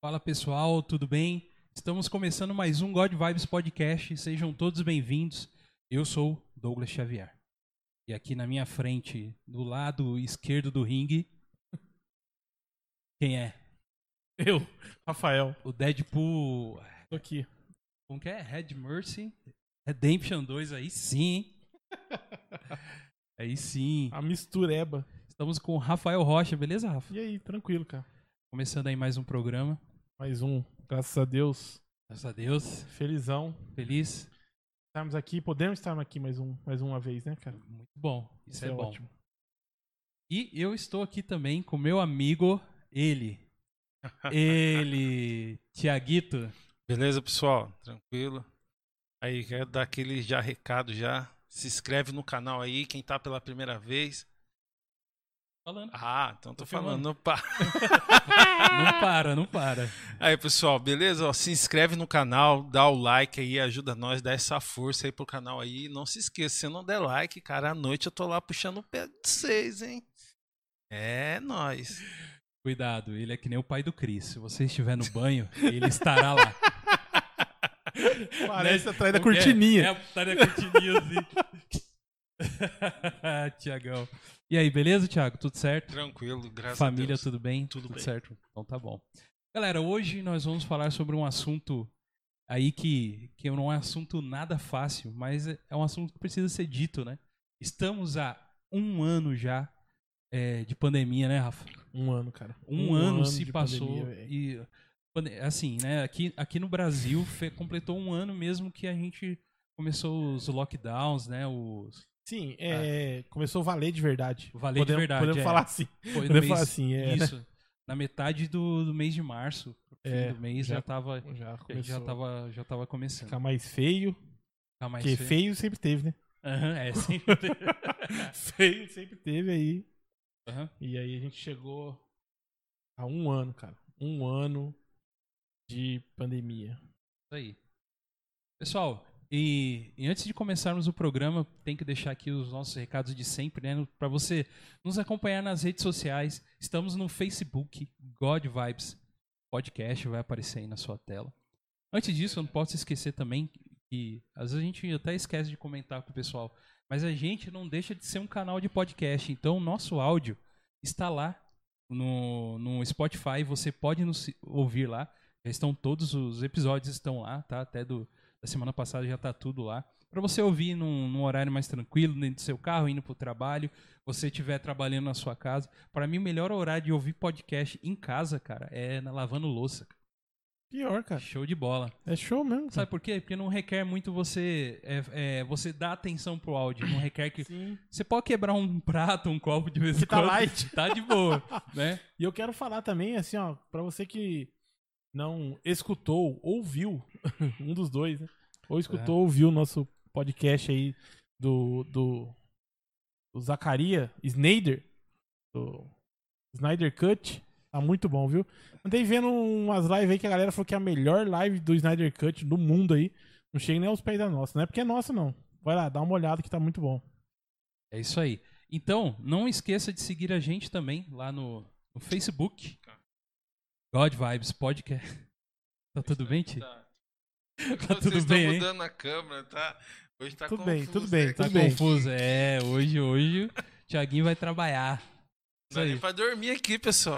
Fala pessoal, tudo bem? Estamos começando mais um God Vibes Podcast, sejam todos bem-vindos. Eu sou Douglas Xavier. E aqui na minha frente, do lado esquerdo do ringue, quem é? Eu, Rafael. O Deadpool... Tô aqui. Como que é? Red Mercy Redemption 2, aí sim, hein? Aí sim. A mistureba. Estamos com o Rafael Rocha, beleza, Rafa? E aí, tranquilo, cara. Começando aí mais um programa. Mais um, graças a Deus. Graças a Deus. Felizão. Feliz. Estarmos aqui, podemos estar aqui mais uma vez, né, cara? Muito bom. Isso é bom. Ótimo. E eu estou aqui também com meu amigo, ele, Tiaguito. Beleza, pessoal? Tranquilo? Aí, quero dar aquele recado já. Se inscreve no canal aí, quem tá pela primeira vez. Falando. Ah, então tô filmando. falando. Não para. Não para. Aí, pessoal, beleza? Ó, se inscreve no canal, dá o like aí, ajuda nós, dá essa força aí pro canal aí. Não se esqueça, se não der like, cara, à noite eu tô lá puxando o pé de vocês, hein? É nóis. Cuidado, ele é que nem o pai do Cris. Se você estiver no banho, ele estará lá. Parece atrás da cortininha. É atrás da cortininha, assim. Tiagão. E aí, beleza, Thiago? Tudo certo? Tranquilo, graças Família, a Deus. tudo bem? Tudo bem. Certo? Então tá bom. Galera, hoje nós vamos falar sobre um assunto aí que não é um assunto nada fácil, mas é um assunto que precisa ser dito, né? Estamos há um ano já de pandemia, né, Rafa? Um ano, cara. Um ano se de passou pandemia, e assim, né? Aqui no Brasil completou um ano mesmo que a gente começou os lockdowns, né? Sim, começou a valer de verdade. Valer de verdade. Podemos falar assim. Foi Podemos falar assim, Isso. Na metade do mês de março, fim do mês já tava começando. Ficar mais feio. Ficar mais Porque feio sempre teve, né? Sempre teve. Feio sempre teve aí. Uhum. E aí a gente chegou a um ano, cara. Um ano de pandemia. Isso aí. Pessoal, e antes de começarmos o programa, tem que deixar aqui os nossos recados de sempre, né? Para você nos acompanhar nas redes sociais. Estamos no Facebook, God Vibes Podcast, vai aparecer aí na sua tela. Antes disso, eu não posso esquecer também que às vezes a gente até esquece de comentar com o pessoal, mas a gente não deixa de ser um canal de podcast. Então, o nosso áudio está lá no Spotify, você pode nos ouvir lá. Já estão todos os episódios estão lá, tá? Até da semana passada já tá tudo lá. Para você ouvir num horário mais tranquilo, dentro do seu carro, indo pro trabalho, você estiver trabalhando na sua casa. Para mim, o melhor horário de ouvir podcast em casa, cara, é lavando louça. Pior, cara. Show de bola. É show mesmo. Cara. Sabe por quê? Porque não requer muito você dar atenção pro áudio. Não requer que... Sim. Você pode quebrar um prato, um copo de vez em quando. Tá light. Tá de boa, né? E eu quero falar também, assim, ó, pra você que não escutou, ouviu, um dos dois, né? Ou escutou, ouviu o nosso podcast aí do Zacarias Snyder, do Snyder Cut. Tá muito bom, viu? Andei vendo umas lives aí que a galera falou que é a melhor live do Snyder Cut do mundo aí. Não chega nem aos pés da nossa. Não é porque é nossa, não. Vai lá, dá uma olhada que tá muito bom. É isso aí. Então, não esqueça de seguir a gente também lá no Facebook. God Vibes Podcast. Tá tudo bem, Ti? Tá tudo bem, hein? Mudando a câmera, tá? Hoje tá tudo confuso. Tudo bem. Tá confuso. Hoje o Thiaguinho vai trabalhar. Não é nem pra dormir aqui, pessoal.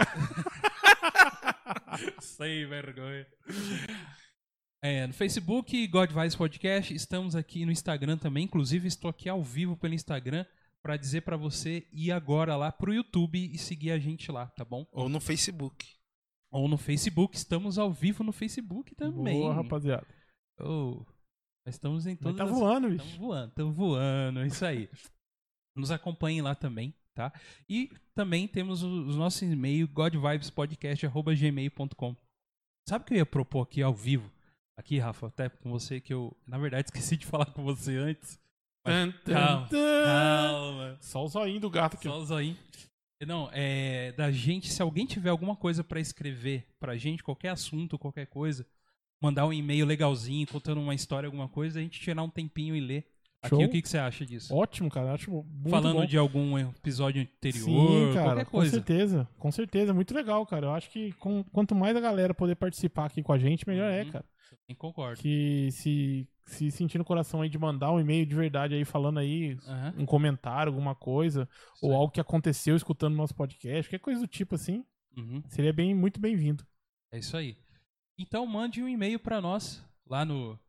Sem vergonha. No Facebook, God Vibes Podcast. Estamos aqui no Instagram também. Inclusive, estou aqui ao vivo pelo Instagram para dizer para você ir agora lá pro YouTube e seguir a gente lá, tá bom? Ou no Facebook. Ou no Facebook. Estamos ao vivo no Facebook também. Boa, rapaziada. Nós estamos em todas Tá voando, bicho. Estamos voando. É isso aí. Nos acompanhem lá também, tá? E também temos os nossos e-mails, godvibespodcast@gmail.com. Sabe o que eu ia propor aqui ao vivo? Aqui, Rafa, até com você, que eu, na verdade, esqueci de falar com você antes. Mas, calma. Só o zoinho do gato aqui. Só o zoinho. Não, da gente, se alguém tiver alguma coisa pra escrever pra gente, qualquer assunto, qualquer coisa, mandar um e-mail legalzinho, contando uma história, alguma coisa, a gente tirar um tempinho e ler aqui. O que você acha disso? Ótimo, cara. Acho muito Falando bom. de algum episódio anterior, Sim, cara, qualquer coisa. Com certeza. Muito legal, cara. Eu acho que quanto mais a galera poder participar aqui com a gente, melhor é, cara. Sim, concordo. Que se sentir no coração aí de mandar um e-mail de verdade aí, falando aí um comentário, alguma coisa, ou algo que aconteceu escutando nosso podcast, qualquer coisa do tipo assim, seria muito bem-vindo. É isso aí. Então mande um e-mail pra nós lá no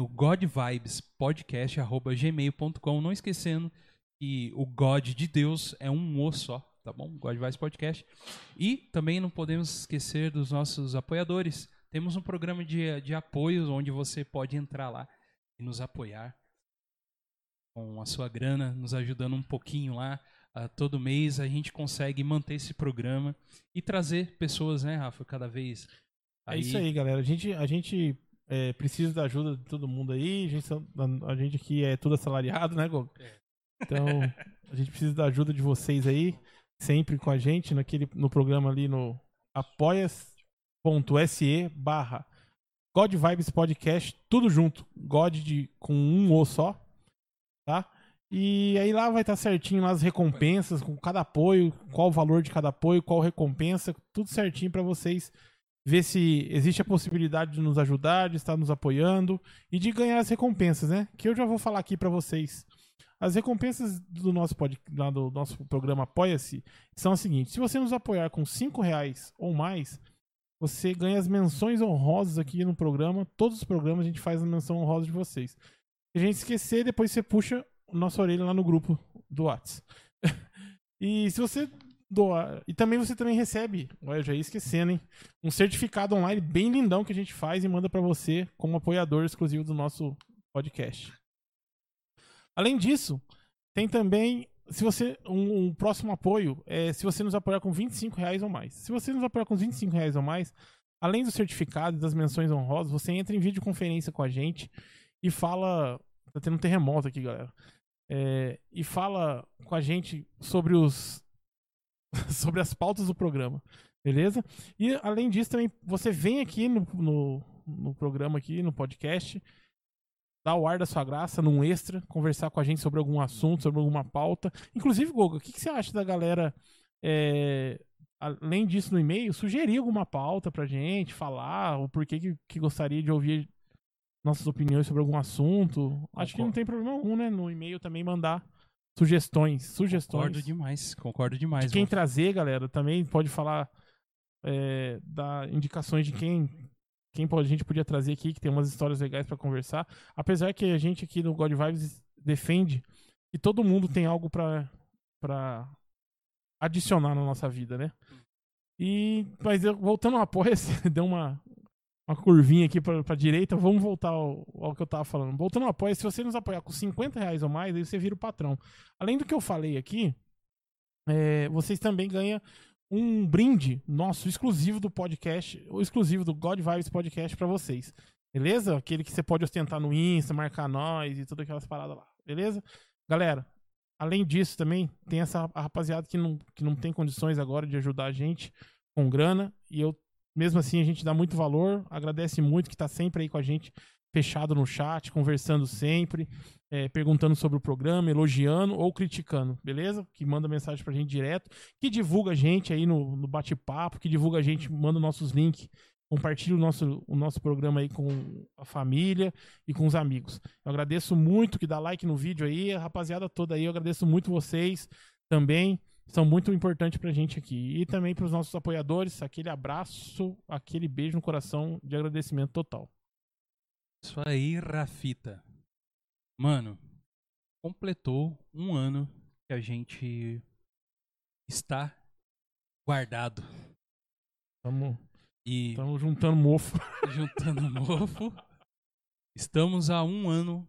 godvibespodcast@gmail.com, não esquecendo que o God de Deus é um O só, tá bom? God Vibes Podcast. E também não podemos esquecer dos nossos apoiadores. Temos um programa de apoios onde você pode entrar lá e nos apoiar com a sua grana, nos ajudando um pouquinho lá. Todo mês a gente consegue manter esse programa e trazer pessoas, né, Rafa, cada vez. É isso aí, galera. A gente precisa da ajuda de todo mundo aí. A gente aqui é tudo assalariado, né, Gogo? Então, a gente precisa da ajuda de vocês aí, sempre com a gente, no programa ali no apoia.se/God Vibes Podcast, tudo junto. God com um O só, tá? E aí lá vai estar certinho lá as recompensas, com cada apoio, qual o valor de cada apoio, qual recompensa, tudo certinho para vocês ver se existe a possibilidade de nos ajudar, de estar nos apoiando e de ganhar as recompensas, né? Que eu já vou falar aqui para vocês. As recompensas do nosso programa Apoia-se são as seguintes: se você nos apoiar com R$5 ou mais, você ganha as menções honrosas aqui no programa. Todos os programas a gente faz a menção honrosa de vocês. Se a gente esquecer, depois você puxa nossa orelha lá no grupo do WhatsApp. E se você doar... E também você também recebe, olha, eu já ia esquecendo, hein? Um certificado online bem lindão que a gente faz e manda pra você como apoiador exclusivo do nosso podcast. Além disso, tem também, se você um próximo apoio, se você nos apoiar com R$25 ou mais. Se você nos apoiar com R$25 ou mais, além do certificado e das menções honrosas, você entra em videoconferência com a gente e fala... Tá tendo um terremoto aqui, galera. E fala com a gente sobre sobre as pautas do programa, beleza? E além disso também, você vem aqui no programa aqui, no podcast, dar o ar da sua graça, num extra, conversar com a gente sobre algum assunto, sobre alguma pauta. Inclusive, Gogo, o que você acha da galera, além disso no e-mail, sugerir alguma pauta pra gente, falar o porquê que gostaria de ouvir nossas opiniões sobre algum assunto? Acho que não tem problema algum, né? No e-mail também mandar sugestões. Concordo demais. De quem trazer, galera, também pode falar, dar indicações de quem a gente podia trazer aqui, que tem umas histórias legais pra conversar. Apesar que a gente aqui no God Vibes defende que todo mundo tem algo pra adicionar na nossa vida, né? Mas voltando ao Apoia-se, deu uma curvinha aqui pra direita, vamos voltar ao que eu tava falando. Voltando ao Apoia, se você nos apoiar com R$50 ou mais, aí você vira o patrão. Além do que eu falei aqui, vocês também ganham um brinde nosso, exclusivo do podcast, o exclusivo do God Vibes Podcast pra vocês. Beleza? Aquele que você pode ostentar no Insta, marcar nós e todas aquelas paradas lá. Beleza? Galera, além disso também, tem a rapaziada que não tem condições agora de ajudar a gente com grana, e mesmo assim, a gente dá muito valor, agradece muito que tá sempre aí com a gente, fechado no chat, conversando sempre, perguntando sobre o programa, elogiando ou criticando, beleza? Que manda mensagem pra gente direto, que divulga a gente aí no bate-papo, que divulga a gente, manda nossos links, compartilha o nosso programa aí com a família e com os amigos. Eu agradeço muito que dá like no vídeo aí, a rapaziada toda aí, eu agradeço muito vocês também. São muito importantes pra gente aqui. E também pros nossos apoiadores, aquele abraço, aquele beijo no coração de agradecimento total. Isso aí, Rafita. Mano, completou um ano que a gente está guardado. Estamos juntando mofo. Juntando mofo. Estamos há um ano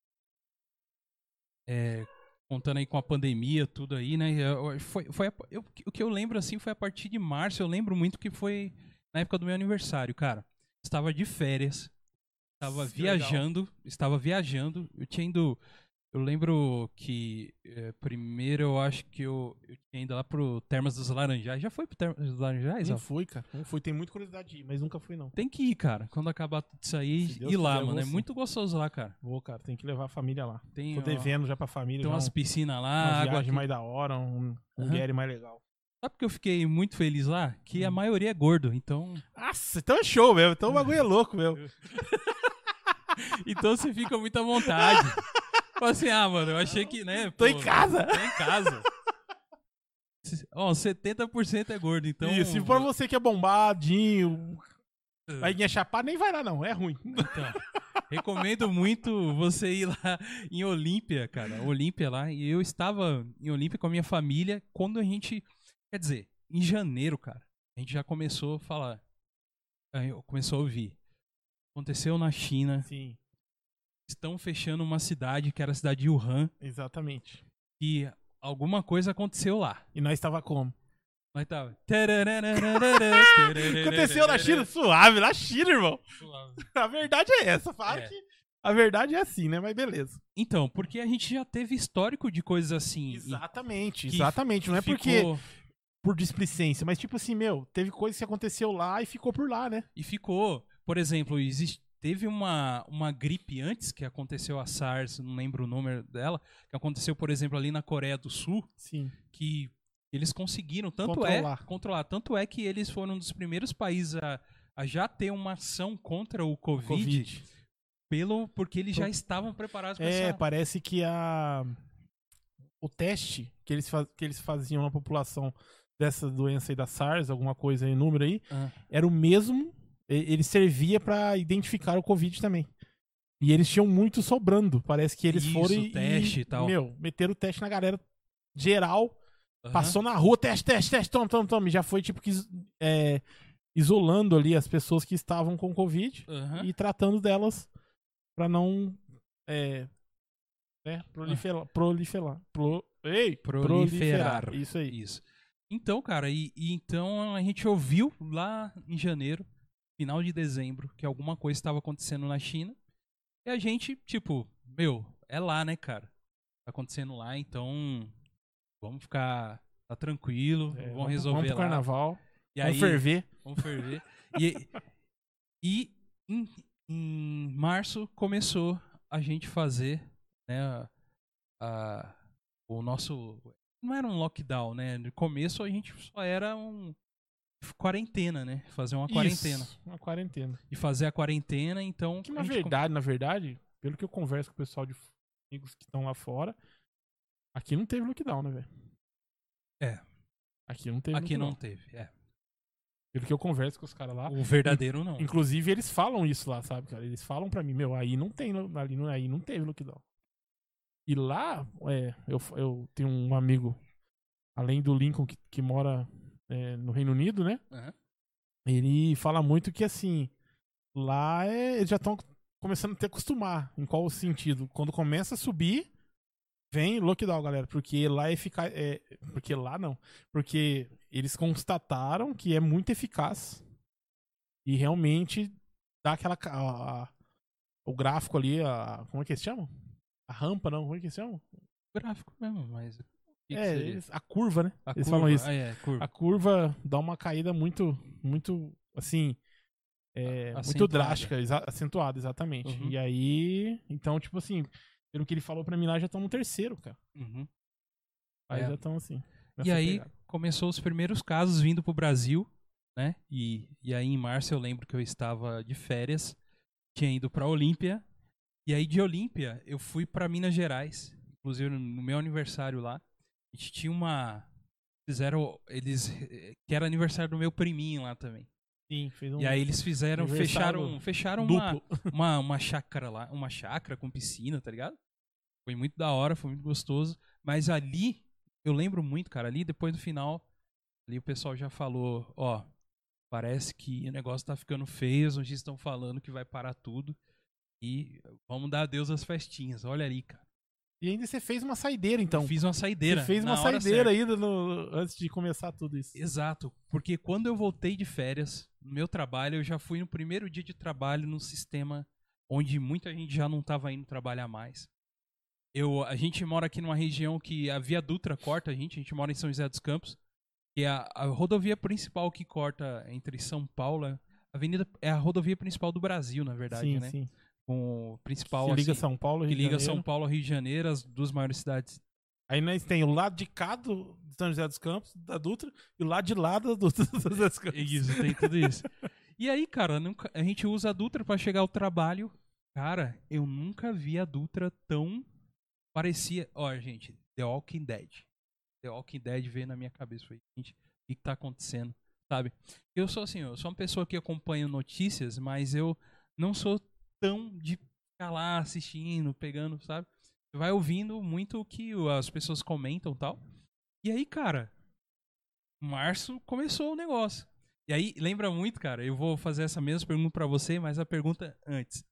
contando aí com a pandemia, tudo aí, né? O que eu lembro, assim, foi a partir de março. Eu lembro muito que foi na época do meu aniversário, cara. Estava de férias. Estava viajando. Eu tinha ido Eu lembro que primeiro eu acho que eu tinha ido lá pro Termas dos Laranjais. Já foi pro Termas dos Laranjais? Não Ó? fui, cara. Não fui. Tenho muita curiosidade de ir, mas nunca fui, não. Tem que ir, cara. Quando acabar tudo isso aí, Se Deus ir lá, quiser, eu mano. vou É sim. muito gostoso lá, cara. Vou, cara. Tem que levar a família lá. Tem, Tô ó, devendo já pra família. tem já umas piscinas lá, uma água viagem mais da hora, um Aham. Gary mais legal. Sabe porque eu fiquei muito feliz lá? Que a maioria é gordo, então... Nossa, então é show mesmo. Então o bagulho é louco mesmo. Então você fica muito à vontade. Fala assim, mano, eu achei que, né? Tô em casa. Tô em casa. Ó, 70% é gordo, então... Isso, e pra você que é bombadinho, vai em chapar, nem vai lá não, é ruim. Então, recomendo muito você ir lá em Olímpia, cara. Olímpia lá. E eu estava em Olímpia com a minha família quando a gente... Quer dizer, em janeiro, cara, a gente já começou a falar. Começou a ouvir. Aconteceu na China. Sim, Estão fechando uma cidade, que era a cidade de Wuhan. exatamente. E alguma coisa aconteceu lá. E nós tava como? Nós tava... Aconteceu na China, suave, na China, irmão. A verdade é essa, fala É. que a verdade é assim, né? Mas beleza. Então, porque a gente já teve histórico de coisas assim. Exatamente, que exatamente. Não é ficou- porque por displicência, mas tipo assim, meu, teve coisa que aconteceu lá e ficou por lá, né? E ficou. Por exemplo, teve uma gripe antes que aconteceu a SARS, não lembro o número dela, que aconteceu, por exemplo, ali na Coreia do Sul, Sim. que eles conseguiram, controlar. Tanto é que eles foram um dos primeiros países a já ter uma ação contra o Covid. Porque eles já estavam preparados para essa... Parece que o teste que eles faziam na população dessa doença aí da SARS, alguma coisa aí, número aí, era o mesmo, ele servia pra identificar o Covid também. E eles tinham muito sobrando, parece que eles foram teste e tal. Meu, meteram o teste na galera geral, Aham. passou na rua, teste, toma, já foi tipo que isolando ali as pessoas que estavam com Covid Aham. e tratando delas pra não proliferar. Isso aí. Isso. Então, cara, então a gente ouviu lá em janeiro, final de dezembro, que alguma coisa estava acontecendo na China. E a gente, tipo, é lá, né, cara? Tá acontecendo lá, então vamos ficar tranquilo, vamos resolver Vamos pro lá. carnaval, E vamos aí, ferver. Vamos ferver. E em março começou a gente fazer, né, o nosso... Não era um lockdown, né? No começo a gente só era quarentena, né? Fazer uma quarentena. Isso, uma quarentena. E fazer a quarentena, então... Que na verdade, pelo que eu converso com o pessoal de amigos que estão lá fora, aqui não teve lockdown, né, velho? Aqui não teve Aqui lockdown. não teve, Pelo que eu converso com os caras lá. O verdadeiro não. Inclusive, eles falam isso lá, sabe, cara? Eles falam pra mim, aí não tem, aí não teve lockdown. E lá, eu tenho um amigo, além do Lincoln, que mora no Reino Unido, né? Uhum. Ele fala muito que, assim, lá eles já estão começando a te acostumar. Em qual sentido? Quando começa a subir, vem lockdown, galera. Porque lá é eficaz. Porque lá não. Porque eles constataram que é muito eficaz. E realmente dá aquela... o gráfico ali, como é que eles chamam? A rampa, não? Como é que eles chamam? Gráfico mesmo, mas... o que seria? A curva, né? A Eles curva, falam isso. curva. A curva dá uma caída muito, muito, assim, muito Acentuada. drástica, acentuada, exatamente. Uhum. E aí, então, tipo assim, pelo que ele falou pra mim lá, já estão no terceiro, cara. Uhum. Aí já estão assim. E nessa aí pegada. começou os primeiros casos vindo pro Brasil, né? E aí em março eu lembro que eu estava de férias, tinha ido pra Olímpia. E aí de Olímpia eu fui pra Minas Gerais, inclusive no meu aniversário lá. A gente tinha que era aniversário do meu priminho lá também. Sim, fez E aí eles aniversário fecharam duplo. uma chácara lá, uma chácara com piscina, tá ligado? Foi muito da hora, foi muito gostoso. Mas ali, eu lembro muito, cara, ali depois do final, ali o pessoal já falou, parece que o negócio tá ficando feio, os notícias estão falando que vai parar tudo. E vamos dar adeus às festinhas, olha ali, cara. E ainda você fez uma saideira, então. Eu fiz uma saideira. Você fez uma na hora saideira certa. ainda antes de começar tudo isso. Exato, porque quando eu voltei de férias, no meu trabalho, eu já fui no primeiro dia de trabalho num sistema onde muita gente já não estava indo trabalhar mais. A gente mora aqui numa região que a Via Dutra corta a gente mora em São José dos Campos, que é a rodovia principal que corta entre São Paulo, é a rodovia principal do Brasil, na verdade, Sim, né? sim. Com o principal, Que liga assim, São Paulo, que Rio de liga Janeiro. São Paulo ao Rio de Janeiro, as duas maiores cidades. Aí nós tem o lado de cá do São José dos Campos, da Dutra, e o lado de lá do São José dos Campos. Isso, tem tudo isso. E aí, cara, a gente usa a Dutra pra chegar ao trabalho. Cara, eu nunca vi a Dutra tão parecia... Ó, gente, The Walking Dead. The Walking Dead veio na minha cabeça. Falei, gente, o que tá acontecendo? Sabe? Eu sou assim, eu sou uma pessoa que acompanha notícias, mas eu não sou tão de ficar lá assistindo, pegando, sabe? Você vai ouvindo muito o que as pessoas comentam e tal. E aí, cara, em março começou o negócio. E aí, lembra muito, cara, eu vou fazer essa mesma pergunta pra você, mas a pergunta antes.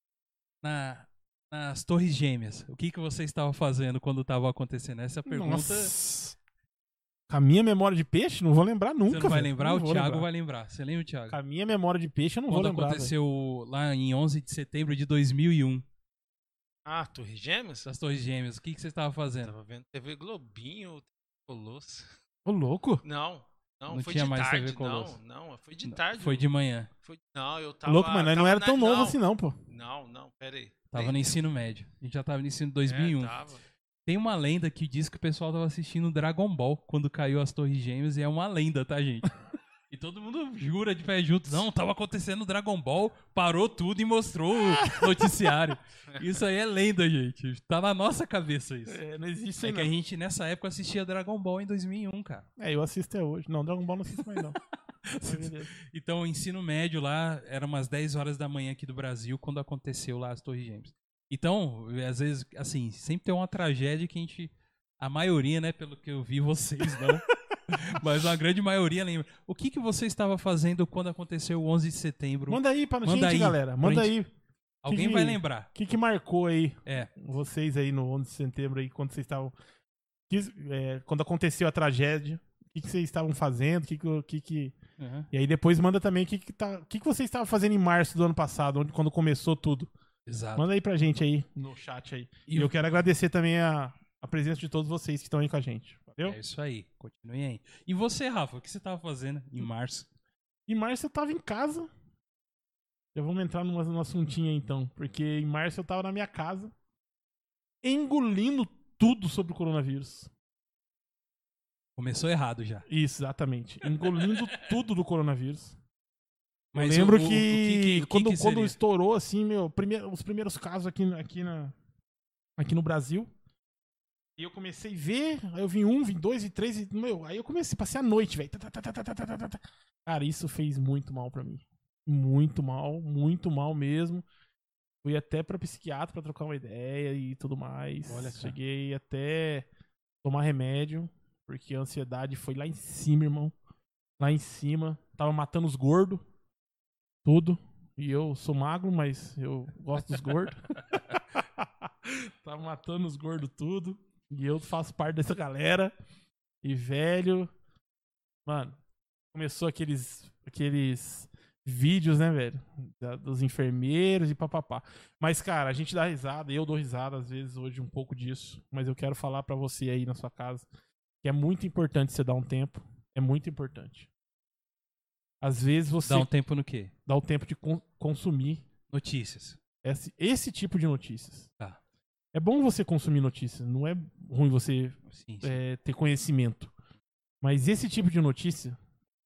Nas Torres Gêmeas, o que você estava fazendo quando estava acontecendo? Essa pergunta... Nossa. Com a minha memória de peixe, não vou lembrar nunca. Você não vai velho. lembrar? Não O vou Thiago lembrar. vai lembrar. Você lembra, Thiago? Com a minha memória de peixe, eu não Quando vou lembrar. aconteceu lá em 11 de setembro de 2001, Ah, Torre Gêmeas? das Torres Gêmeas, o que você estava fazendo? Tava vendo TV Globinho, Colosso. Ô, louco. Não, Não foi tinha de mais tarde. TV Colosso. Não, foi de tarde. Foi de manhã. Não, eu Ô, tava... louco, mas nós não tava era tão novo assim, não, pô. Não, pera aí. Tava no ensino médio. A gente já tava no ensino 2001. Tava. Tem uma lenda que diz que o pessoal tava assistindo Dragon Ball quando caiu as Torres Gêmeas, e é uma lenda, tá, gente? E todo mundo jura de pé junto. Não, tava acontecendo Dragon Ball, parou tudo e mostrou o noticiário. Isso aí é lenda, gente. Tá na nossa cabeça isso. Não existe É isso que a gente, nessa época, assistia Dragon Ball em 2001, cara. eu assisto até hoje. Não, Dragon Ball não assisto mais, não. Mas beleza. Então, o ensino médio lá, era umas 10 horas da manhã aqui do Brasil, quando aconteceu lá as Torres Gêmeas. Então, às vezes, assim, sempre tem uma tragédia que a maioria, né, pelo que eu vi, vocês não, mas uma grande maioria lembra. O que você estava fazendo quando aconteceu o 11 de setembro? Manda aí pra gente, aí, galera. Manda aí. Alguém vai lembrar. O que marcou aí É. vocês aí no 11 de setembro aí, quando vocês estavam... quando aconteceu a tragédia, o que vocês estavam fazendo, Uhum. E aí depois manda também o que vocês estavam fazendo em março do ano passado, quando começou tudo. Exato. Manda aí pra gente aí, no chat aí. E eu quero agradecer também a presença de todos vocês que estão aí com a gente. Valeu? É isso aí. Continue aí. E você, Rafa, o que você estava fazendo em março? Em março eu tava em casa. Já vamos entrar num assuntinho aí então. Porque em março eu tava na minha casa, engolindo tudo sobre o coronavírus. Começou errado já. Isso, exatamente. Engolindo tudo do coronavírus. Mas eu lembro o que quando seria? estourou, assim, os primeiros casos aqui no Brasil, e eu comecei a ver, aí eu vi 1, vi 2, vi 3, aí eu passei a noite, velho. Cara, isso fez muito mal pra mim. Muito mal mesmo. Fui até pra psiquiatra pra trocar uma ideia e tudo mais. Olha, cara. Cheguei até tomar remédio, porque a ansiedade foi lá em cima, irmão. Lá em cima. Tava matando os gordos. Tudo. E eu sou magro, mas eu gosto dos gordos. Tava matando os gordos tudo. E eu faço parte dessa galera. E, velho... Mano, começou aqueles vídeos, né, velho? Dos enfermeiros e papapá. Mas, cara, a gente dá risada. Eu dou risada, às vezes, hoje, um pouco disso. Mas eu quero falar pra você aí na sua casa que é muito importante você dar um tempo. É muito importante. Às vezes você... Dá um tempo no quê? Dá o tempo de consumir Notícias. esse tipo de notícias. Tá. É bom você consumir notícias, não é ruim você Sim. ter conhecimento. Mas esse tipo de notícia,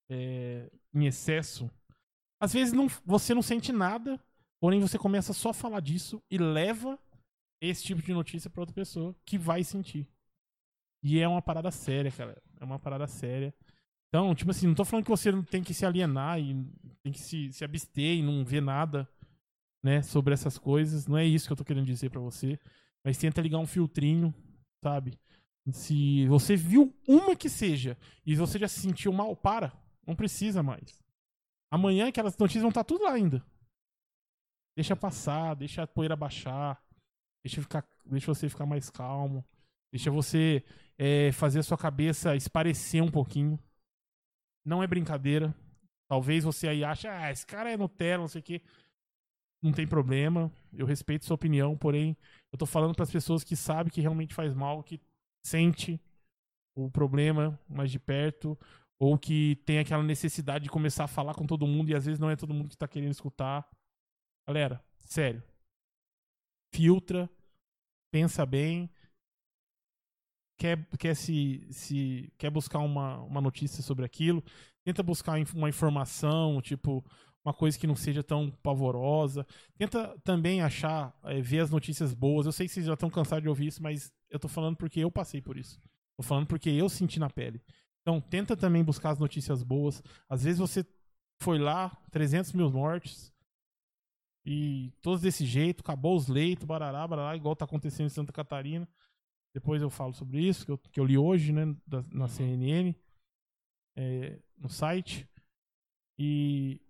em excesso, às vezes você não sente nada, porém você começa só a falar disso e leva esse tipo de notícia pra outra pessoa que vai sentir. E é uma parada séria, cara. É uma parada séria. Então, tipo assim, não tô falando que você não tem que se alienar e tem que se abster e não ver nada, né, sobre essas coisas. Não é isso que eu tô querendo dizer pra você. Mas tenta ligar um filtrinho, sabe? Se você viu uma que seja e você já se sentiu mal, para. Não precisa mais. Amanhã aquelas notícias vão estar tudo lá ainda. Deixa passar, deixa a poeira baixar. Deixa você ficar mais calmo. Deixa você fazer a sua cabeça esparecer um pouquinho. Não é brincadeira. Talvez você aí ache, esse cara é Nutella, não sei o quê. Não tem problema. Eu respeito sua opinião, porém, Eu tô falando pras pessoas que sabem que realmente faz mal, que sente o problema mais de perto, ou que tem aquela necessidade de começar a falar com todo mundo e às vezes não é todo mundo que tá querendo escutar. Galera, sério. Filtra, pensa bem. Quer buscar uma notícia sobre aquilo, tenta buscar uma informação, tipo, uma coisa que não seja tão pavorosa. Tenta também achar, ver as notícias boas. Eu sei que vocês já estão cansados de ouvir isso, mas eu tô falando porque eu passei por isso. Tô falando porque eu senti na pele. Então, tenta também buscar as notícias boas. Às vezes você foi lá, 300 mil mortes, e todos desse jeito, acabou os leitos, barará, igual tá acontecendo em Santa Catarina. Depois eu falo sobre isso, que eu li hoje, né, na CNN, no site. E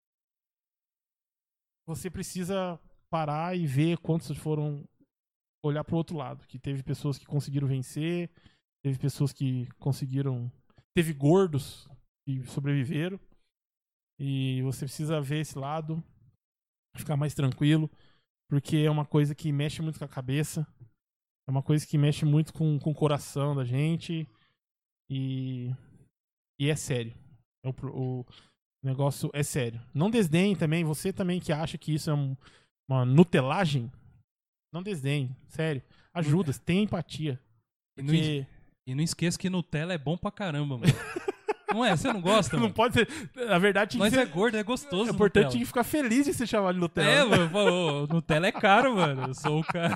você precisa parar e ver quantos foram olhar pro outro lado. Que teve pessoas que conseguiram vencer, teve pessoas que conseguiram... Teve gordos que sobreviveram. E você precisa ver esse lado, ficar mais tranquilo, porque é uma coisa que mexe muito com a cabeça. É uma coisa que mexe muito com o coração da gente. E é sério. O negócio é sério. Não desdenhe também. Você também que acha que isso é uma nutelagem. Não desdenhe. Sério. Ajuda. Tenha empatia. Porque... E não esqueça que Nutella é bom pra caramba, mano. Não é? Você não gosta, mano? Não pode ser... Na verdade, nós é gordo, é gostoso. É importante Nutella. Ficar feliz de ser chamado de Nutella. É, mano. Pô, Nutella é caro, mano. Eu sou o cara...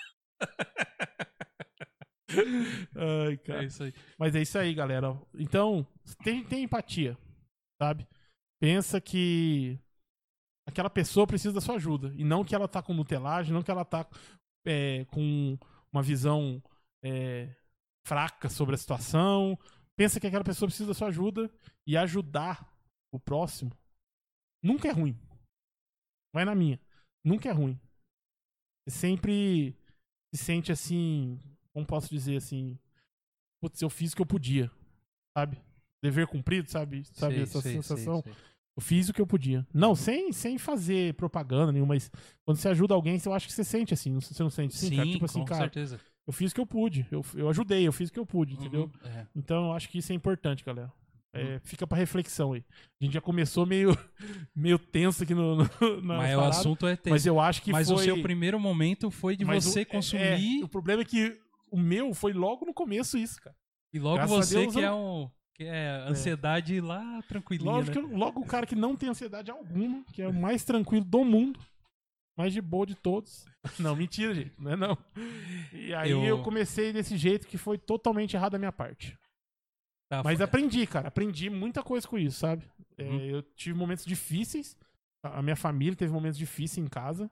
Ai, cara. É isso aí. Mas é isso aí, galera. Então, tem empatia, sabe? Pensa que aquela pessoa precisa da sua ajuda. E não que ela tá com nutelagem, não que ela tá com uma visão fraca sobre a situação. Pensa que aquela pessoa precisa da sua ajuda. E ajudar o próximo nunca é ruim. Vai na minha. Nunca é ruim. Você sempre se sente assim... Como posso dizer assim? Putz, eu fiz o que eu podia, sabe? Dever cumprido, sabe essa sensação? Sei. Eu fiz o que eu podia. Não, sem fazer propaganda nenhuma, mas quando você ajuda alguém, eu acho que você sente assim. Você não sente assim, cara? Tipo assim, com cara, certeza. eu fiz o que eu pude. Eu ajudei, eu fiz o que eu pude, entendeu? Então eu acho que isso é importante, galera. Fica pra reflexão aí. A gente já começou meio tenso aqui mas o assunto é tenso. Mas eu acho que o seu primeiro momento foi de você consumir... O problema é que o meu foi logo no começo isso, cara. E logo graças você Deus, que é ansiedade lá tranquilinha, Logo o cara que não tem ansiedade alguma, que é o mais tranquilo do mundo, mais de boa de todos. Não, mentira, gente. Não é não. E aí eu comecei desse jeito que foi totalmente errado da minha parte. Mas aprendi, cara. Aprendi muita coisa com isso, sabe? Eu tive momentos difíceis. A minha família teve momentos difíceis em casa.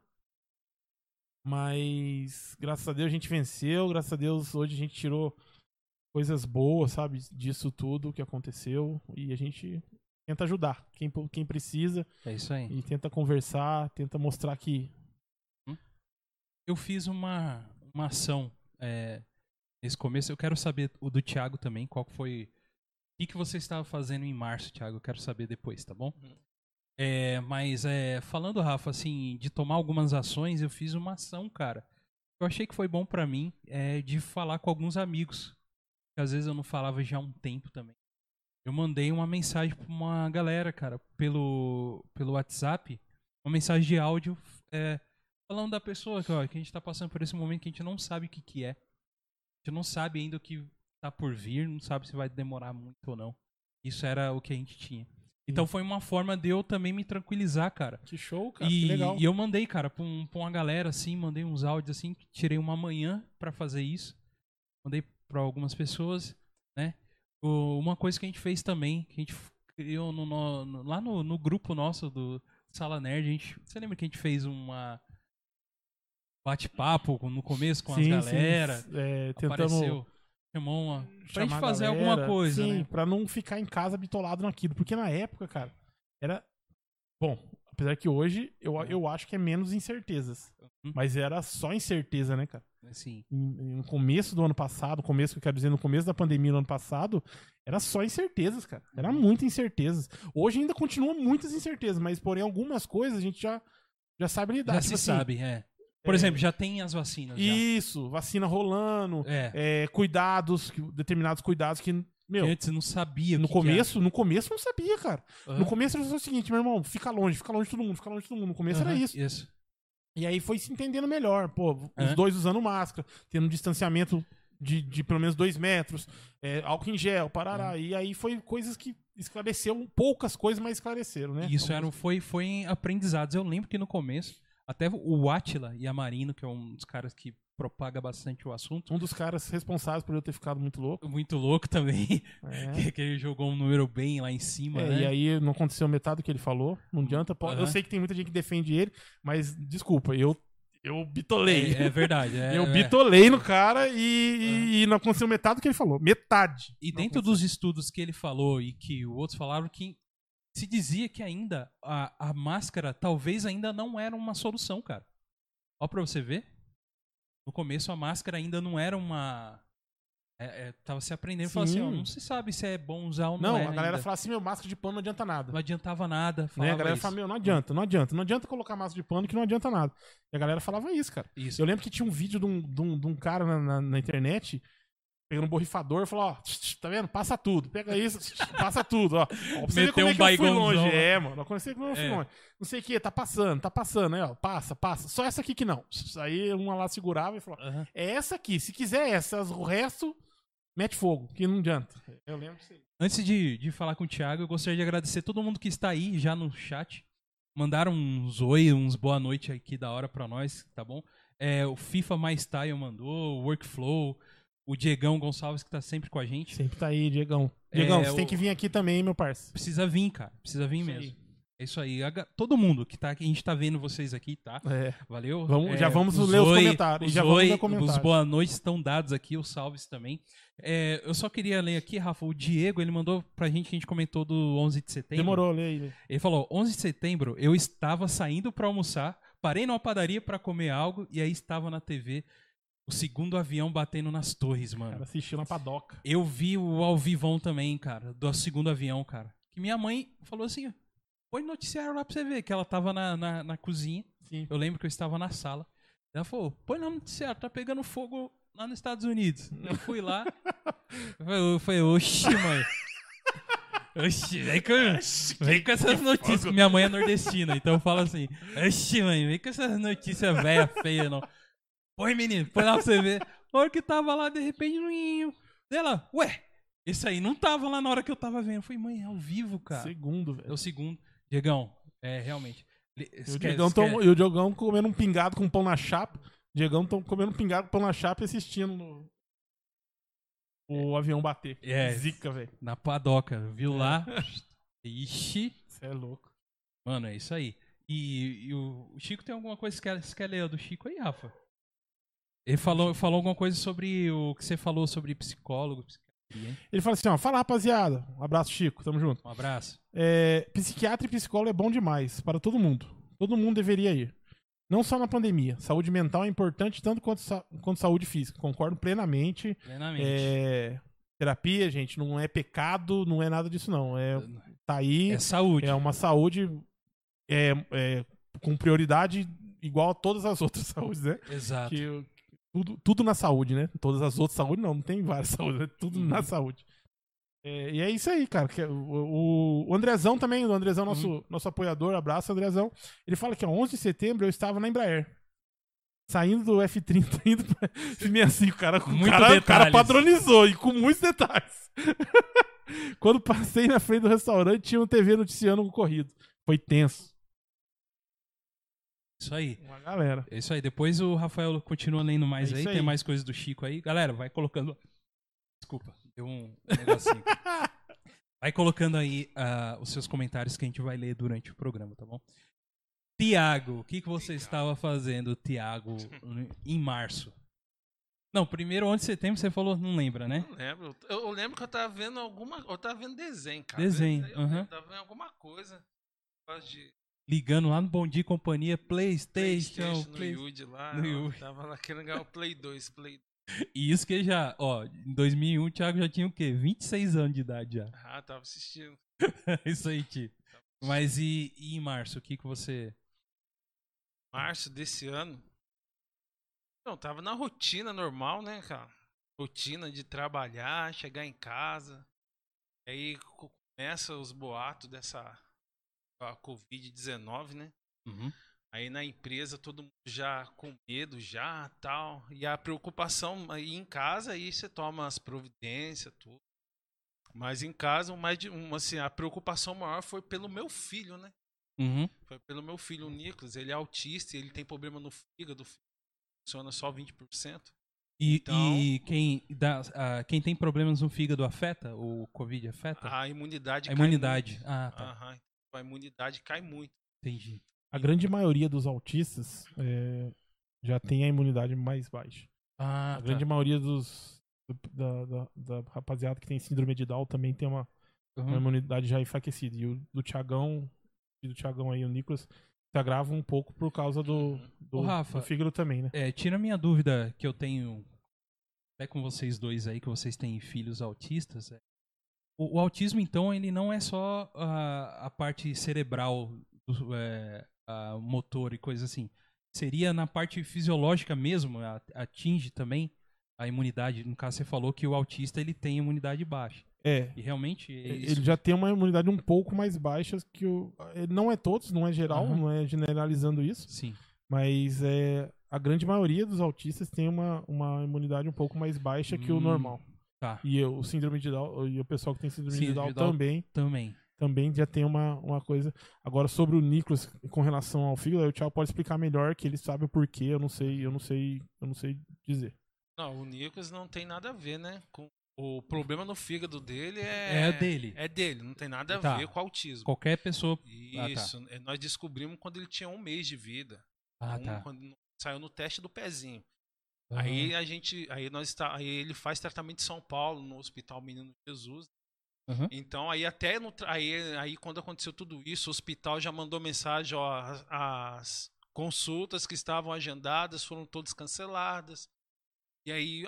Mas, graças a Deus, a gente venceu. Graças a Deus, hoje a gente tirou coisas boas, sabe? Disso tudo que aconteceu. E a gente tenta ajudar quem precisa. É isso aí. E tenta conversar, tenta mostrar que... Eu fiz uma ação nesse começo. Eu quero saber o do Thiago também. Qual foi... O que você estava fazendo em março, Thiago? Eu quero saber depois, tá bom? Mas falando, Rafa, assim, de tomar algumas ações, eu fiz uma ação, cara. Eu achei que foi bom pra mim, de falar com alguns amigos. Que às vezes eu não falava já há um tempo também. Eu mandei uma mensagem pra uma galera, cara, pelo WhatsApp. Uma mensagem de áudio falando da pessoa que a gente tá passando por esse momento que a gente não sabe o que é. A gente não sabe ainda o que tá por vir, não sabe se vai demorar muito ou não. Isso era o que a gente tinha. Então foi uma forma de eu também me tranquilizar, cara. Que show, cara. Que legal. E eu mandei, cara, pra uma galera, assim, mandei uns áudios, assim, tirei uma manhã pra fazer isso. Mandei pra algumas pessoas, né? Uma coisa que a gente fez também, que a gente criou lá no grupo nosso do Sala Nerd, você lembra que a gente fez uma bate-papo no começo com as galera? Tentamos... Chamou pra gente fazer alguma coisa, sim, né? Pra não ficar em casa bitolado naquilo. Porque na época, cara, era... Bom, apesar que hoje eu acho que é menos incertezas. Mas era só incerteza, né, cara? Sim. No começo do ano passado, que eu quero dizer, no começo da pandemia do ano passado, era só incertezas, cara. Era muita incertezas. Hoje ainda continua muitas incertezas, mas porém algumas coisas a gente já sabe lidar. Já se sabe, Por exemplo, já tem as vacinas. Isso, vacina rolando, cuidados, determinados cuidados que, meu... Antes você não sabia no começo não sabia, cara. Uhum. No começo era só o seguinte, meu irmão, fica longe de todo mundo, fica longe de todo mundo. No começo era isso. E aí foi se entendendo melhor, pô, os dois usando máscara, tendo um distanciamento de pelo menos 2 metros, álcool em gel, parará. E aí foi coisas que esclareceram, poucas coisas, mas esclareceram, né? Isso foi em aprendizados. Eu lembro que no começo, até o Átila e a Marino, que é um dos caras que propaga bastante o assunto. Um dos caras responsáveis por eu ter ficado muito louco. Muito louco também. Que ele jogou um número bem lá em cima, né? E aí não aconteceu metade do que ele falou. Não adianta. Eu sei que tem muita gente que defende ele, mas desculpa, eu bitolei. É verdade. Eu bitolei no cara e não aconteceu metade do que ele falou. Metade. E dentro dos estudos que ele falou e que outros falaram, que se dizia que ainda a máscara talvez ainda não era uma solução, cara. Ó pra você ver. No começo a máscara ainda não era uma... tava se aprendendo. Falava assim, não se sabe se é bom usar ou não. Não, a galera fala assim, máscara de pano não adianta nada. Não adiantava nada. A galera fala, não adianta. Não adianta colocar máscara de pano que não adianta nada. E a galera falava isso, cara. Isso. Eu lembro que tinha um vídeo de um cara na internet pegando um borrifador e falou, ó, tá vendo? Passa tudo. Pega isso, passa tudo, ó. Meteu um baigãozão. Mano. Eu sei como eu fui longe. Não sei o que, tá passando. Aí, ó, passa. Só essa aqui que não. Aí uma lá segurava e falou, é essa aqui. Se quiser essa, o resto, mete fogo, que não adianta. Eu lembro disso aí. Antes de falar com o Thiago, eu gostaria de agradecer todo mundo que está aí já no chat. Mandaram uns oi, uns boa noite aqui da hora pra nós, tá bom? O FIFA Mais Style mandou, o Workflow... O Diegão Gonçalves, que tá sempre com a gente. Sempre tá aí, Diegão. Diegão, você tem que vir aqui também, meu parceiro. Precisa vir, cara. Precisa vir mesmo. É isso aí. Todo mundo que tá aqui, a gente tá vendo vocês aqui, tá? Valeu? Já vamos ler os comentários. Os boa noites estão dados aqui, os salves também. Eu só queria ler aqui, Rafa, o Diego, ele mandou pra gente, que a gente comentou do 11 de setembro. Demorou, lê aí. Ele falou, 11 de setembro, eu estava saindo pra almoçar, parei numa padaria pra comer algo, e aí estava na TV... O segundo avião batendo nas torres, mano. Cara, assistiu na padoca. Eu vi o ao vivão também, cara, do segundo avião, cara. Que minha mãe falou assim, põe noticiário lá pra você ver, que ela tava na cozinha. Sim. Eu lembro que eu estava na sala. Ela falou, põe no noticiário, tá pegando fogo lá nos Estados Unidos. Eu fui lá, eu falei, oxi, mãe. Oxi, vem com essas notícias. Minha mãe é nordestina, então eu falo assim, oxi, mãe, vem com essas notícias velha feia, não. Oi, menino, põe lá pra você ver. A hora que tava lá, de repente, ela, ué, esse aí não tava lá na hora que eu tava vendo. Eu falei, mãe, é ao vivo, cara. Segundo, velho. É o segundo. Diegão, realmente. E o Diegão comendo um pingado com pão na chapa. Diegão comendo um pingado com pão na chapa e assistindo o avião bater. Zica, velho. Na padoca, viu lá? Ixi. Você é louco. Mano, é isso aí. E o Chico tem alguma coisa que você quer ler do Chico aí, Rafa? Ele falou alguma coisa sobre o que você falou sobre psicólogo, psiquiatria, hein? Ele fala assim, ó, fala rapaziada, um abraço Chico, tamo junto. Um abraço. Psiquiatra e psicólogo é bom demais, para todo mundo deveria ir. Não só na pandemia, saúde mental é importante tanto quanto saúde física, concordo plenamente. Terapia, gente, não é pecado, não é nada disso não, tá aí. É saúde. É uma saúde com prioridade igual a todas as outras saúdes, né? Exato. Tudo na saúde, né? Todas as outras saúdes não tem várias saúdes, é tudo na saúde. E é isso aí, cara. O Andrezão também, o Andrezão, nosso apoiador, abraço, Andrezão. Ele fala que, ó, 11 de setembro eu estava na Embraer. Saindo do F30, indo pra F65, o cara padronizou e com muitos detalhes. Quando passei na frente do restaurante, tinha uma TV noticiando o corrido. Foi tenso. Isso aí. Uma galera. É isso aí. Depois o Rafael continua lendo mais aí. Aí. Tem mais coisas do Chico aí. Galera, vai colocando... Desculpa, deu um negocinho. Vai colocando aí os seus comentários que a gente vai ler durante o programa, tá bom? Tiago, o que você estava fazendo, Tiago, em março? Não, primeiro 11 de setembro você falou, não lembra, né? Não lembro. Eu lembro que eu tava vendo eu tava vendo desenho, cara. Desenho, Eu tava vendo alguma coisa. Ligando lá no Bom Dia e Companhia, PlayStation. No Yudi lá. Tava lá querendo ganhar o Play 2, E isso que já, ó, em 2001 o Thiago já tinha o quê? 26 anos de idade já. Tava assistindo. Isso aí, tio. Mas e em março, o que você... Março desse ano, Não, tava na rotina normal, né, cara? Rotina de trabalhar, chegar em casa. Aí começa os boatos dessa a Covid-19, né? Uhum. Aí na empresa todo mundo já com medo já, tal. E a preocupação aí em casa, aí você toma as providências, tudo. Mas em casa, assim, a preocupação maior foi pelo meu filho, né? Uhum. Foi pelo meu filho, o Nicolas. Ele é autista, ele tem problema no fígado, funciona só 20%. Então, Quem tem problemas no fígado afeta? O Covid afeta? a imunidade A cai imunidade. muito. Ah, tá. Aham, a imunidade cai muito. Entendi. A grande maioria dos autistas já tem a imunidade mais baixa. Ah, A grande maioria da rapaziada que tem síndrome de Down também tem uma Uhum. imunidade já enfraquecida. E o do Thiagão aí, o Nicolas, se agrava um pouco por causa do Rafa, fígado também, né? tira a minha dúvida que eu tenho até com vocês dois aí, que vocês têm filhos autistas. O autismo, então, ele não é só a parte cerebral, a motor e coisa assim. Seria na parte fisiológica mesmo, atinge também a imunidade. No caso, você falou que o autista ele tem imunidade baixa. E realmente é isso. Ele já tem uma imunidade um pouco mais baixa que não é todos, não é geral, Aham. não é generalizando isso, Sim. mas a grande maioria dos autistas tem uma imunidade um pouco mais baixa que o normal. Tá. E o síndrome de Down, e o pessoal que tem síndrome de Down também já tem uma coisa. Agora, sobre o Nicolas com relação ao fígado, o Thiago pode explicar melhor, que ele sabe o porquê, eu não sei dizer. Não, o Nicolas não tem nada a ver, né? O problema no fígado dele dele. É dele, não tem nada a Tá. ver com o autismo. Qualquer pessoa. Isso, nós descobrimos quando ele tinha 1 mês de vida. Tá. Quando saiu no teste do pezinho. Uhum. Aí ele faz tratamento em São Paulo, no Hospital Menino Jesus. Uhum. Então aí aí quando aconteceu tudo isso, o hospital já mandou mensagem, ó, as consultas que estavam agendadas foram todas canceladas. E aí,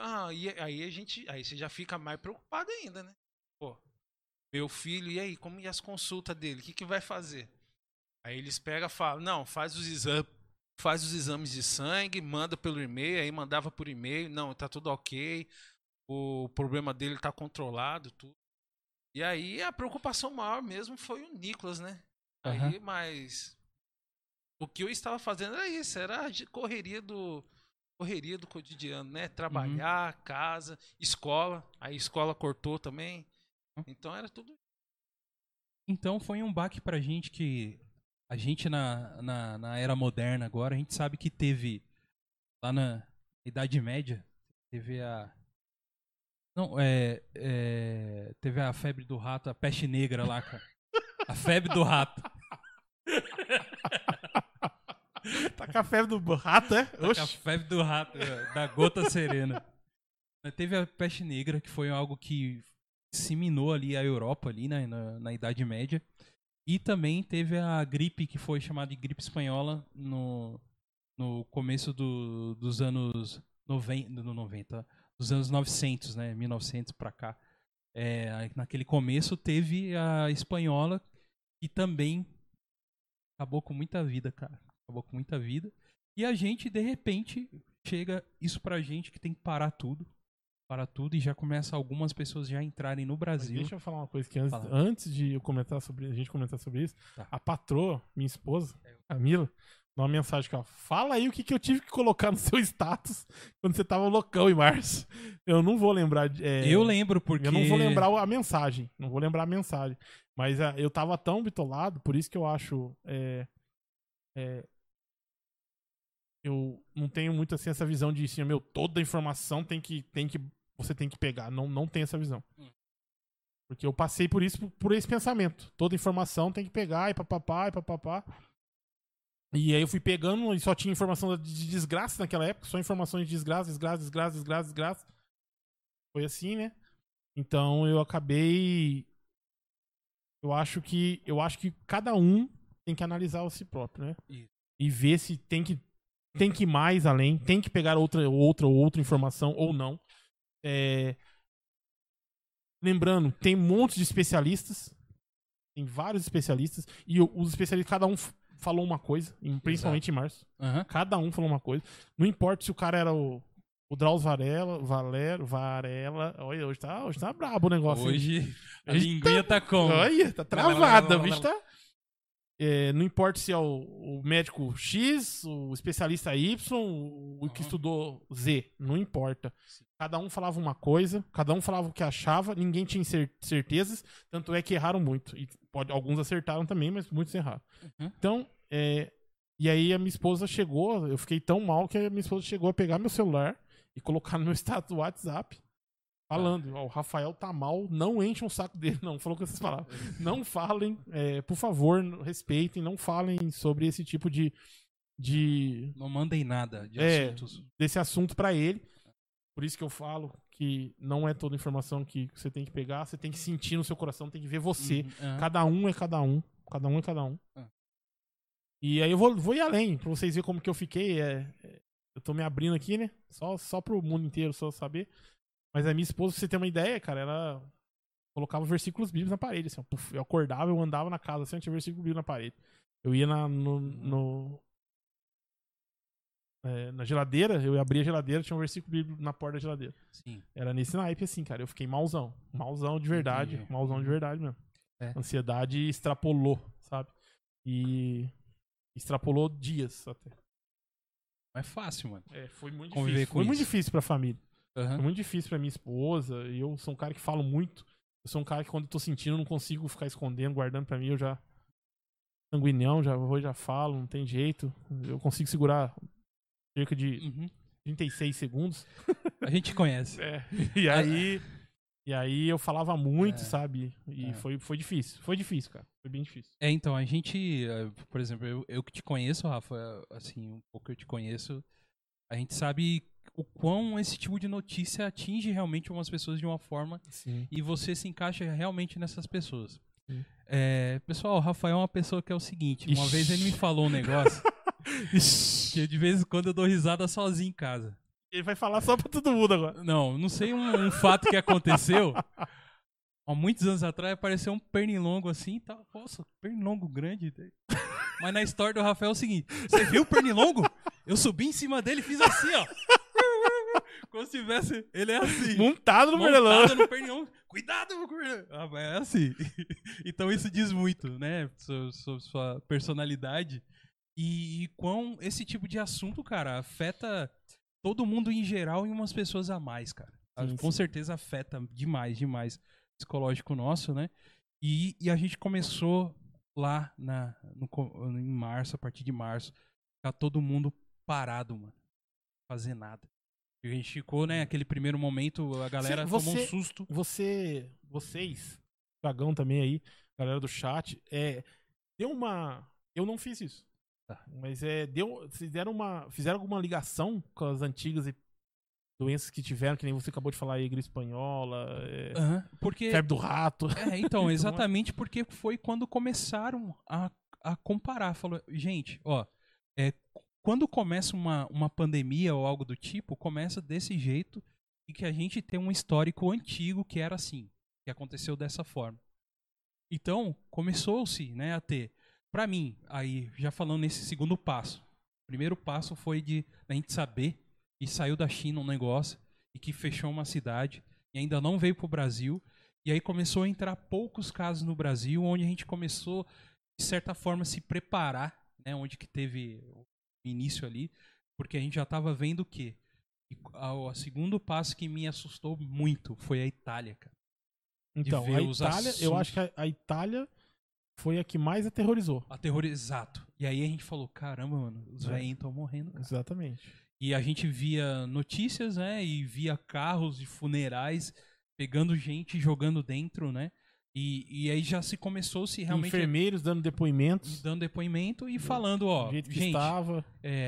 aí você já fica mais preocupado ainda, né? Pô, meu filho, e aí, como e as consultas dele? O que vai fazer? Aí eles pegam e falam, não, faz os exames de sangue, manda pelo e-mail, aí mandava por e-mail, não, tá tudo ok, o problema dele tá controlado, tudo. E aí a preocupação maior mesmo foi o Nicolas, né? Aí, mas o que eu estava fazendo era isso, era a correria do cotidiano, né? Trabalhar, casa, escola. Aí a escola cortou também. Então era tudo. Então foi um baque pra gente que a gente na era moderna agora, a gente sabe que teve lá na Idade Média, teve teve a febre do rato, a peste negra lá, cara. A febre do rato. Tá com a febre do rato, é? Tá com a febre do rato, da gota serena. Teve a peste negra, que foi algo que disseminou ali a Europa, ali, né, na Idade Média. E também teve a gripe, que foi chamada de gripe espanhola no começo dos anos 90, dos anos 900, né, 1900 pra cá. Naquele começo teve a espanhola, que também acabou com muita vida, cara. Acabou com muita vida. E a gente, de repente, chega isso pra gente que tem que parar tudo. E já começa algumas pessoas já entrarem no Brasil. Mas deixa eu falar uma coisa que antes de a gente comentar sobre isso, tá. A patroa, minha esposa, Camila, dá uma mensagem que fala aí o que eu tive que colocar no seu status quando você tava loucão em março. Eu não vou lembrar. Eu lembro porque... Eu não vou lembrar a mensagem. Não vou lembrar a mensagem. Mas eu tava tão bitolado, por isso que eu acho... eu não tenho muito assim essa visão de assim, toda a informação você tem que pegar. Não tem essa visão. Porque eu passei por isso, por esse pensamento. Toda informação tem que pegar e papapá. E aí eu fui pegando e só tinha informação de desgraça naquela época. Só informações de desgraça. Foi assim, né? Então eu acabei... Eu acho que cada um tem que analisar o si próprio, né? E ver se tem que ir mais além, tem que pegar outra informação ou não. Lembrando, tem um monte de especialistas, tem vários especialistas, e os especialistas, cada um falou uma coisa, principalmente em março. Aham. Cada um falou uma coisa. Não importa se o cara era o Drauzio Varela. Olha, hoje tá brabo o negócio. Hein? Hoje a linguinha tá como? Olha, tá travada. O bicho tá... não importa se é o médico X, o especialista Y, o que estudou Z. Não importa. Cada um falava uma coisa, cada um falava o que achava, ninguém tinha certezas, tanto é que erraram muito. E alguns acertaram também, mas muitos erraram. Então, e aí a minha esposa chegou, eu fiquei tão mal que a minha esposa chegou a pegar meu celular e colocar no meu status do WhatsApp, falando, ó, o Rafael tá mal, não enchem o saco dele. Não, falou com essas palavras. Não falem, por favor, respeitem, não falem sobre esse tipo de Não mandem nada de assuntos. Desse assunto pra ele. Por isso que eu falo que não é toda informação que você tem que pegar, você tem que sentir no seu coração, tem que ver você. Cada um é cada um. Cada um é cada um. E aí eu vou ir além, pra vocês verem como que eu fiquei. Eu tô me abrindo aqui, né? Só pro mundo inteiro só saber. Mas a minha esposa, pra você ter uma ideia, cara, ela colocava versículos bíblicos na parede. Assim, ó, eu acordava, eu andava na casa, assim, tinha versículo bíblico na parede. Eu ia na geladeira, eu abria a geladeira, tinha um versículo bíblico na porta da geladeira. Sim. Era nesse naipe, assim, cara. Eu fiquei malzão. Malzão de verdade. Entendi. Malzão de verdade mesmo. A ansiedade extrapolou, sabe? E extrapolou dias até. Não é fácil, mano. Foi muito Conviver difícil. com Foi muito isso. difícil pra família. Aham. Foi muito difícil pra minha esposa. E eu sou um cara que falo muito. Eu sou um cara que quando eu tô sentindo, eu não consigo ficar escondendo, guardando pra mim. Eu já... sanguinão, já falo, não tem jeito. Eu consigo segurar cerca de 36 segundos. A gente conhece. E aí eu falava muito, sabe? E foi difícil. Foi difícil, cara. Foi bem difícil. Então, a gente, por exemplo, eu que te conheço, Rafa, assim, um pouco que eu te conheço, a gente sabe o quão esse tipo de notícia atinge realmente umas pessoas de uma forma. Sim. E você se encaixa realmente nessas pessoas. Sim. Pessoal, o Rafael é uma pessoa que é o seguinte, uma vez ele me falou um negócio que de vez em quando eu dou risada sozinho em casa. Ele vai falar só pra todo mundo agora. Não sei um fato que aconteceu. Há muitos anos atrás apareceu um pernilongo assim e tal. Nossa, pernilongo grande. Mas na história do Rafael é o seguinte: você viu o pernilongo? Eu subi em cima dele e fiz assim, ó. Como se tivesse. Ele é assim. Montado no pernilongo. Cuidado, meu pernilongo. É assim. Então isso diz muito, né? Sobre sua personalidade. E quão esse tipo de assunto, cara, afeta todo mundo em geral e umas pessoas a mais, cara. Sim, com certeza afeta demais o psicológico nosso, né? E a gente começou lá em março, a partir de março, ficar todo mundo parado, mano. Fazer nada. E a gente ficou, né, aquele primeiro momento, a galera tomou um susto. Vocês, Dragão também aí, galera do chat, deu uma... Eu não fiz isso. Mas fizeram alguma ligação com as antigas doenças que tiveram, que nem você acabou de falar aí, gripe espanhola, febre do rato. Então, exatamente porque foi quando começaram a comparar. Falou, gente, ó, quando começa uma pandemia ou algo do tipo, começa desse jeito e que a gente tem um histórico antigo que era assim, que aconteceu dessa forma. Então, começou-se, né, a ter... Pra mim, aí, já falando nesse segundo passo, o primeiro passo foi a gente saber que saiu da China um negócio e que fechou uma cidade e ainda não veio pro Brasil. E aí começou a entrar poucos casos no Brasil, onde a gente começou, de certa forma, a se preparar, né, onde que teve o início ali, porque a gente já estava vendo o quê? E o segundo passo que me assustou muito foi a Itália, cara. Então, a Itália, eu acho que a Itália foi a que mais aterrorizou. Exato. E aí a gente falou, caramba, mano, os velhinhos estão morrendo, cara. Exatamente. E a gente via notícias, né, e via carros de funerais pegando gente, jogando dentro, né, e aí já se começou se realmente... Enfermeiros dando depoimento e falando, ó, do jeito que gente, estava.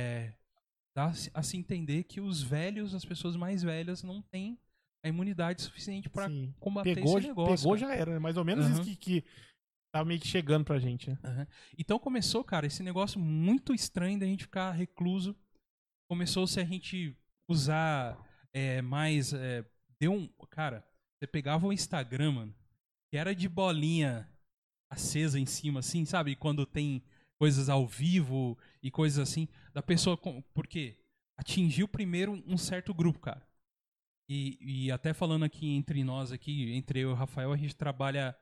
Dá a se entender que os velhos, as pessoas mais velhas, não têm a imunidade suficiente pra combater esse negócio. Pegou, já era, né? Mais ou menos isso que tava meio que chegando pra gente, né? Então começou, cara, esse negócio muito estranho da gente ficar recluso. Começou-se a gente usar mais... Cara, você pegava o Instagram, mano, que era de bolinha acesa em cima, assim, sabe? Quando tem coisas ao vivo e coisas assim, da pessoa... Porque atingiu primeiro um certo grupo, cara. E até falando aqui entre nós, aqui, entre eu e o Rafael, a gente trabalha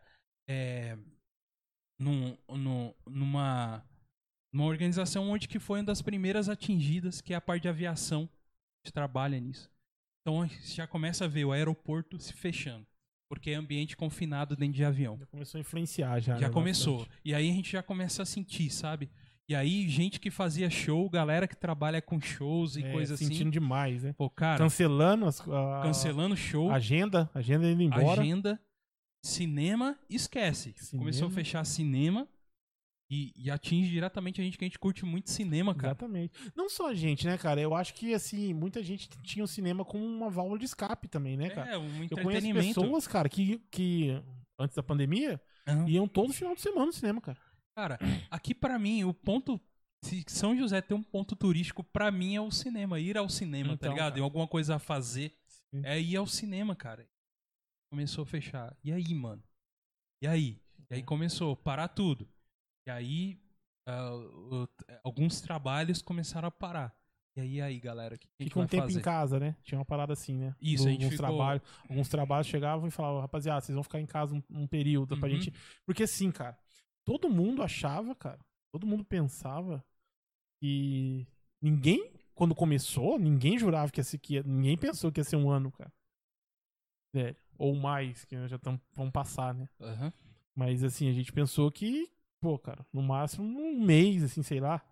numa organização onde que foi uma das primeiras atingidas, que é a parte de aviação. A gente trabalha nisso. Então a gente já começa a ver o aeroporto se fechando. Porque é ambiente confinado dentro de avião. Já começou a influenciar já. Já né, começou. bastante. E aí a gente já começa a sentir, sabe? E aí, gente que fazia show, galera que trabalha com shows e coisa sentindo assim. demais, né? Pô, cara, Cancelando cancelando show, agenda indo embora. agenda, cinema, esquece. Cinema. Começou a fechar cinema e atinge diretamente a gente, que a gente curte muito cinema, cara. Exatamente. Não só a gente, né, cara? Eu acho que, assim, muita gente tinha o cinema como uma válvula de escape também, né, cara? Um Eu conheço entretenimento. pessoas, cara, que antes da pandemia, Aham. iam todo final de semana no cinema, cara. Cara, aqui pra mim, o ponto... Se São José tem um ponto turístico, pra mim é o cinema. Ir ao cinema, tá Então, ligado? cara. Tem alguma coisa a fazer. Sim. É ir ao cinema, cara. Começou a fechar. E aí, mano? E aí? E aí começou a parar tudo. E aí, alguns trabalhos começaram a parar. E aí, galera, o que a gente Fica um vai tempo fazer? em casa, né? Tinha uma parada assim, né? Isso, a gente alguns ficou- alguns trabalhos chegavam e falavam, rapaziada, vocês vão ficar em casa um período pra Uhum. gente... Porque assim, cara, todo mundo achava, cara, todo mundo pensava que ninguém, quando começou, ninguém jurava que ia ser, ninguém pensou que ia ser um ano, cara. Sério. Ou mais, que já vão passar, né? Aham. Mas assim, a gente pensou que, pô, cara, no máximo um mês, assim, sei lá.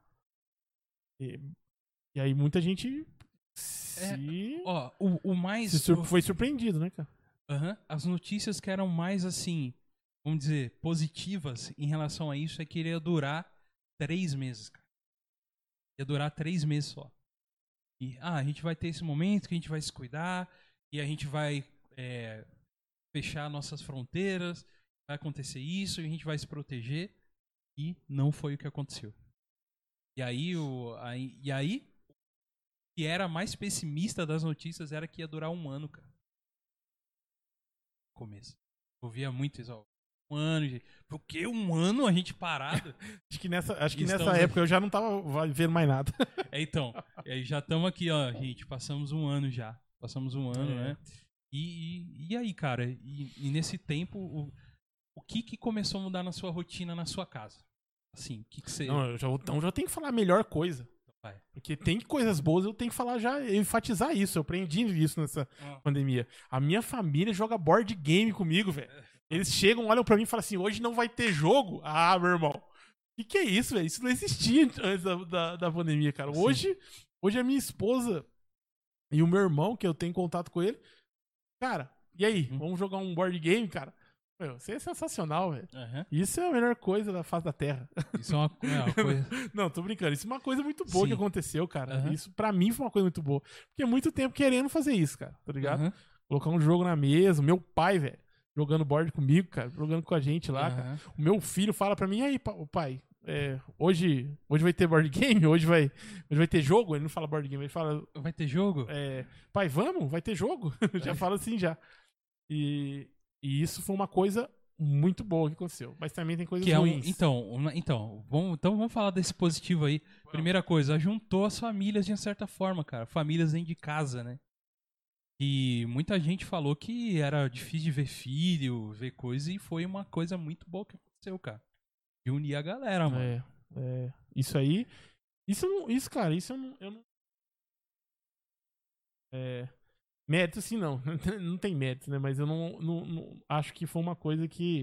E aí muita gente Ó, o mais... foi surpreendido, né, cara? Aham. As notícias que eram mais, assim, vamos dizer, positivas em relação a isso é que ele ia durar 3 meses, cara. Ia durar 3 meses só. E, a gente vai ter esse momento que a gente vai se cuidar e a gente vai fechar nossas fronteiras, vai acontecer isso e a gente vai se proteger. E não foi o que aconteceu. E aí, o que era mais pessimista das notícias era que ia durar 1 ano, cara. Começo. Eu via muito isso, ó. 1 ano, gente. Por que 1 ano a gente parado? Acho que nessa Estamos época eu já não tava vendo mais nada. Então, e aí já estamos aqui, ó, gente. Passamos 1 ano já. Passamos 1 ano, né? E aí, cara? E nesse tempo, o que começou a mudar na sua rotina, na sua casa? Assim, o que você... Não, então já tenho que falar a melhor coisa. Vai. Porque tem coisas boas, eu tenho que falar já, enfatizar isso. Eu aprendi isso nessa pandemia. A minha família joga board game comigo, velho. Eles chegam, olham pra mim e falam assim, hoje não vai ter jogo? Ah, meu irmão. O que é isso, velho? Isso não existia antes da pandemia, cara. Hoje a minha esposa e o meu irmão, que eu tenho contato com ele, cara, e aí? Vamos jogar um board game, cara? Meu, isso é sensacional, velho. Uhum. Isso é a melhor coisa da face da Terra. Isso é uma coisa... Não, tô brincando. Isso é uma coisa muito boa Sim. que aconteceu, cara. Uhum. Isso pra mim foi uma coisa muito boa. Fiquei muito tempo querendo fazer isso, cara. Tá ligado? Uhum. Colocar um jogo na mesa. Meu pai, velho, jogando board comigo, cara. Jogando com a gente lá, cara. O meu filho fala pra mim, e aí, pai, hoje vai ter board game? Hoje vai ter jogo? Ele não fala board game, ele fala... Vai ter jogo? Pai, vamos? Vai ter jogo? Já fala assim, já. E isso foi uma coisa muito boa que aconteceu. Mas também tem coisas ruins. Então, vamos falar desse positivo aí. Primeira coisa, juntou as famílias de uma certa forma, cara. Famílias dentro de casa, né? E muita gente falou que era difícil de ver filho, ver coisa, e foi uma coisa muito boa que aconteceu, cara. De unir a galera, mano. Isso aí. Cara, isso eu não. Mérito sim, não. Não tem mérito, né? Mas eu não acho que foi uma coisa que.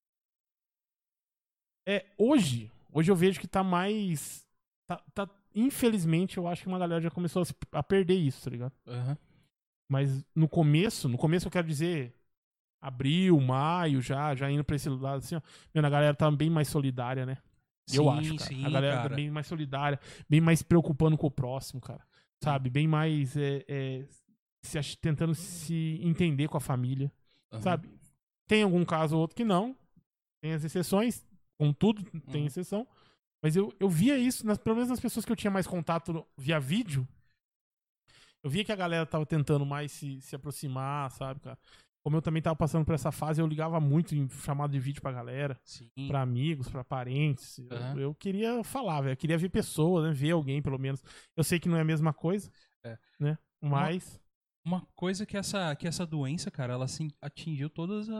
Hoje eu vejo que tá mais. Infelizmente, eu acho que uma galera já começou a perder isso, tá ligado? Uhum. Mas no começo eu quero dizer. Abril, maio, já indo pra esse lado assim, ó. A galera tá bem mais solidária, né? Eu acho, cara. Sim, a galera cara. tá bem mais solidária, bem mais preocupando com o próximo, cara. Sabe? Bem mais tentando se entender com a família. Uhum. Sabe? Tem algum caso ou outro que não. Tem as exceções. Contudo, tem exceção. Mas eu via isso, pelo menos nas pessoas que eu tinha mais contato via vídeo. Eu via que a galera tava tentando mais se aproximar, sabe, cara? como eu também tava passando por essa fase, eu ligava muito em chamada de vídeo pra galera, Sim. pra amigos, pra parentes. Uhum. Eu queria falar, velho. Eu queria ver pessoas, né? Ver alguém, pelo menos. Eu sei que não é a mesma coisa, né? Mas... Uma coisa que essa doença, cara, ela assim, atingiu todas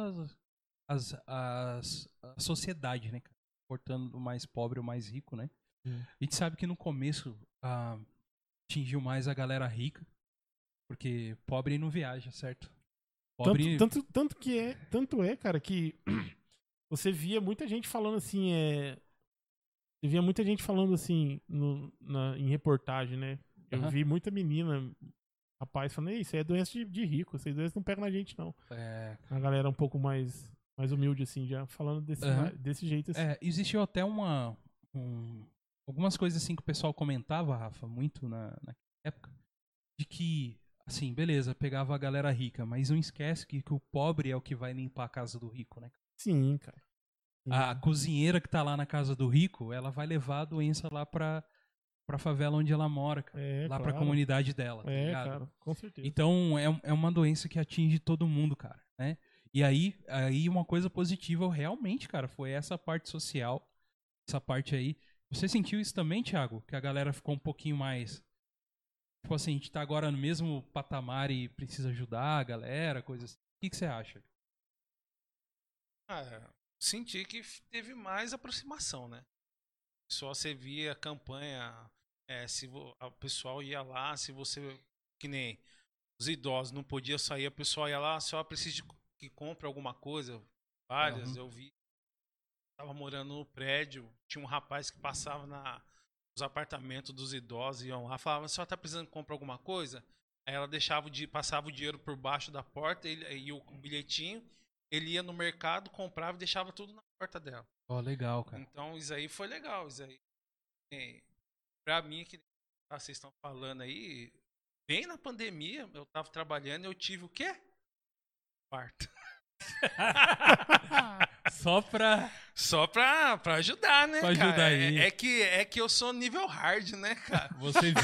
a sociedade, né, cara? Cortando o mais pobre e o mais rico, né? A gente sabe que no começo atingiu mais a galera rica, porque pobre não viaja, certo? Pobre... Tanto é, cara, que você via muita gente falando assim, você via muita gente falando assim em reportagem, né? Eu vi muita menina, rapaz, falando, isso aí é doença de rico, essas doenças não pegam na gente, não. A galera um pouco mais humilde, assim, já falando desse jeito, assim. Existiu até algumas coisas assim que o pessoal comentava, Rafa, muito naquela época, de que, assim, beleza, pegava a galera rica, mas não esquece que o pobre é o que vai limpar a casa do rico, né? Sim, cara. Sim. A cozinheira que tá lá na casa do rico, ela vai levar a doença lá pra favela onde ela mora, cara. Lá pra comunidade dela, tá ligado? Cara, com certeza. Então, é uma doença que atinge todo mundo, cara, né? E aí uma coisa positiva realmente, cara, foi essa parte social, essa parte aí. Você sentiu isso também, Thiago? Que a galera ficou um pouquinho mais... Tipo assim, a gente tá agora no mesmo patamar e precisa ajudar a galera, coisa assim. O que você acha? Senti que teve mais aproximação, né? Só você via a campanha, o pessoal ia lá, se você, que nem os idosos não podia sair, o pessoal ia lá, só precisa que compre alguma coisa, várias, eu vi. Tava morando no prédio, tinha um rapaz que passava nos apartamentos dos idosos, iam lá, falava, só tá precisando comprar alguma coisa? Aí ela passava o dinheiro por baixo da porta e o bilhetinho, ele ia no mercado, comprava e deixava tudo na porta dela. Legal, cara. Então isso aí foi legal, isso aí. Pra mim, que vocês estão falando aí, bem na pandemia, eu tava trabalhando e eu tive o quê? Parto. Só pra ajudar, né, pra ajudar cara? aí. É que eu sou nível hard, né, cara? Você vive...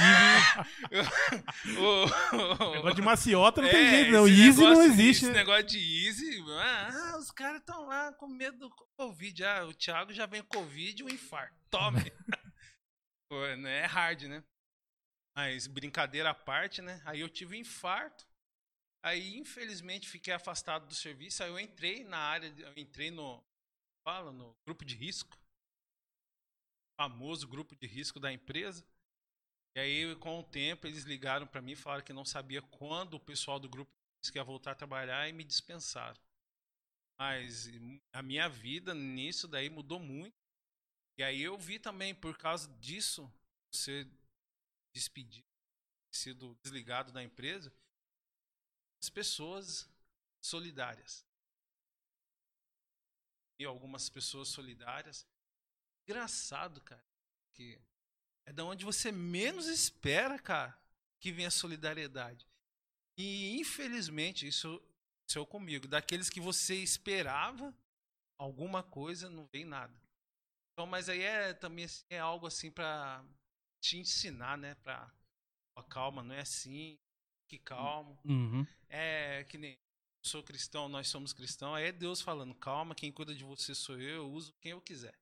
Negócio de maciota não tem jeito, não. Easy não existe. Esse negócio de easy... os caras estão lá com medo do Covid. O Thiago já vem com Covid e um infarto. Tome! É hard, né? Mas brincadeira à parte, né? Aí eu tive um infarto. Aí, infelizmente, fiquei afastado do serviço. Aí eu entrei no grupo de risco. Famoso grupo de risco da empresa. E aí, com o tempo, eles ligaram para mim e falaram que não sabia quando o pessoal do grupo de risco ia voltar a trabalhar e me dispensaram. Mas a minha vida nisso daí mudou muito. E aí eu vi também, por causa disso, ser despedido, sido desligado da empresa, as pessoas solidárias. E algumas pessoas solidárias. Engraçado, cara, que é da onde você menos espera, cara, que vem a solidariedade. E infelizmente isso aconteceu comigo. Daqueles que você esperava alguma coisa, não vem nada. Então, mas aí também é algo assim pra te ensinar, né, calma, não é assim. Que calmo. É que nem eu sou cristão, nós somos cristãos. Aí é Deus falando, calma, quem cuida de você sou eu uso quem eu quiser.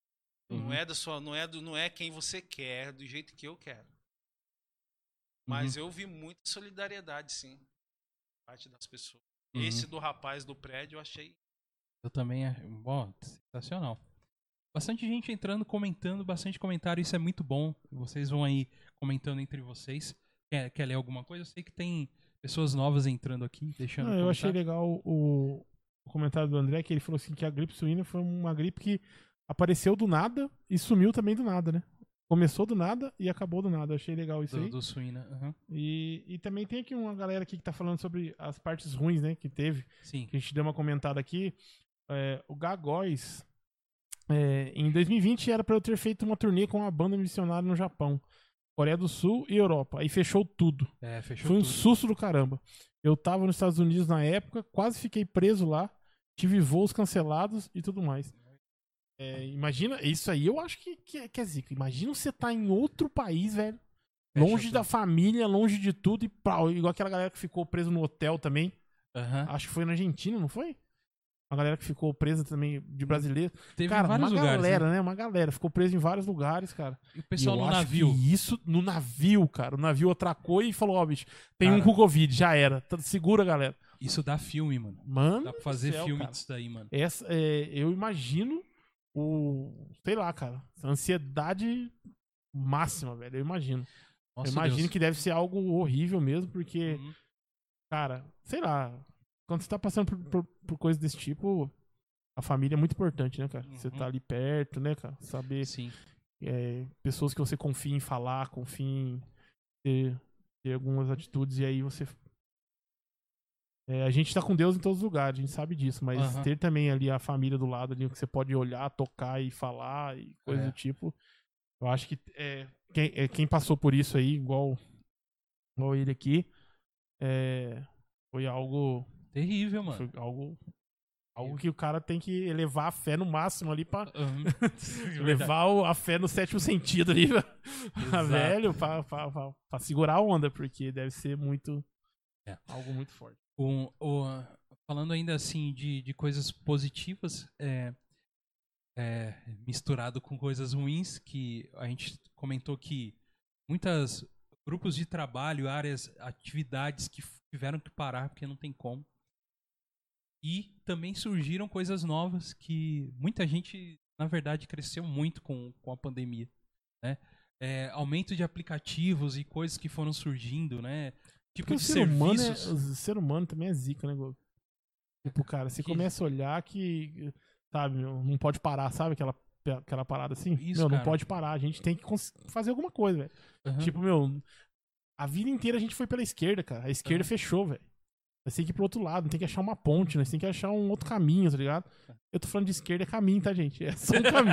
Não é quem você quer, do jeito que eu quero. Mas eu vi muita solidariedade, sim, da parte das pessoas. Esse do rapaz do prédio eu achei. Eu também, sensacional. Bastante gente entrando, comentando, bastante comentário, isso é muito bom. Vocês vão aí comentando entre vocês. Quer ler alguma coisa? Eu sei que tem pessoas novas entrando aqui, deixando. Eu achei legal o comentário do André, que ele falou assim que a gripe suína foi uma gripe que apareceu do nada e sumiu também do nada, né? Começou do nada e acabou do nada. Eu achei legal isso aí. Do suína, E também tem aqui uma galera aqui que tá falando sobre as partes ruins, né, que teve. Sim. Que a gente deu uma comentada aqui. O Gagóis, em 2020 era pra eu ter feito uma turnê com uma banda missionária no Japão, Coreia do Sul e Europa. Aí fechou tudo. Foi um susto do caramba. Eu tava nos Estados Unidos na época, quase fiquei preso lá, tive voos cancelados e tudo mais. Imagina, isso aí eu acho que é zica. Imagina você tá em outro país, velho, longe da família, longe de tudo, igual aquela galera que ficou preso no hotel também. Aham. Acho que foi na Argentina, não foi? Uma galera que ficou presa também de brasileiro. Teve Cara, em vários uma lugares. galera, Né? né? Uma galera. Ficou presa em vários lugares, cara. E o pessoal E eu no acho navio. que isso no navio, cara. O navio atracou e falou, ó, bicho, tem Cara. um com Covid, já era. Segura, galera. Isso dá filme, mano. Mano, Dá pra fazer do céu, filme cara. disso daí, mano. Eu imagino sei lá, cara, ansiedade máxima, velho. Eu imagino. Nossa, eu imagino Deus. que deve ser algo horrível mesmo, porque, Uhum. cara, sei lá, quando você tá passando por coisas desse tipo, a família é muito importante, né, cara? Você tá ali perto, né, cara? Saber Sim. pessoas que você confia em falar, confia em ter algumas atitudes, e aí você. A gente tá com Deus em todos os lugares, a gente sabe disso, mas Aham. ter também ali a família do lado ali, que você pode olhar, tocar e falar e coisa do tipo. Eu acho que quem passou por isso aí, igual ele aqui, foi algo. Terrível, mano. Foi algo que o cara tem que elevar a fé no máximo ali pra Uhum. levar a fé no sétimo sentido ali, velho, pra segurar a onda, porque deve ser muito. Algo muito forte. Falando ainda assim de coisas positivas, misturado com coisas ruins, que a gente comentou que muitos grupos de trabalho, áreas, atividades que tiveram que parar porque não tem como. E também surgiram coisas novas que muita gente, na verdade, cresceu muito com a pandemia, né? Aumento de aplicativos e coisas que foram surgindo, né? Tipo de serviços. O ser humano também é zica, né, Globo? Tipo, cara, você começa a olhar que, sabe, não pode parar, sabe? Aquela parada assim? Isso, não cara. pode parar. A gente tem que fazer alguma coisa, velho. Uhum. Tipo, a vida inteira a gente foi pela esquerda, cara. A esquerda fechou, velho. Nós tem que ir pro outro lado, tem que achar uma ponte, nós tem que achar um outro caminho, tá ligado? Eu tô falando de esquerda, é caminho, tá, gente? É só um caminho.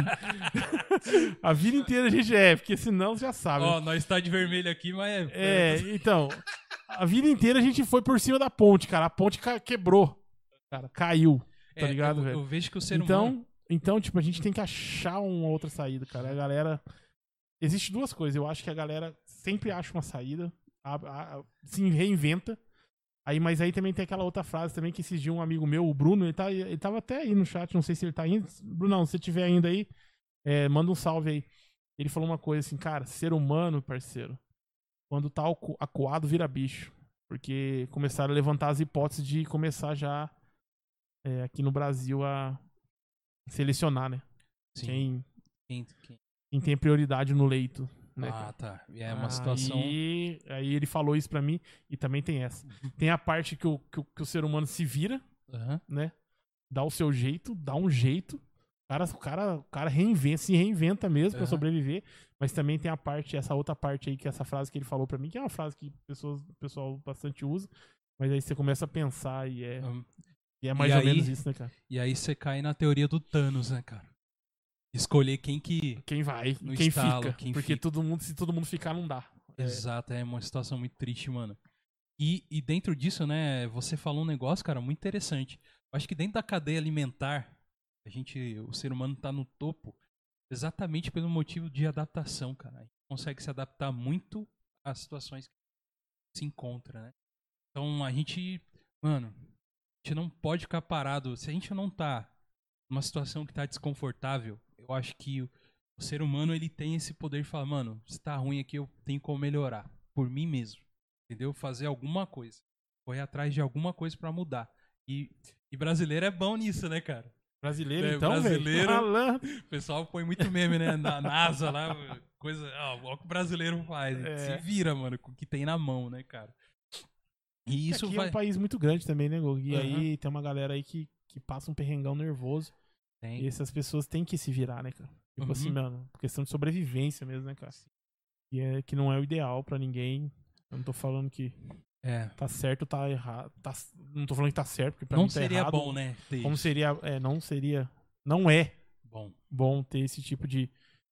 A vida inteira a gente porque senão você já sabe. Ó, nós tá de vermelho aqui, mas então, a vida inteira a gente foi por cima da ponte, cara. A ponte quebrou, cara, caiu, tá ligado, velho? Eu vejo que o ser humano... Então, tipo, a gente tem que achar uma outra saída, cara. A galera... Existe duas coisas. Eu acho que a galera sempre acha uma saída, se reinventa. Mas aí também tem aquela outra frase também que esses dias um amigo meu, o Bruno, ele tava até aí no chat, não sei se ele tá indo. Brunão, se você estiver ainda aí, manda um salve aí. Ele falou uma coisa assim, cara, ser humano, parceiro, quando tá acuado, vira bicho. Porque começaram a levantar as hipóteses de começar já aqui no Brasil a selecionar, né? Sim. Quem tem prioridade no leito. Né, tá. E é uma situação... Aí ele falou isso pra mim e também tem essa. Tem a parte que o ser humano se vira, né? Dá o seu jeito, dá um jeito. O cara se reinventa mesmo pra sobreviver. Mas também tem essa outra parte aí, que é essa frase que ele falou pra mim, que é uma frase que o pessoal bastante usa. Mas aí você começa a pensar e é mais ou menos isso, né, cara? E aí você cai na teoria do Thanos, né, cara? Escolher quem vai, quem fica. Porque se todo mundo ficar, não dá. Exato, é uma situação muito triste, mano. E dentro disso, né, você falou um negócio, cara, muito interessante. Eu acho que dentro da cadeia alimentar, o ser humano tá no topo exatamente pelo motivo de adaptação, cara. A gente consegue se adaptar muito às situações que se encontra, né? Então a gente não pode ficar parado. Se a gente não tá numa situação que tá desconfortável, eu acho que o ser humano, ele tem esse poder de falar, mano, se tá ruim aqui, eu tenho como melhorar. Por mim mesmo. Entendeu? Fazer alguma coisa. Correr atrás de alguma coisa pra mudar. E brasileiro é bom nisso, né, cara? Brasileiro, então, brasileiro, o pessoal põe muito meme, né? Na NASA lá, coisa... Ó, o que o brasileiro faz. Se vira, mano, com o que tem na mão, né, cara? E isso aqui é um país muito grande também, né, Gol? E aí tem uma galera aí que passa um perrengão nervoso. E essas pessoas têm que se virar, né, cara? Tipo assim, mano, questão de sobrevivência mesmo, né, cara? E que não é o ideal pra ninguém. Eu não tô falando que tá certo ou tá errado. Não tô falando que tá certo, porque pra mim tá errado. Não seria bom, né? Como seria... Não é bom ter esse tipo de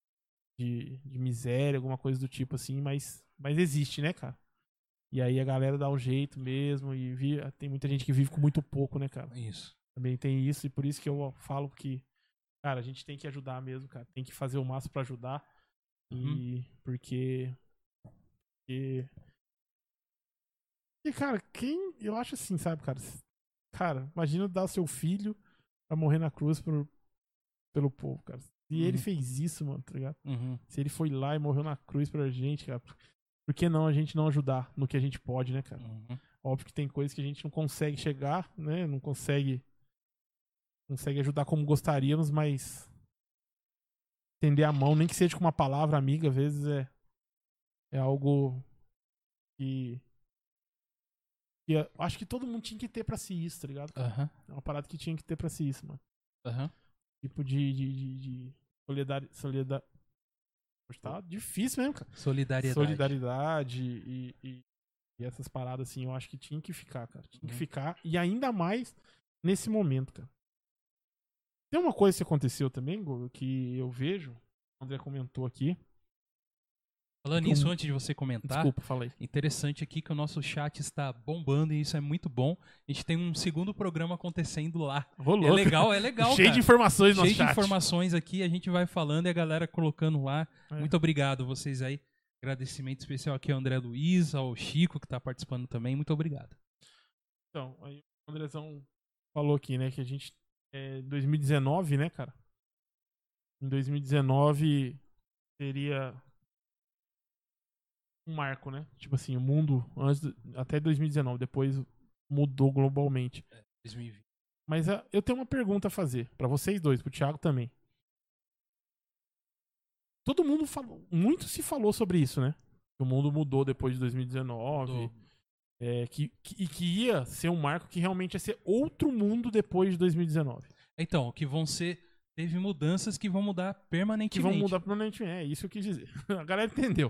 miséria, alguma coisa do tipo assim, mas existe, né, cara? E aí a galera dá um jeito mesmo e tem muita gente que vive com muito pouco, né, cara? Isso. Também tem isso, e por isso que eu falo que, cara, a gente tem que ajudar mesmo, cara. Tem que fazer o máximo pra ajudar. E porque, cara, eu acho assim, sabe, cara? Cara, imagina dar o seu filho pra morrer na cruz pelo povo, cara. Se ele fez isso, mano, tá ligado? Uhum. Se ele foi lá e morreu na cruz pra gente, cara, por que não a gente não ajudar no que a gente pode, né, cara? Uhum. Óbvio que tem coisas que a gente não consegue chegar, né? Não consegue ajudar como gostaríamos, mas estender a mão, nem que seja com uma palavra amiga, às vezes é algo que eu acho que todo mundo tinha que ter pra si isso, tá ligado? Aham. É uma parada que tinha que ter pra si isso, mano. Aham. Tipo de solidariedade. Tá difícil mesmo, cara. Solidariedade e essas paradas, assim, eu acho que tinha que ficar, cara. Tinha que ficar. E ainda mais nesse momento, cara. Tem uma coisa que aconteceu também, Gol, que eu vejo. O André comentou aqui. Falando nisso, antes de você comentar, Desculpa, falei. interessante aqui que o nosso chat está bombando e isso é muito bom. A gente tem um segundo programa acontecendo lá. Rolou. É legal, Cheio cara. de informações no Cheio nosso chat. de informações aqui, a gente vai falando e a galera colocando lá. É. Muito obrigado vocês aí. Agradecimento especial aqui ao André Luiz, ao Chico, que tá participando também. Muito obrigado. Então, aí o Andrezão falou aqui, né, que a gente... 2019, né, cara? Em 2019 seria um marco, né? Tipo assim, o mundo até 2019, depois mudou globalmente. 2020. Mas eu tenho uma pergunta a fazer pra vocês dois, pro Thiago também. Todo mundo falou, muito se falou sobre isso, né? Que o mundo mudou depois de 2019. Que ia ser um marco que realmente ia ser outro mundo depois de 2019. Então, teve mudanças que vão mudar permanentemente. Que vão mudar permanentemente, é isso que eu quis dizer. A galera entendeu.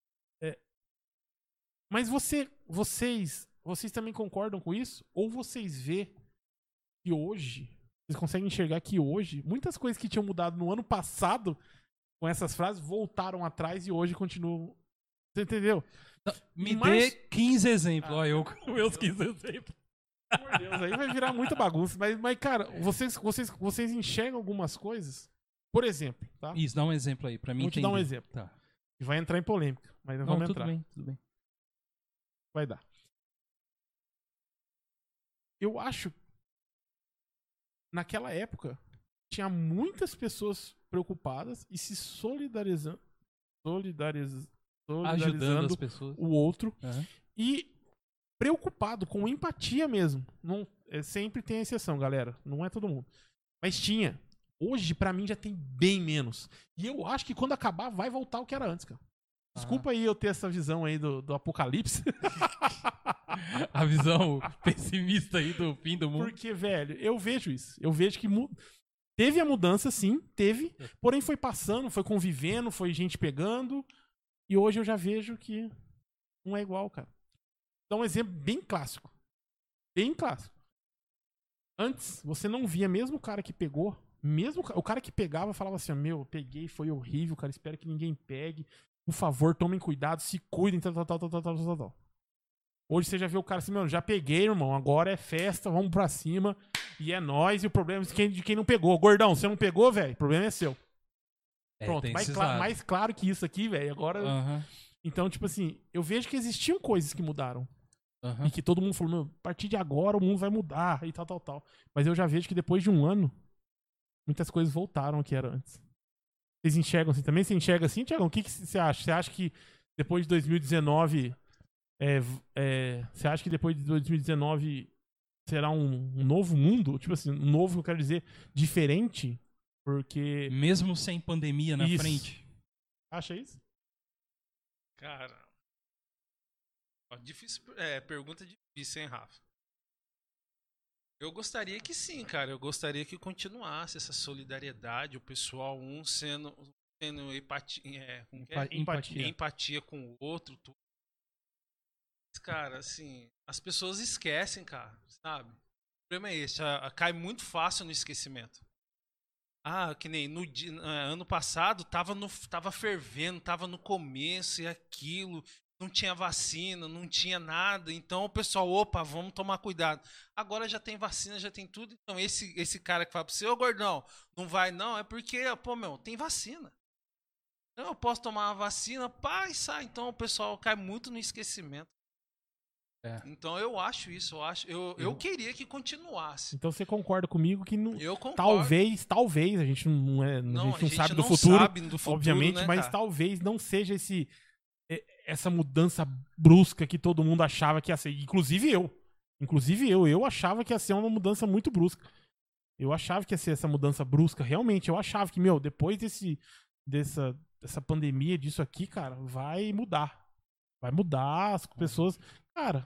Mas vocês também concordam com isso? Ou vocês vê que hoje, vocês conseguem enxergar que hoje, muitas coisas que tinham mudado no ano passado com essas frases voltaram atrás e hoje continuam. Você entendeu? Me dê 15 exemplos. Olha, eu com meus 15 exemplos. Pelo amor de Deus, aí vai virar muita bagunça. Mas cara, vocês enxergam algumas coisas? Por exemplo, tá? Isso, dá um exemplo aí pra mim. Vou te dar um exemplo. Tá. E vai entrar em polêmica, mas não vamos entrar. Tudo bem. Vai dar. Eu acho naquela época tinha muitas pessoas preocupadas e se solidarizando Ajudando as pessoas. o outro Uhum. e preocupado com empatia mesmo. Não, sempre tem exceção, galera. Não é todo mundo. Mas tinha. Hoje, pra mim, já tem bem menos. E eu acho que quando acabar, vai voltar o que era antes, cara. Desculpa aí eu ter essa visão aí do apocalipse. A visão pessimista aí do fim do mundo. Porque, velho, eu vejo isso. Eu vejo que teve a mudança, sim, teve. Porém, foi passando, foi convivendo, foi gente pegando. E hoje eu já vejo que não é igual, cara. Dá um exemplo bem clássico. Bem clássico. Antes, você não via mesmo o cara que pegou. Mesmo o cara que pegava falava assim: meu, eu peguei, foi horrível, cara. Espero que ninguém pegue. Por favor, tomem cuidado, se cuidem, tal. Hoje você já vê o cara assim, meu, já peguei, irmão. Agora é festa, vamos pra cima. E é nóis. E o problema é de quem não pegou. Gordão, você não pegou, velho? O problema é seu. Pronto, mais claro que isso aqui, velho. Agora. Uhum. Então, tipo assim, eu vejo que existiam coisas que mudaram. Uhum. E que todo mundo falou, meu, a partir de agora o mundo vai mudar e tal. Mas eu já vejo que depois de um ano, muitas coisas voltaram ao que era antes. Vocês enxergam assim também? Você enxerga assim, Thiago? O que você acha? Você acha que depois de 2019... você acha que depois de 2019 será um novo mundo? Tipo assim, um novo, eu quero dizer, diferente? Porque... Mesmo sem pandemia na frente. Acha isso? Cara... Difícil, pergunta difícil, hein, Rafa? Eu gostaria que sim, cara. Eu gostaria que continuasse essa solidariedade, o pessoal sendo empatia com o outro. Tudo. Cara, assim, as pessoas esquecem, cara, sabe? O problema é esse, cai muito fácil no esquecimento. Que nem no ano passado tava fervendo, tava no começo e aquilo, não tinha vacina, não tinha nada, então o pessoal, opa, vamos tomar cuidado. Agora já tem vacina, já tem tudo, então esse cara que fala pra você, ô gordão, não vai não, é porque, pô, meu, tem vacina. Eu posso tomar a vacina, pá, e sai. Então o pessoal cai muito no esquecimento. Então eu acho isso, eu queria que continuasse. Então você concorda comigo que não, Eu concordo. talvez, a gente não sabe do futuro, obviamente, né, mas cara? talvez não seja essa mudança brusca que todo mundo achava que ia ser. Inclusive eu achava que ia ser uma mudança muito brusca. Eu achava que ia ser essa mudança brusca, realmente. Eu achava que, depois dessa pandemia, disso aqui, cara, vai mudar. Vai mudar, as pessoas... Cara,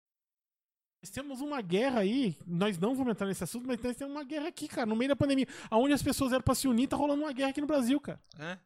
nós temos uma guerra aí, nós não vamos entrar nesse assunto, mas nós temos uma guerra aqui, cara, no meio da pandemia. Aonde as pessoas eram pra se unir, tá rolando uma guerra aqui no Brasil, cara.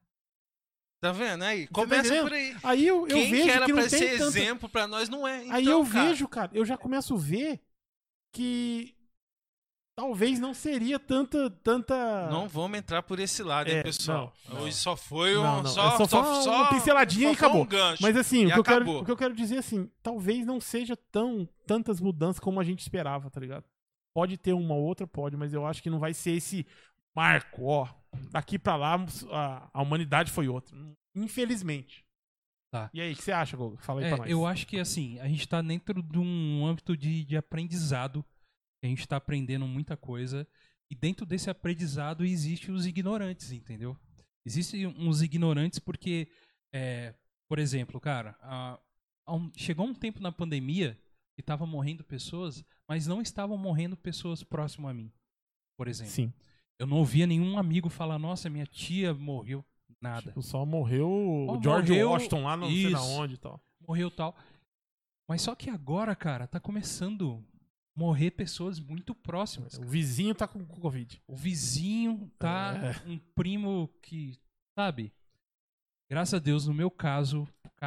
Tá vendo aí? Começa por aí. Aí eu Quem vejo que era que não pra tem ser tanta... exemplo pra nós não é. Então, aí eu vejo, cara, eu já começo a ver que talvez não seria tanta... Não vamos entrar por esse lado, hein, pessoal? Não. Hoje só foi só uma pinceladinha e acabou. Um gancho. Mas assim, o que eu quero dizer assim, talvez não seja tantas mudanças como a gente esperava, tá ligado? Pode ter uma outra, pode, mas eu acho que não vai ser esse marco, ó. Daqui pra lá, a humanidade foi outra. Infelizmente. Tá. E aí, o que você acha, Gogo? Fala aí pra nós. Eu acho que assim, a gente tá dentro de um âmbito de aprendizado. A gente tá aprendendo muita coisa. E dentro desse aprendizado existem os ignorantes, entendeu? Existem uns ignorantes porque, por exemplo, cara, chegou um tempo na pandemia que tava morrendo pessoas, mas não estavam morrendo pessoas próximas a mim, por exemplo. Sim. Eu não ouvia nenhum amigo falar, nossa, minha tia morreu. Nada. Tipo, só morreu o George Washington lá, não sei na onde e tal. Morreu tal. Mas só que agora, cara, tá começando a morrer pessoas muito próximas. O vizinho tá com Covid. O vizinho tá... Um primo que... Sabe? Graças a Deus, no meu casos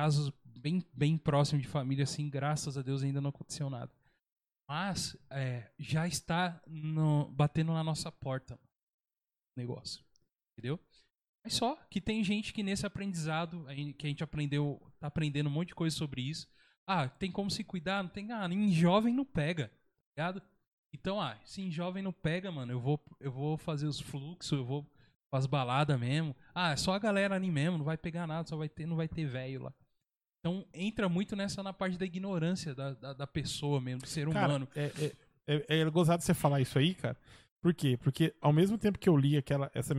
bem próximos de família, assim, graças a Deus ainda não aconteceu nada. Mas já está batendo na nossa porta o negócio. Entendeu? Mas só que tem gente que nesse aprendizado, que a gente aprendeu, tá aprendendo um monte de coisa sobre isso. Tem como se cuidar? Não tem. Em jovem não pega, tá ligado? Então, se em jovem não pega, mano, eu vou fazer os fluxos, eu vou as baladas mesmo. É só a galera ali mesmo, não vai pegar nada, não vai ter velho lá. Então, entra muito na parte da ignorância da pessoa mesmo, do ser humano. É gozado você falar isso aí, cara. Por quê? Porque ao mesmo tempo que eu li essa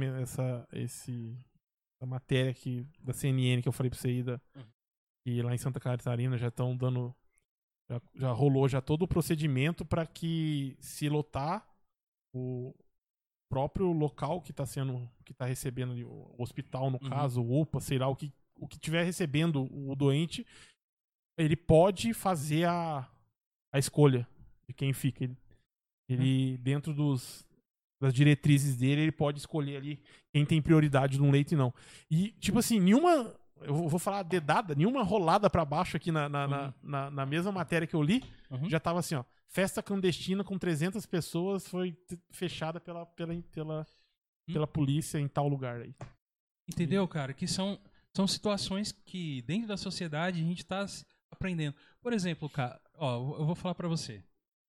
matéria aqui da CNN que eu falei pra você aí, que lá em Santa Catarina já estão dando... Já rolou já todo o procedimento para que, se lotar o próprio local que tá recebendo ali, o hospital, no caso, o UPA, sei lá, o que tiver recebendo o doente, ele pode fazer a escolha de quem fica. Ele dentro das diretrizes dele, ele pode escolher ali quem tem prioridade num leito e não. E, tipo assim, eu vou falar dedada, nenhuma rolada pra baixo aqui na mesma matéria que eu li, já tava assim, ó, festa clandestina com 300 pessoas foi fechada pela polícia em tal lugar aí. Entendeu, cara? Que são situações que dentro da sociedade a gente tá aprendendo. Por exemplo, cara, eu vou falar pra você.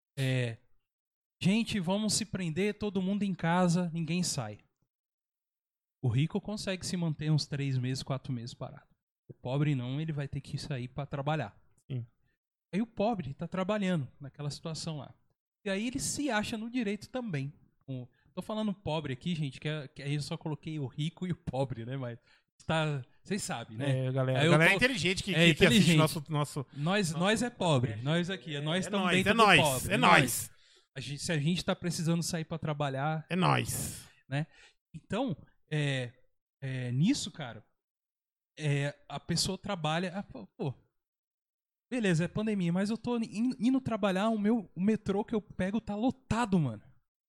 Gente, vamos se prender, todo mundo em casa, ninguém sai. O rico consegue se manter uns 3 meses, 4 meses parado. O pobre não, ele vai ter que sair pra trabalhar. Sim. Aí o pobre tá trabalhando naquela situação lá. E aí ele se acha no direito também. Tô falando pobre aqui, gente, que aí eu só coloquei o rico e o pobre, né? Mas vocês sabem, né? Galera inteligente que assiste nosso... Nós é pobre. Nós aqui, nós estamos dentro do pobre. É nós. Se a gente tá precisando sair pra trabalhar... É nós. Né? Então, nisso, cara, a pessoa trabalha... beleza, é pandemia, mas eu tô indo trabalhar, o metrô que eu pego tá lotado, mano.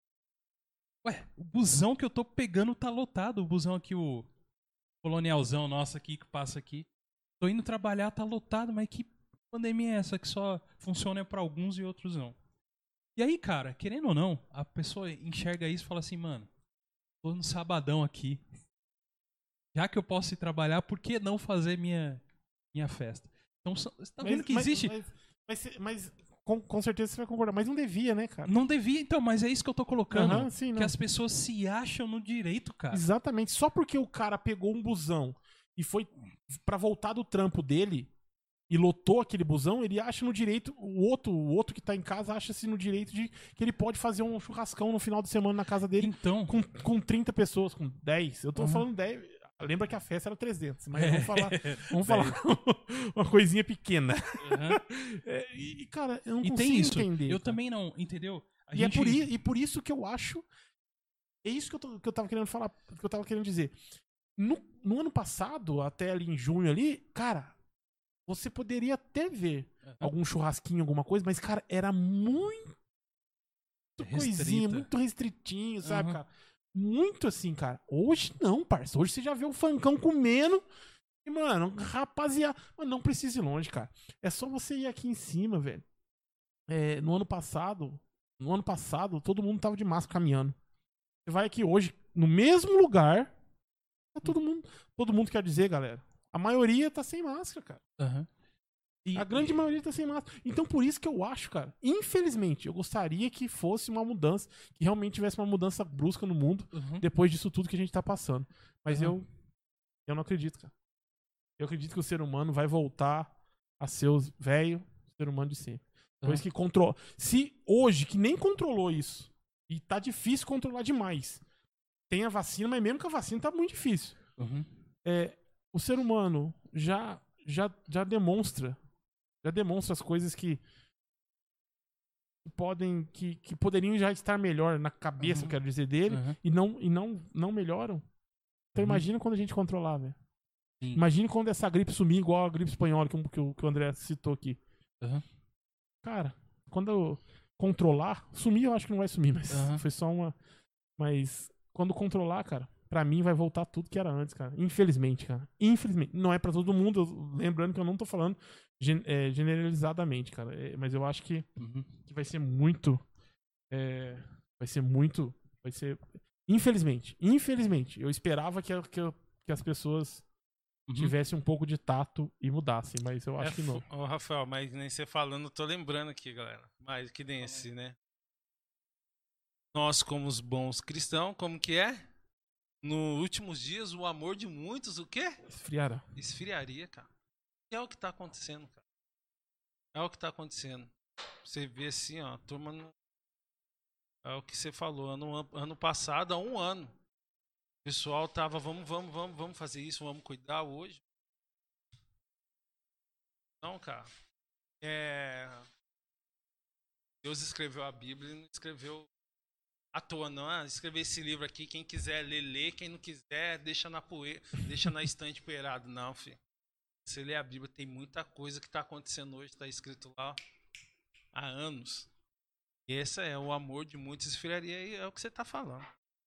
O busão que eu tô pegando tá lotado. O busão aqui, o colonialzão nosso aqui, que passa aqui. Tô indo trabalhar, tá lotado, mas que pandemia é essa que só funciona pra alguns e outros não? E aí, cara, querendo ou não, a pessoa enxerga isso e fala assim, mano, tô no sabadão aqui. Já que eu posso ir trabalhar, por que não fazer minha festa? Então, você tá vendo que existe... Mas com certeza você vai concordar. Mas não devia, né, cara? Não devia, então, mas é isso que eu tô colocando. Sim, que as pessoas se acham no direito, cara. Exatamente. Só porque o cara pegou um busão e foi pra voltar do trampo dele, e lotou aquele busão, ele acha no direito, o outro que tá em casa acha-se no direito de que ele pode fazer um churrascão no final de semana na casa dele Então, com 30 pessoas, com 10. Eu tô falando 10. Lembra que a festa era 300, mas vamos falar uma coisinha pequena. Cara, eu não consigo entender. Eu também não, entendeu? Por isso que eu acho. É isso que eu tava querendo falar, que eu tava querendo dizer. No ano passado, até ali em junho ali, cara, você poderia até ver algum churrasquinho, alguma coisa, mas, cara, era muito coisinha, muito restritinho, sabe, cara? Muito assim, cara. Hoje não, parça. Hoje você já vê o funkão comendo. E, mano, rapaziada. Mano, não precisa ir longe, cara. É só você ir aqui em cima, velho. No ano passado, todo mundo tava de máscara caminhando. Você vai aqui hoje, no mesmo lugar. Todo mundo quer dizer, galera. A maioria tá sem máscara, cara. A grande maioria tá sem máscara. Então, por isso que eu acho, cara, infelizmente, eu gostaria que fosse uma mudança, que realmente tivesse uma mudança brusca no mundo, depois disso tudo que a gente tá passando. Mas eu não acredito, cara. Eu acredito que o ser humano vai voltar a ser o velho ser humano de sempre. Coisa que controla. Se hoje, que nem controlou isso, e tá difícil controlar demais, tem a vacina, mas mesmo com a vacina tá muito difícil. O ser humano já demonstra as coisas que poderiam já estar melhor na cabeça, eu quero dizer, dele, e não melhoram. Então imagina quando a gente controlar, velho. Imagina quando essa gripe sumir igual a gripe espanhola que o André citou aqui. Cara, quando eu controlar, sumir eu acho que não vai sumir, mas foi só uma... Mas quando controlar, cara, pra mim vai voltar tudo que era antes, cara. Infelizmente, cara. Infelizmente. Não é pra todo mundo, lembrando que eu não tô falando generalizadamente, cara. Mas eu acho que vai ser muito... Vai ser... Infelizmente. Eu esperava que as pessoas tivessem um pouco de tato e mudassem, mas eu acho que não. Ô, Rafael, mas nem você falando, eu tô lembrando aqui, galera. Mas que nem esse, né? Nós, como os bons cristãos, como que é? Nos últimos dias, o amor de muitos, o quê? Esfriaria, cara. E é o que tá acontecendo, cara. É o que tá acontecendo. Você vê assim, ó, a turma não... É o que você falou, ano passado, há um ano. O pessoal tava, vamos fazer isso, vamos cuidar hoje. Não, cara. Deus escreveu a Bíblia e não escreveu à toa, não. Escrever esse livro aqui, quem quiser ler, lê. Quem não quiser, deixa na poeira, deixa na estante poeirado. Não, filho. Você lê a Bíblia, tem muita coisa que está acontecendo hoje, está escrito lá há anos. E esse é o amor de muitos esfriaria e é o que você está falando.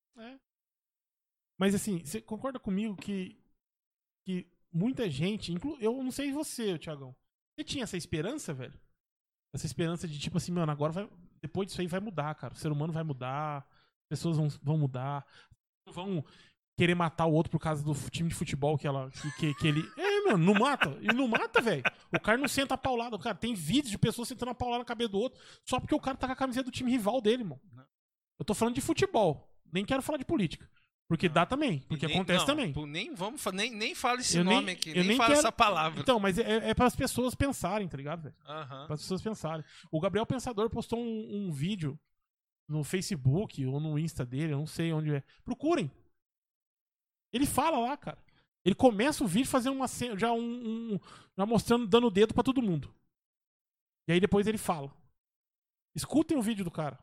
Mas assim, você concorda comigo que muita gente, eu não sei você, Thiagão, você tinha essa esperança, velho? Essa esperança de tipo assim, mano, agora depois disso aí vai mudar, cara. O ser humano vai mudar, as pessoas vão mudar, não vão querer matar o outro por causa do time de futebol que ele... mano, não mata. E não mata, velho. O cara não senta a paulada. Cara, tem vídeos de pessoas sentando a paulada na cabeça do outro só porque o cara tá com a camiseta do time rival dele, mano. Eu tô falando de futebol. Nem quero falar de política. Porque dá também. Porque acontece também. Nem fala esse nome aqui. Nem fala essa palavra. Então, mas é para as pessoas pensarem, tá ligado, velho? Para as pessoas pensarem. O Gabriel Pensador postou um vídeo no Facebook ou no Insta dele, eu não sei onde é. Procurem. Ele fala lá, cara. Ele começa o vídeo fazendo uma cena, já mostrando, dando o dedo pra todo mundo. E aí depois ele fala. Escutem o vídeo do cara.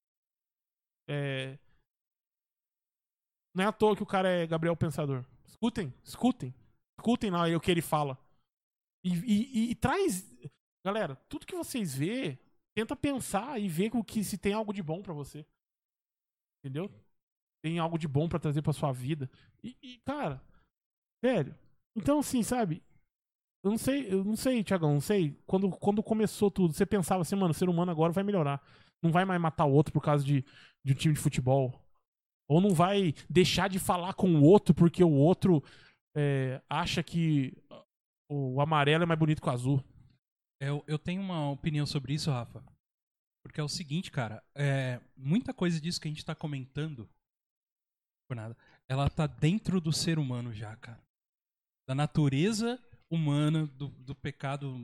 Não é à toa que o cara é Gabriel Pensador. Escutem lá o que ele fala. E traz... Galera, tudo que vocês vê, tenta pensar e ver se tem algo de bom pra você. Entendeu? Tem algo de bom pra trazer pra sua vida. Cara... Velho, então assim, sabe? Eu não sei, Thiagão, não sei. Quando começou tudo, você pensava assim, mano, o ser humano agora vai melhorar. Não vai mais matar o outro por causa de um time de futebol. Ou não vai deixar de falar com o outro porque o outro acha que o amarelo é mais bonito que o azul. Eu tenho uma opinião sobre isso, Rafa. Porque é o seguinte, cara. Muita coisa disso que a gente tá comentando, por nada, ela tá dentro do ser humano já, cara. Da natureza humana do pecado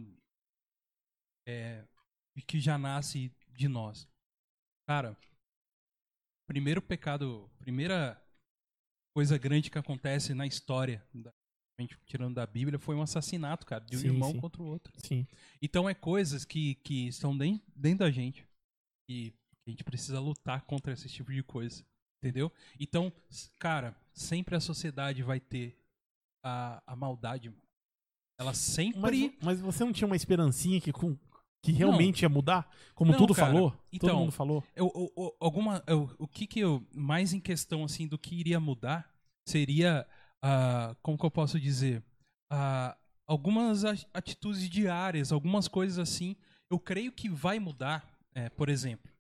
que já nasce de nós. Cara, primeiro pecado, primeira coisa grande que acontece na história, tirando da Bíblia, foi um assassinato, cara, de um irmão contra o outro. Sim. Então é coisas que estão dentro da gente e a gente precisa lutar contra esse tipo de coisa, entendeu? Então, cara, sempre a sociedade vai ter a maldade. Ela sempre... Mas você não tinha uma esperancinha que realmente ia mudar? Como tudo cara, falou? Então, todo mundo falou? O que eu... Mais em questão, assim, do que iria mudar seria... como que eu posso dizer? Algumas atitudes diárias, algumas coisas assim. Eu creio que vai mudar. Por exemplo,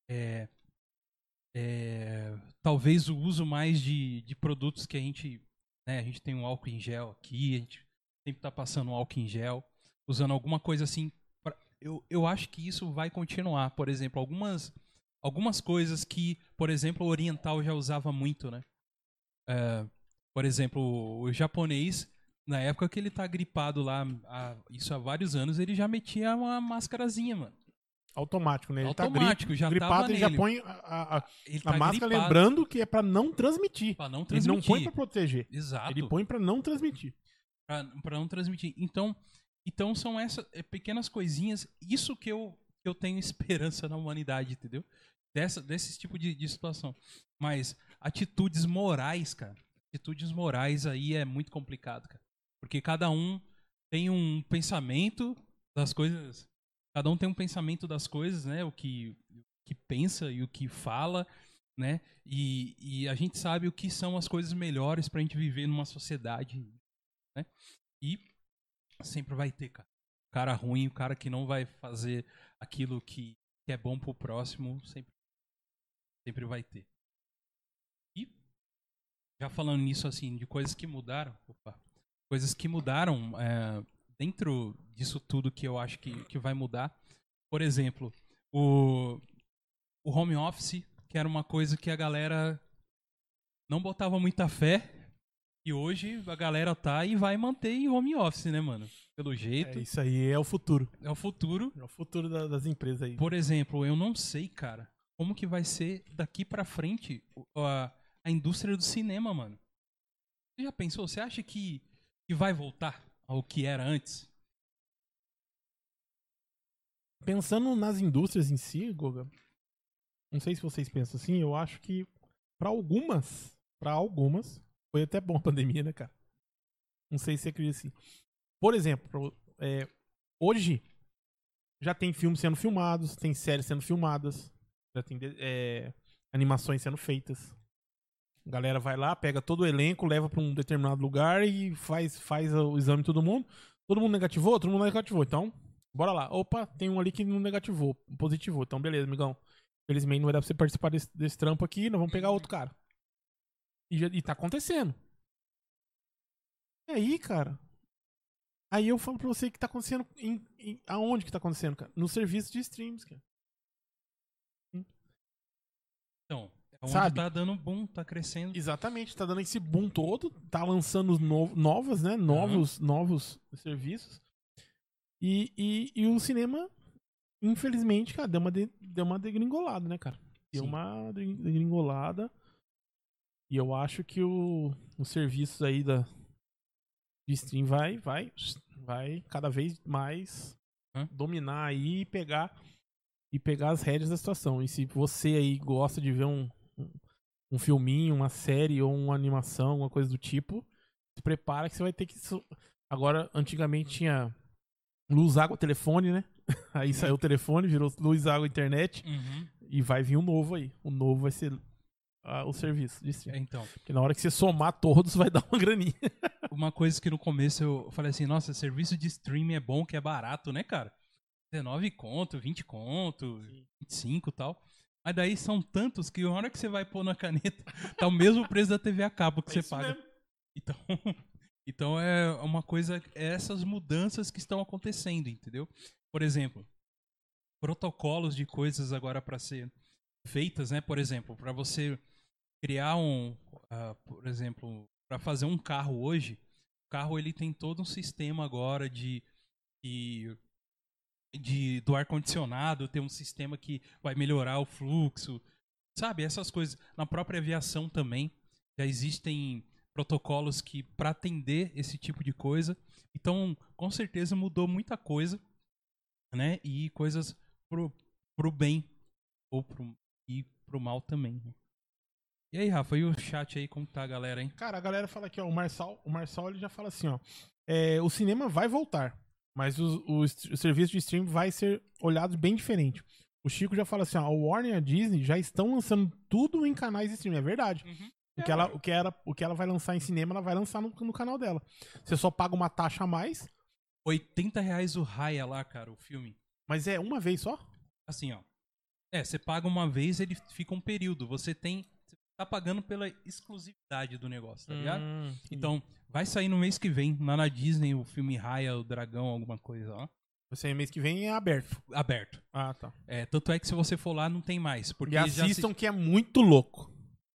talvez o uso mais de produtos que a gente tem um álcool em gel aqui, a gente sempre está passando um álcool em gel, usando alguma coisa assim. Eu acho que isso vai continuar. Por exemplo, algumas coisas que, por exemplo, o oriental já usava muito, né? Por exemplo, o japonês, na época que ele tá gripado lá, isso há vários anos, ele já metia uma máscarazinha, mano. Automático, né? Ele Automático, já gripado, tava ele nele. já põe Ele a tá máscara, gripado. lembrando que é pra não transmitir. Pra não Ele transmitir. não põe pra proteger. Exato. Ele põe pra não transmitir. Pra não transmitir. Então são essas pequenas coisinhas, isso que eu tenho esperança na humanidade, entendeu? Desse tipo de situação. Mas atitudes morais, cara. Atitudes morais aí é muito complicado, cara. Porque cada um tem um pensamento das coisas. Cada um tem um pensamento das coisas, né? O que pensa e o que fala, né? E a gente sabe o que são as coisas melhores pra gente viver numa sociedade, né? E sempre vai ter, cara. O cara ruim, o cara que não vai fazer aquilo que é bom pro próximo, sempre vai ter. E já falando nisso, assim, de coisas que mudaram, dentro disso tudo que eu acho que vai mudar. Por exemplo, o home office, que era uma coisa que a galera não botava muita fé, e hoje a galera tá e vai manter em home office, né, mano? Pelo jeito. Isso aí é o futuro. É o futuro. É o futuro das empresas aí. Por exemplo, eu não sei, cara, como que vai ser daqui pra frente a indústria do cinema, mano. Você já pensou? Você acha que vai voltar ao que era antes? Pensando nas indústrias em si, Goga, não sei se vocês pensam assim, eu acho que pra algumas, foi até bom a pandemia, né, cara? Não sei se você acredita assim. Por exemplo, hoje já tem filmes sendo filmados, tem séries sendo filmadas, já tem animações sendo feitas. A galera vai lá, pega todo o elenco, leva pra um determinado lugar e faz o exame de todo mundo. Todo mundo negativou? Todo mundo negativou. Então, bora lá. Opa, tem um ali que não negativou, positivou. Então, beleza, amigão. Felizmente não vai dar pra você participar desse trampo aqui, nós vamos pegar outro cara. E tá acontecendo. E aí, cara? Aí eu falo pra você que tá acontecendo aonde que tá acontecendo, cara? No serviço de streams, cara. Então, onde sabe? Tá dando boom, tá crescendo. Exatamente, tá dando esse boom todo, tá lançando novas, né? Novos serviços. E o cinema, infelizmente, cara, deu uma degringolada, né, cara? Deu uma degringolada. E eu acho que os serviços aí de stream vai cada vez mais dominar aí e pegar as rédeas da situação. E se você aí gosta de ver um filminho, uma série ou uma animação, alguma coisa do tipo, se prepara que você vai ter que... Agora, antigamente tinha luz, água, telefone, né? Aí saiu o telefone, virou luz, água, internet. E vai vir um novo aí. O novo vai ser o serviço de stream. Então. Porque na hora que você somar todos, vai dar uma graninha. Uma coisa que no começo eu falei assim, nossa, serviço de streaming é bom, que é barato, né, cara? 19 conto, 20 conto, 25 e tal. Mas daí são tantos que na hora que você vai pôr na caneta, tá o mesmo preço da TV a cabo que você paga. Mesmo. Então é uma coisa, essas mudanças que estão acontecendo, entendeu? Por exemplo, protocolos de coisas agora para ser feitas, né? Por exemplo, para você criar por exemplo, para fazer um carro hoje, o carro ele tem todo um sistema agora do ar-condicionado, tem um sistema que vai melhorar o fluxo, sabe? Essas coisas. Na própria aviação também, já existem protocolos que para atender esse tipo de coisa. Então, com certeza mudou muita coisa, né? E coisas pro bem e pro mal também. E aí, Rafa, e o chat aí, como tá a galera, hein? Cara, a galera fala aqui, ó, o Marçal ele já fala assim, ó, o cinema vai voltar, mas o serviço de streaming vai ser olhado bem diferente. O Chico já fala assim, ó, o Warner e a Disney já estão lançando tudo em canais de streaming, é verdade. Uhum. O que ela vai lançar em cinema, ela vai lançar no canal dela. Você só paga uma taxa a mais. R$80 o Raya lá, cara, o filme. Mas é uma vez só? Assim, ó. Você paga uma vez, ele fica um período. Você tá pagando pela exclusividade do negócio, tá ligado? Então, vai sair no mês que vem, lá na Disney, o filme Raya, o Dragão, alguma coisa, ó. Vai sair mês que vem é aberto. Aberto. Ah, tá. Tanto é que se você for lá, não tem mais. Porque e assistam que é muito louco.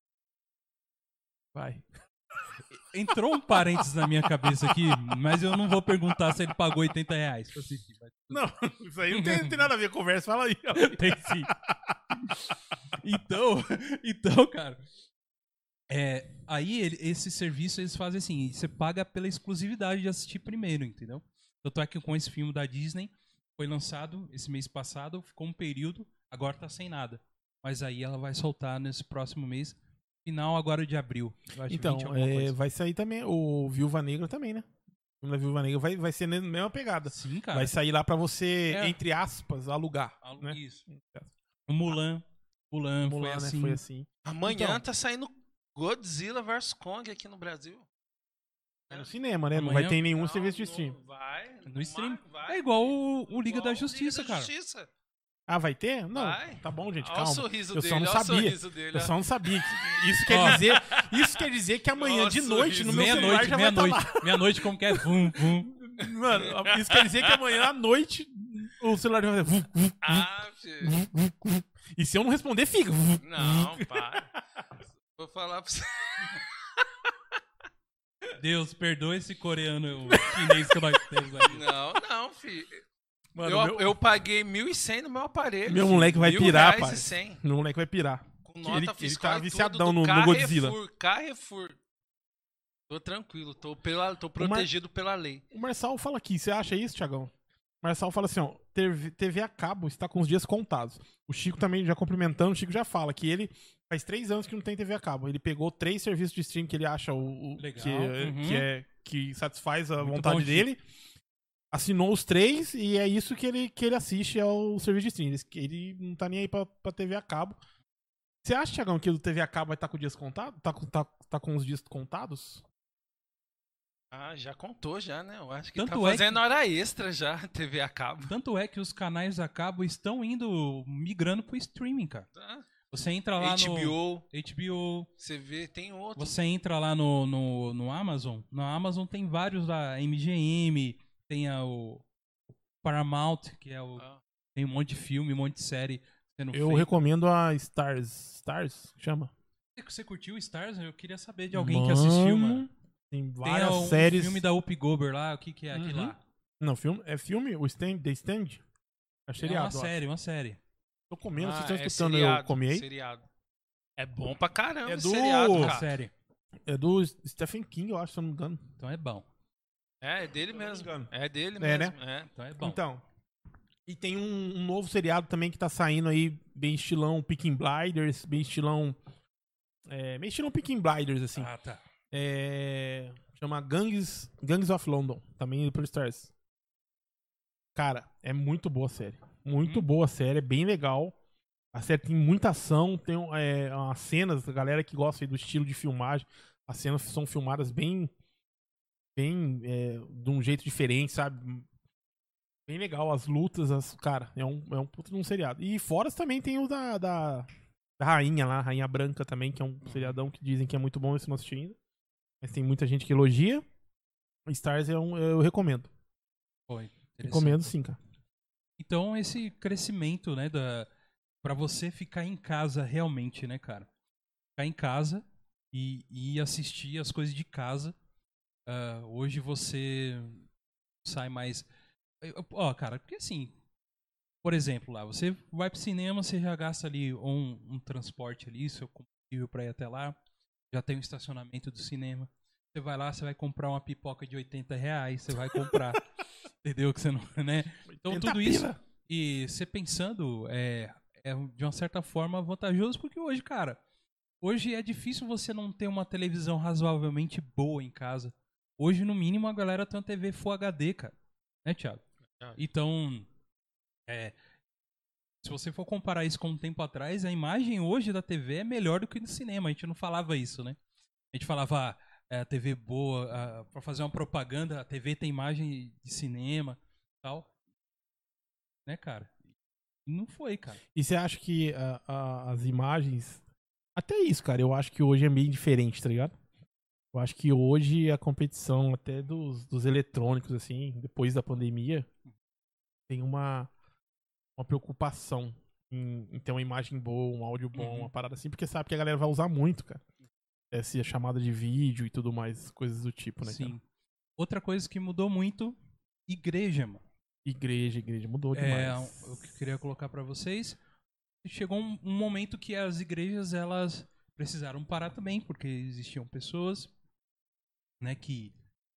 Vai. Entrou um parênteses na minha cabeça aqui, mas eu não vou perguntar se ele pagou R$80 pra assistir. Não, isso aí não tem nada a ver com conversa, fala aí. Ó. Tem sim. Então, cara, aí esse serviço eles fazem assim, você paga pela exclusividade de assistir primeiro, entendeu? Tanto é que com esse filme da Disney, foi lançado esse mês passado, ficou um período, agora tá sem nada. Mas aí ela vai soltar nesse próximo mês, final agora de abril. Eu acho então, 20 vai sair também o Viúva Negra também, né? O filme da Viúva Negra vai ser na mesma pegada. Sim, cara. Vai sair lá pra você, entre aspas, alugar. Né? Isso. O Mulan foi assim. Né? Foi assim. Amanhã então, tá saindo Godzilla vs Kong aqui no Brasil. É no cinema, né? Não Amanhã- vai ter nenhum serviço de stream. Vai. No stream. Vai. É igual o Liga Igual da o Justiça, Liga da cara. Justiça. Ah, vai ter? Não. Vai. Tá bom, gente, Olha calma. o sorriso Eu dele, só não olha o sabia. sorriso dele. Eu ó. só não sabia. Isso quer dizer que amanhã Nossa, de noite no meu celular Meia-noite, já vai estar lá. meia-noite, como que é? Vum, vum. Mano, isso quer dizer que amanhã à noite o celular vai fazer. Ah, filho. E se eu não responder, fica. Não, para. Vou falar pra você. Deus, perdoa esse coreano chinês que nós temos aqui. Não, filho. Mano, Eu paguei 1.100 no meu aparelho. Meu filho. moleque vai pirar, pai. R$1.100. Meu moleque vai pirar. Com nota Ele fiscal tá e viciadão tudo, no Godzilla. Carrefour. Tô tranquilo, tô protegido pela lei. O Marçal fala aqui, você acha isso, Thiagão? O Marçal fala assim, ó, TV a cabo está com os dias contados. O Chico também, já cumprimentando, o Chico já fala que ele faz 3 anos que não tem TV a cabo. Ele pegou 3 serviços de stream que ele acha Legal. que satisfaz a Muito vontade bom, dele. Assinou os 3 e é isso que ele assiste ao serviço de stream. Ele não tá nem aí pra TV a cabo. Você acha, Thiagão, que o TV a cabo vai estar com os dias contados? Tá com os dias contados? Ah, já contou já, né? Eu acho que Tanto tá fazendo hora extra já, TV a cabo. Tanto é que os canais a cabo estão migrando pro streaming, cara. Tá? Você entra lá HBO, HBO, você vê, tem outro. você entra lá no Amazon. No Amazon tem vários lá, MGM, tem o Paramount, que é tem um monte de filme, um monte de série sendo Eu feito. recomendo a Stars. Stars? Chama? Você curtiu Stars? Eu queria saber de alguém que assistiu, mano. Tem Tem várias um séries. filme da Whoopi Goldberg lá, o que é aquilo Uhum. lá? Não, é filme? O Stand? The Stand? É seriado. Uma série. Tô comendo, vocês Ah, estão escutando eu comer aí? seriado. É bom pra caramba É esse do- seriado, Uma cara. série. É do Stephen King, eu acho, se eu não me engano. Então é bom. É dele Se eu não me mesmo. engano. É dele É, mesmo. É. Então é bom. Então. E tem um novo seriado também que tá saindo aí, bem estilão Peaky Blinders, bem estilão Peaky Blinders, assim. Ah, tá. Chama Gangs of London, também por Stars. Cara, é muito boa a série. Muito boa a série, é bem legal. A série tem muita ação, tem umas cenas, a galera que gosta aí do estilo de filmagem, as cenas são filmadas bem de um jeito diferente, sabe? Bem legal, as lutas, cara, é um puto de um seriado. E fora também tem o da Rainha lá, Rainha Branca também, que é um seriadão que dizem que é muito bom, esse não assisti ainda. Mas tem muita gente que elogia. Stars eu recomendo. Foi. Recomendo sim, cara. Então, esse crescimento, né, pra você ficar em casa realmente, né, cara? Ficar em casa e assistir as coisas de casa. Hoje você sai mais... Ó, cara, porque assim... Por exemplo, lá, você vai pro cinema, você já gasta ali um transporte ali, seu combustível pra ir até lá, já tem o estacionamento do cinema. Você vai lá, você vai comprar uma pipoca de R$80, você vai comprar. Entendeu? Que você não, né? Então tudo isso, e você pensando, é de uma certa forma vantajoso, porque hoje, cara, hoje é difícil você não ter uma televisão razoavelmente boa em casa. Hoje, no mínimo, a galera tem uma TV Full HD, cara. Né, Thiago? Então... se você for comparar isso com um tempo atrás, a imagem hoje da TV é melhor do que no cinema. A gente não falava isso, né? A gente falava, a TV boa, pra fazer uma propaganda, a TV tem imagem de cinema e tal. Né, cara? Não foi, cara. E você acha que as imagens... Até isso, cara, eu acho que hoje é meio diferente, tá ligado? Eu acho que hoje a competição até dos eletrônicos, assim, depois da pandemia, tem uma preocupação em ter uma imagem boa, um áudio bom, uma parada assim, porque sabe que a galera vai usar muito, cara. Essa chamada de vídeo e tudo mais, coisas do tipo, né, Sim. cara? Outra coisa que mudou muito, igreja, mano. Igreja mudou demais. O que eu queria colocar pra vocês, chegou um momento que as igrejas, elas precisaram parar também, porque existiam pessoas, né, que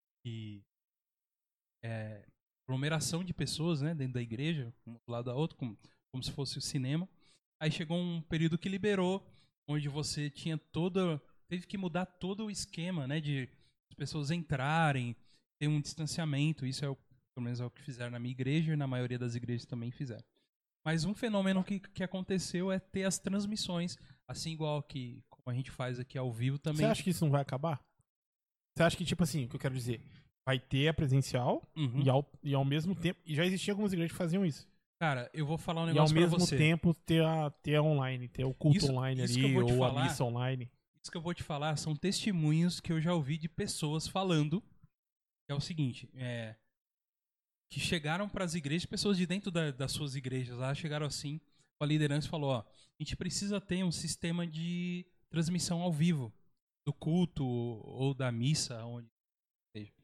aglomeração de pessoas, né, dentro da igreja, um do lado da outra, como se fosse o cinema. Aí chegou um período que liberou, onde você tinha teve que mudar todo o esquema, né, de as pessoas entrarem, ter um distanciamento. Isso pelo menos é o que fizeram na minha igreja e na maioria das igrejas também fizeram. Mas um fenômeno que aconteceu é ter as transmissões, assim igual que como a gente faz aqui ao vivo também. Você acha que isso não vai acabar? Você acha que, tipo assim, o que eu quero dizer, vai ter a presencial e ao mesmo tempo... E já existiam algumas igrejas que faziam isso. Cara, eu vou falar um negócio pra você. E ao mesmo tempo ter a online, ter o culto online ali, ou a missa online. Isso que eu vou te falar são testemunhos que eu já ouvi de pessoas falando, que é o seguinte, que chegaram pras igrejas, pessoas de dentro das suas igrejas lá, chegaram assim, a liderança falou, ó, a gente precisa ter um sistema de transmissão ao vivo, do culto ou da missa, onde seja.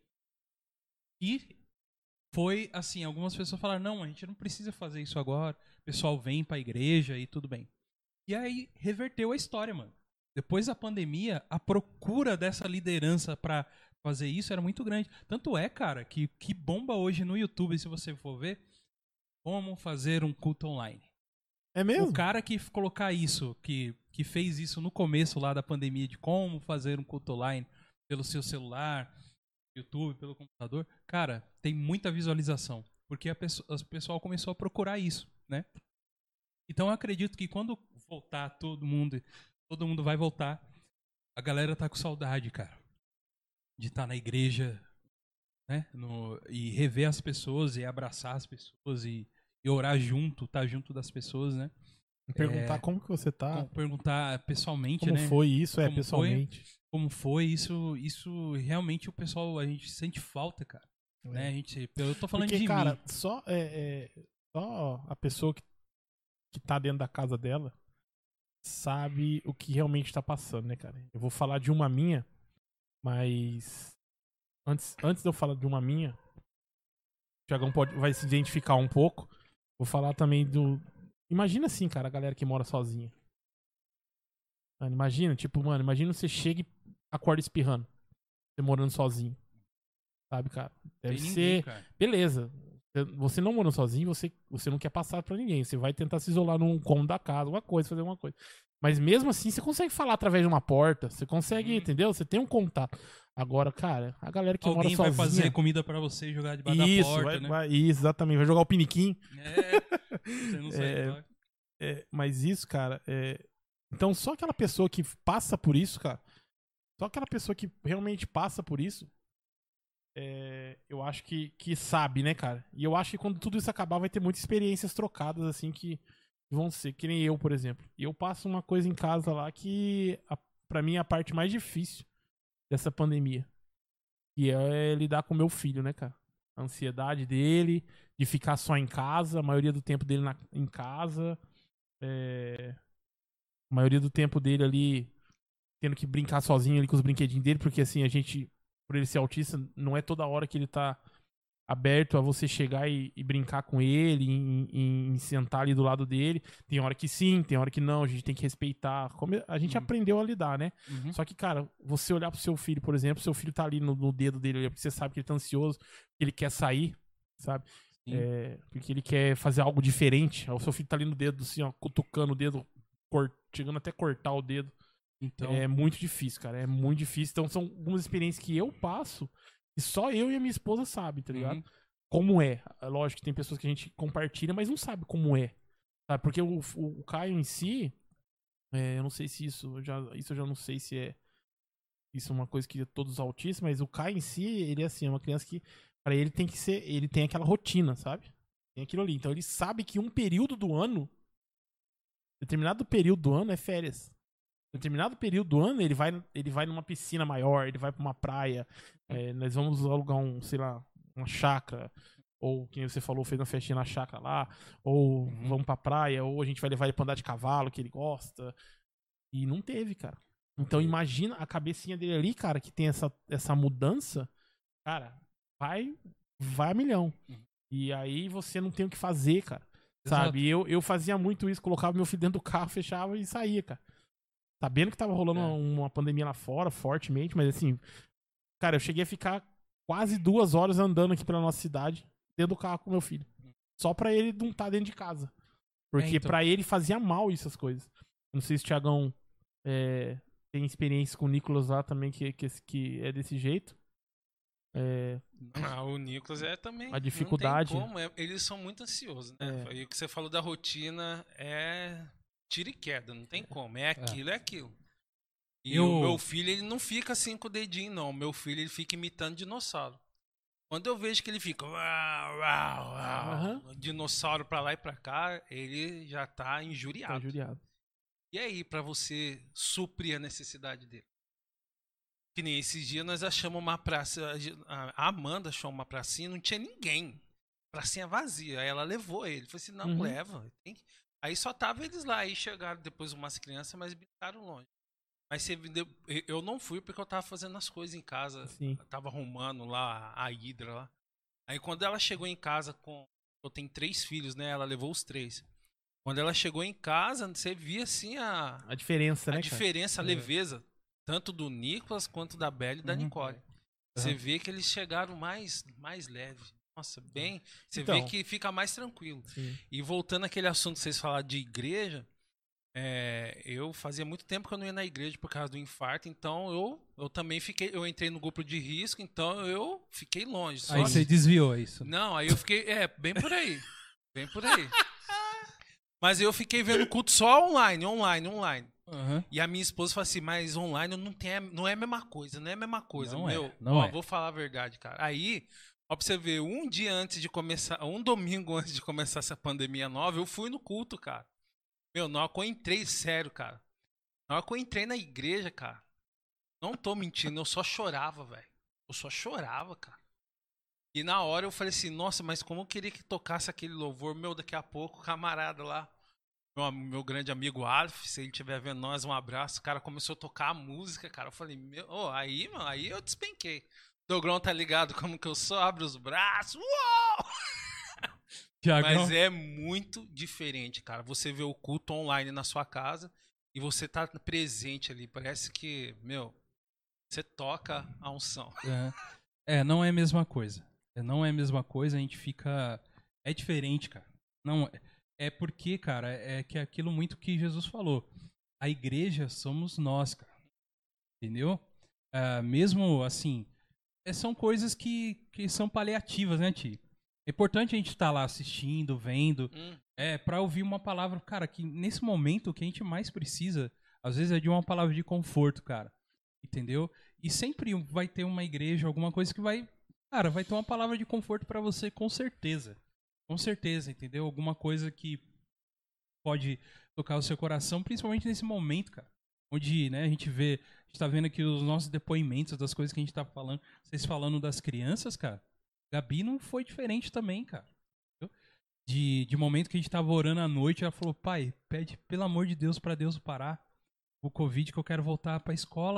E foi assim, algumas pessoas falaram, não, a gente não precisa fazer isso agora, o pessoal vem pra igreja e tudo bem. E aí reverteu a história, mano. Depois da pandemia, a procura dessa liderança pra fazer isso era muito grande. Tanto é, cara, que bomba hoje no YouTube, se você for ver, como fazer um culto online. É mesmo? O cara que colocar isso, que fez isso no começo lá da pandemia, de como fazer um culto online pelo seu celular, YouTube, pelo computador, cara, tem muita visualização. Porque o pessoal começou a procurar isso, né? Então eu acredito que quando voltar todo mundo vai voltar. A galera tá com saudade, cara, de estar na igreja, né? E rever as pessoas e abraçar as pessoas e orar junto, estar junto das pessoas, né? Perguntar como que você tá. Perguntar pessoalmente, como né? Como foi isso, como pessoalmente. Como foi isso realmente o pessoal, a gente sente falta, cara. Né? Eu tô falando porque, de cara, mim. Só a pessoa que tá dentro da casa dela sabe o que realmente tá passando, né, cara? Eu vou falar de uma minha, mas antes de eu falar de uma minha, o Thiagão vai se identificar um pouco. Vou falar também imagina assim, cara, a galera que mora sozinha. Mano, imagina você chega e acorda espirrando. Você morando sozinho. Sabe, cara? Deve ser... Cara. Beleza. Você não morando sozinho, você não quer passar pra ninguém. Você vai tentar se isolar num cômodo da casa, fazer uma coisa. Mas mesmo assim, você consegue falar através de uma porta. Você consegue, entendeu? Você tem um contato. Agora, cara, a galera que mora sozinha... Alguém vai fazer comida pra você e jogar debaixo da porta, né? Isso, exatamente. Vai jogar o piniquim. Você não sabe. Mas isso, cara, Então, só aquela pessoa que passa por isso, cara... Só aquela pessoa que realmente passa por isso... eu acho que sabe, né, cara? E eu acho que quando tudo isso acabar, vai ter muitas experiências trocadas, assim, que vão ser, que nem eu, por exemplo. E eu passo uma coisa em casa lá que, pra mim, é a parte mais difícil dessa pandemia. Que é lidar com meu filho, né, cara? A ansiedade dele, de ficar só em casa, a maioria do tempo dele em casa. A maioria do tempo dele ali tendo que brincar sozinho ali com os brinquedinhos dele, porque assim, a gente por ele ser autista, não é toda hora que ele tá aberto a você chegar e brincar com ele, em sentar ali do lado dele. Tem hora que sim, tem hora que não, a gente tem que respeitar. Como a gente aprendeu a lidar, né? Só que, cara, você olhar pro seu filho, por exemplo, seu filho tá ali no dedo dele, porque você sabe que ele tá ansioso, que ele quer sair, sabe? Porque ele quer fazer algo diferente. Aí o seu filho tá ali no dedo, assim, ó, cutucando o dedo, chegando até cortar o dedo. Então, É muito difícil, cara. É muito difícil. Então são algumas experiências que eu passo e só eu e a minha esposa sabem, tá ligado? Como é. Lógico que tem pessoas que a gente compartilha, mas não sabe como é. Sabe? Porque o Caio em si, eu não sei se isso eu já não sei se é isso é uma coisa que todos os autistas, mas o Caio em si, ele é assim, é uma criança que para ele tem que ser, ele tem aquela rotina, sabe? Tem aquilo ali. Então ele sabe que um período do ano, determinado período do ano é férias. Determinado período do ano, ele vai numa piscina maior, ele vai pra uma praia, nós vamos alugar sei lá, uma chácara, ou quem você falou, fez uma festinha na chácara lá, ou vamos pra praia, ou a gente vai levar ele pra andar de cavalo, que ele gosta. E não teve, cara. Então imagina a cabecinha dele ali, cara, que tem essa mudança, cara, vai a milhão. E aí você não tem o que fazer, cara. Exato. Sabe? Eu fazia muito isso, colocava meu filho dentro do carro, fechava e saía, cara. Sabendo que tava rolando uma pandemia lá fora, fortemente, mas assim, cara, eu cheguei a ficar quase 2 horas andando aqui pela nossa cidade, dentro do carro com meu filho. Só pra ele não estar dentro de casa. Porque então. pra ele fazia mal essas coisas. Não sei se o Thiagão tem experiência com o Nicolas lá também, que é desse jeito. O Nicolas também. A dificuldade. Não tem como, eles são muito ansiosos, né? E o que você falou da rotina é tira e queda, não tem como. É aquilo, é aquilo. E o meu filho, ele não fica assim com o dedinho, não. O meu filho, ele fica imitando dinossauro. Quando eu vejo que ele fica dinossauro pra lá e pra cá, ele já tá injuriado. E aí, pra você suprir a necessidade dele? Que nem esses dias nós achamos uma praça, a Amanda achou uma pracinha, não tinha ninguém. Pracinha vazia. Aí ela levou ele. Falei assim, não, leva. Aí só tava eles lá. Aí chegaram depois umas crianças, mas brincaram longe. Mas eu não fui porque eu tava fazendo as coisas em casa. Sim. Eu tava arrumando lá a Hidra lá. Aí quando ela chegou em casa eu tenho 3 filhos, né? Ela levou os 3. Quando ela chegou em casa, você via assim a diferença, né? A diferença, a leveza. Tanto do Nicolas quanto da Belle e da Nicole. Você vê que eles chegaram mais leve. Nossa, bem. Você vê que fica mais tranquilo. Sim. E voltando àquele assunto que vocês falaram de igreja, eu fazia muito tempo que eu não ia na igreja por causa do infarto, então eu também eu entrei no grupo de risco, então eu fiquei longe. Aí você desviou isso. Não, aí eu fiquei, bem por aí. Bem por aí. Mas eu fiquei vendo culto só online. E a minha esposa falou assim, mas online não é a mesma coisa, não é a mesma coisa. Vou falar a verdade, cara. Aí, ó, pra você ver, um domingo antes de começar essa pandemia nova, eu fui no culto, cara. Na hora que eu entrei, sério, cara. Na hora que eu entrei na igreja, cara, não tô mentindo, eu só chorava, velho. Eu só chorava, cara. E na hora eu falei assim, nossa, mas como eu queria que tocasse aquele louvor, daqui a pouco, o camarada lá, meu grande amigo Alf, se ele estiver vendo nós, um abraço, o cara começou a tocar a música, cara, eu falei, aí eu despenquei. Dogrão tá ligado como que eu sou, abre os braços, uou! Mas é muito diferente, cara, você vê o culto online na sua casa e você tá presente ali, parece que, você toca a unção. Não é a mesma coisa. Não é a mesma coisa, a gente fica... É diferente, cara. Não, é porque, cara, é que é aquilo muito que Jesus falou. A igreja somos nós, cara. Entendeu? Mesmo assim, são coisas que são paliativas, né, Ti? É importante a gente estar lá assistindo, vendo, pra ouvir uma palavra, cara, que nesse momento o que a gente mais precisa, às vezes, é de uma palavra de conforto, cara. Entendeu? E sempre vai ter uma igreja, alguma coisa que vai ter uma palavra de conforto pra você, com certeza. Com certeza, entendeu? Alguma coisa que pode tocar o seu coração, principalmente nesse momento, cara. Onde, né, a gente tá vendo aqui os nossos depoimentos, das coisas que a gente tá falando. Vocês falando das crianças, cara. Gabi não foi diferente também, cara. Entendeu? De momento que a gente tava orando à noite, ela falou, pai, pede pelo amor de Deus pra Deus parar o Covid, que eu quero voltar pra escola, cara.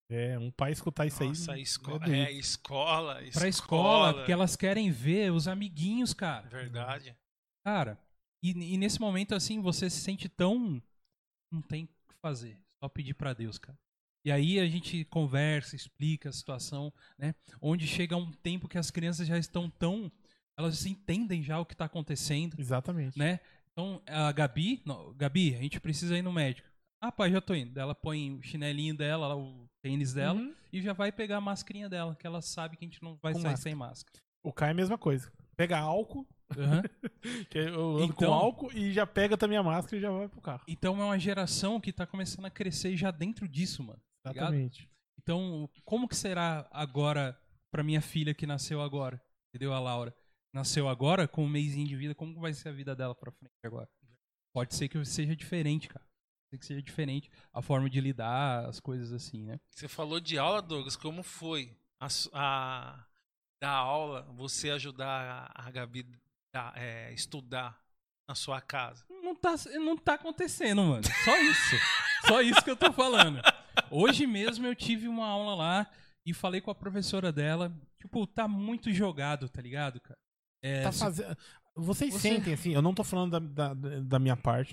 Um pai escutar isso Nossa, aí. escola. Pra escola, porque elas querem ver os amiguinhos, cara. Verdade. Cara, e nesse momento, assim, você se sente tão... Não tem o que fazer. Só pedir pra Deus, cara. E aí a gente conversa, explica a situação, né? Onde chega um tempo que as crianças já estão tão... Elas entendem já o que tá acontecendo, Exatamente. né? Então, a Gabi... Não, Gabi, a gente precisa ir no médico. Ah, pai, já tô indo. Ela põe o chinelinho dela, o tênis dela, e já vai pegar a mascarinha dela, que ela sabe que a gente não vai Com sair máscara. sem máscara. O Caio é a mesma coisa. Pega álcool, que eu ando com Então- álcool, e já pega também a máscara e já vai pro carro. Então é uma geração que tá começando a crescer já dentro disso, mano. Tá ligado? Exatamente. Então, como que será agora pra minha filha que nasceu agora? Entendeu? A Laura. Nasceu agora, com um mêsinho de vida, como que vai ser a vida dela pra frente agora? Pode ser que seja diferente, cara. Pode ser que seja diferente a forma de lidar, as coisas assim, né? Você falou de aula, Douglas. Como foi da aula, você ajudar a Gabi a estudar na sua casa? Não tá acontecendo, mano. Só isso. Só isso que eu tô falando. Hoje mesmo eu tive uma aula lá e falei com a professora dela. Tipo, tá muito jogado, tá ligado, cara? Tá fazendo... Vocês sentem, assim, eu não tô falando da minha parte,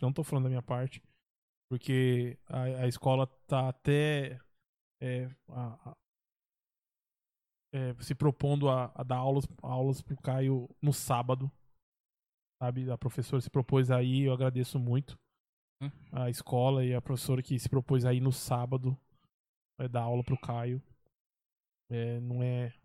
porque a escola tá até se propondo a dar aulas pro Caio no sábado, sabe? A professora se propôs aí, eu agradeço muito a escola e a professora que se propôs aí no sábado dar aula pro Caio. Não é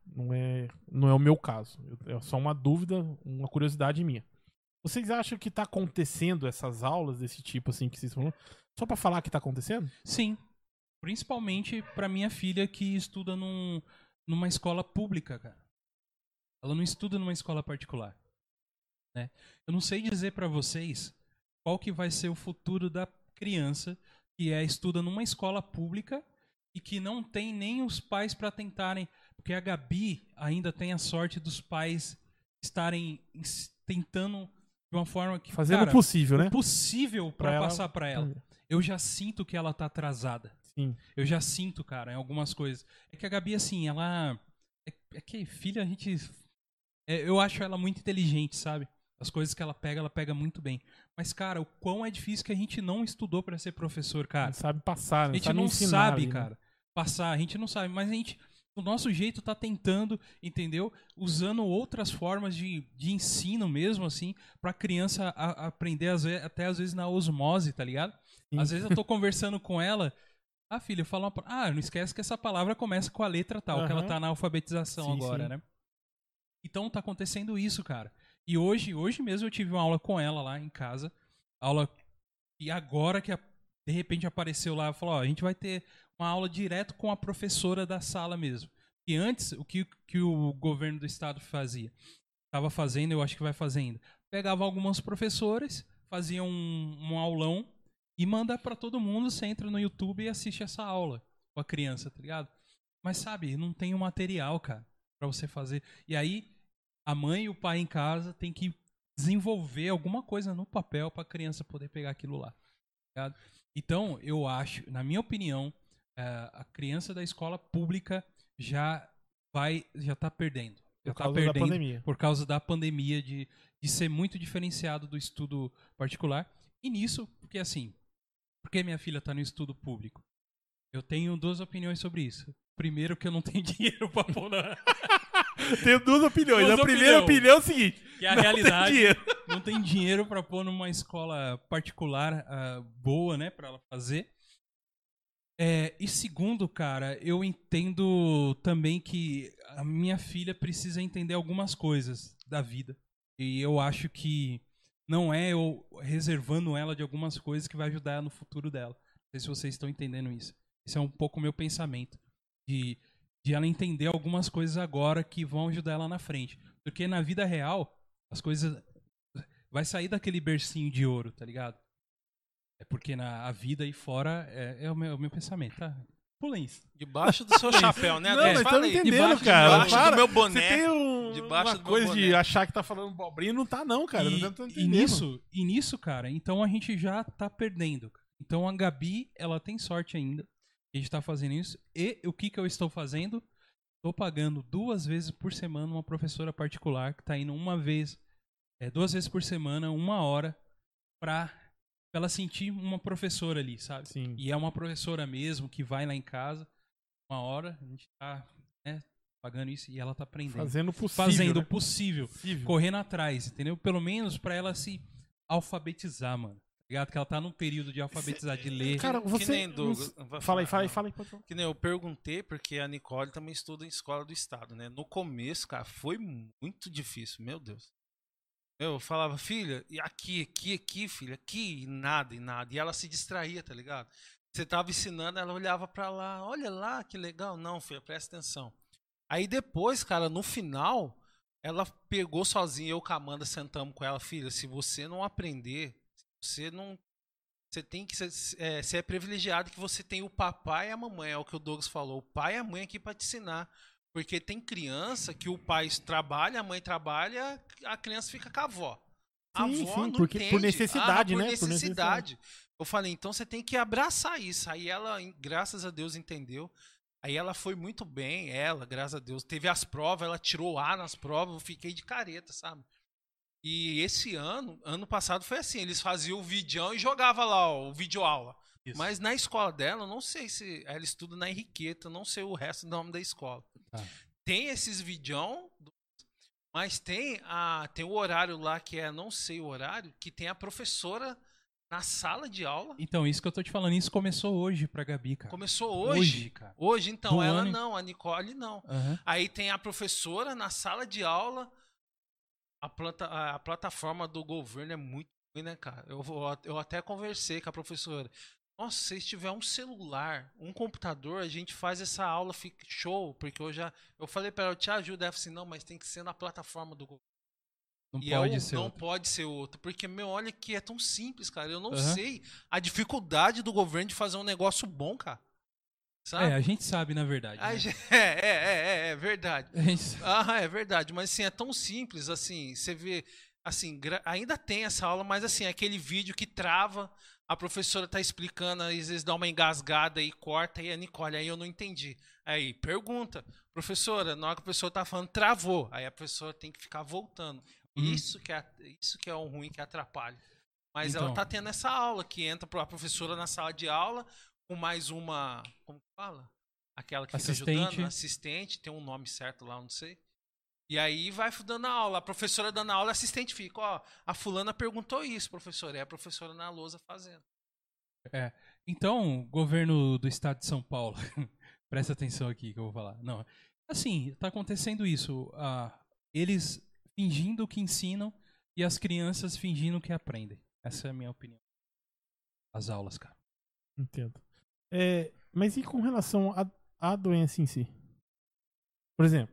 o meu caso. É só uma dúvida, uma curiosidade minha. Vocês acham que tá acontecendo essas aulas desse tipo, assim, que vocês falam? Só pra falar que tá acontecendo? Sim. Principalmente pra minha filha que estuda numa escola pública, cara. Ela não estuda numa escola particular, né? Eu não sei dizer pra vocês qual que vai ser o futuro da criança que estuda numa escola pública e que não tem nem os pais pra tentarem... Porque a Gabi ainda tem a sorte dos pais estarem tentando de uma forma que... Fazendo o possível, né? O possível pra Pra passar pra ela. Eu já sinto que ela tá atrasada. Sim. Eu já sinto, cara, em algumas coisas. É que a Gabi, assim, ela... É que filha, a gente... eu acho ela muito inteligente, sabe? As coisas que ela pega muito bem. Mas, cara, o quão é difícil que a gente não estudou pra ser professor, cara. Não sabe passar, né? A gente não sabe, cara, passar. A gente não sabe, mas a gente... Do nosso jeito tá tentando, entendeu? Usando outras formas de ensino mesmo, assim, pra criança aprender até às vezes na osmose, tá ligado? Sim. Às vezes eu tô conversando com ela, filha, fala uma palavra. Não esquece que essa palavra começa com a letra tal, que ela tá na alfabetização agora, né? Então tá acontecendo isso, cara. E hoje mesmo eu tive uma aula com ela lá em casa. Aula. E agora que de repente apareceu lá, falou, a gente vai ter uma aula direto com a professora da sala mesmo. E antes, o que o governo do estado fazia? Tava fazendo, eu acho que vai fazer ainda. Pegava alguns professores, fazia um aulão e manda pra todo mundo, você entra no YouTube e assiste essa aula com a criança, tá ligado? Mas sabe, não tem o material, cara, pra você fazer. E aí, a mãe e o pai em casa tem que desenvolver alguma coisa no papel pra criança poder pegar aquilo lá, tá ligado? Então, eu acho, na minha opinião, a criança da escola pública já tá perdendo. Já tá perdendo por causa da pandemia de ser muito diferenciado do estudo particular. E nisso, porque assim, porque minha filha tá no estudo público? Eu tenho duas opiniões sobre isso. Primeiro, que eu não tenho dinheiro pra pôr na... Tenho duas opiniões. A primeira opinião é o seguinte: que a realidade não tem dinheiro pra pôr numa escola particular boa, né, pra ela fazer. E segundo, cara, eu entendo também que a minha filha precisa entender algumas coisas da vida. E eu acho que não é eu reservando ela de algumas coisas que vai ajudar ela no futuro dela. Não sei se vocês estão entendendo isso. Esse é um pouco o meu pensamento. De ela entender algumas coisas agora que vão ajudar ela na frente. Porque na vida real, as coisas... Vai sair daquele bercinho de ouro, tá ligado? É porque a vida aí fora é o meu pensamento, tá? Pulem isso. Debaixo do seu chapéu, né? Não, mas fala tô aí. entendendo, cara. Debaixo do meu boné. Você tem Debaixo uma do coisa meu de boné. achar que tá falando bobrinha, não tá não, cara. Não tô entendendo. E nisso, cara, então a gente já tá perdendo. Então a Gabi, ela tem sorte ainda A gente tá fazendo isso. E o que eu estou fazendo? Estou pagando 2 vezes por semana uma professora particular que tá indo 2 vezes por semana, 1 hora, pra ela sentir uma professora ali, sabe? Sim. E é uma professora mesmo que vai lá em casa, 1 hora, a gente tá, né, pagando isso e ela tá aprendendo. Fazendo o possível. Fazendo o né? possível. Correndo atrás, entendeu? Pelo menos pra ela se alfabetizar, mano. Ligado? Que ela tá num período de alfabetizar, de ler. Cara, você. Que nem Douglas. Fala aí. Pode falar. Que nem eu perguntei, porque a Nicole também estuda em escola do estado, né? No começo, cara, foi muito difícil, meu Deus. Eu falava, filha, e aqui, filha, aqui, e nada. E ela se distraía, tá ligado? Você tava ensinando, ela olhava pra lá, olha lá, que legal. Não, filha, presta atenção. Aí depois, cara, no final, ela pegou sozinha, eu com a Amanda sentamos com ela, filha, se você não aprender, você não. Você tem que ser. Você é privilegiado que você tem o papai e a mamãe, é o que o Douglas falou. O pai e a mãe aqui pra te ensinar. Porque tem criança que o pai trabalha, a mãe trabalha, a criança fica com a avó. A avó não porque, entende. por necessidade, por né? necessidade. Eu falei, então você tem que abraçar isso. Aí ela, graças a Deus, entendeu. Aí ela foi muito bem, graças a Deus. Teve as provas, ela tirou A nas provas, eu fiquei de careta, sabe? E esse ano passado foi assim, eles faziam o videão e jogavam lá ó, o videoaula. Isso. Mas na escola dela, eu não sei se ela estuda na Henriqueta, não sei o resto do nome da escola. Tem esses videão, mas tem o horário lá que não sei o horário, que tem a professora na sala de aula. Então, isso que eu tô te falando, isso começou hoje pra Gabi, cara. Começou hoje? Cara. Hoje, então, Do ela ano... não, a Nicole não. Uhum. Aí tem a professora na sala de aula. A plataforma do governo é muito ruim, né, cara? Eu até conversei com a professora. Nossa, se tiver um celular, um computador, a gente faz essa aula, fica show. Porque eu falei pra ela, eu te ajudo. Ela falou assim, não, mas tem que ser na plataforma do governo. Não pode ser não outro. pode ser outro. Porque, olha que é tão simples, cara. Eu não sei a dificuldade do governo de fazer um negócio bom, cara. Sabe? A gente sabe, na verdade. Né? É verdade. É verdade. Mas assim, é tão simples, assim, você vê, assim, ainda tem essa aula, mas assim, aquele vídeo que trava, a professora tá explicando, às vezes dá uma engasgada e corta, e a Nicole, aí eu não entendi. Aí, pergunta, professora, na hora que a professora tá falando, travou. Aí a professora tem que ficar voltando. Isso que é um ruim que atrapalha. Mas então, ela tá tendo essa aula, que entra a professora na sala de aula, com mais uma, como fala? Aquela que fica ajudando, assistente, tem um nome certo lá, não sei. E aí vai dando a aula, a professora dando a aula, a assistente fica, ó, a fulana perguntou isso, professora, é a professora na lousa fazendo. Então, governo do estado de São Paulo, presta atenção aqui que eu vou falar. Não, assim, tá acontecendo isso, eles fingindo que ensinam e as crianças fingindo que aprendem. Essa é a minha opinião. As aulas, cara. Entendo. Mas e com relação à doença em si? Por exemplo,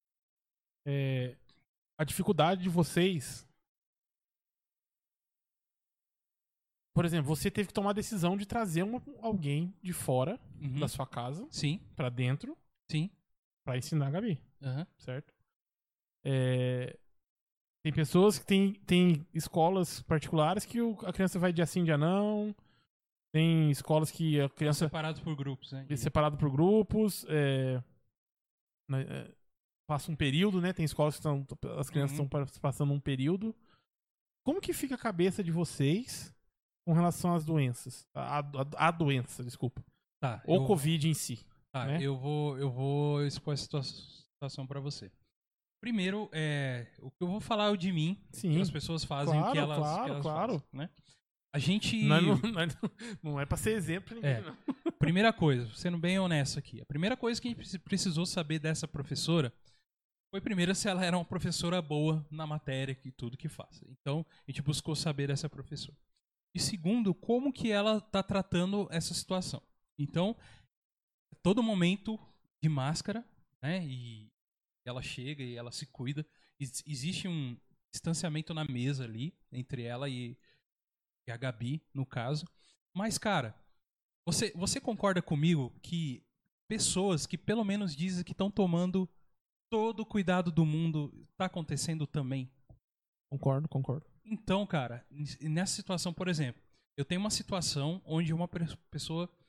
a dificuldade de vocês... Por exemplo, você teve que tomar a decisão de trazer alguém de fora da sua casa. Sim. Pra dentro. Sim. Pra ensinar a Gabi. Certo? Tem pessoas que tem escolas particulares que a criança vai dia sim, dia não. Tem escolas que a criança... Separado por grupos, né? Separado por grupos. Passa um período, né? Tem escolas que as crianças estão passando um período. Como que fica a cabeça de vocês com relação às doenças? A doença, desculpa. Tá. Ou Covid em si. Tá, né? eu vou expor a situação pra você. Primeiro, o que eu vou falar é o de mim. Sim. Que as pessoas fazem o que elas fazem, né? A gente... Não é pra ser exemplo pra ninguém, não. Primeira coisa, sendo bem honesto aqui. A primeira coisa que a gente precisou saber dessa professora foi, primeiro, se ela era uma professora boa na matéria e tudo que faz. Então, a gente buscou saber dessa professora. E segundo, como que ela tá tratando essa situação. Então, todo momento de máscara, né? E ela chega e ela se cuida. Existe um distanciamento na mesa ali, entre ela e a Gabi, no caso. Mas, cara, você concorda comigo que pessoas que pelo menos dizem que estão tomando todo o cuidado do mundo tá acontecendo também? Concordo. Então, cara, nessa situação, por exemplo, eu tenho uma situação onde uma pessoa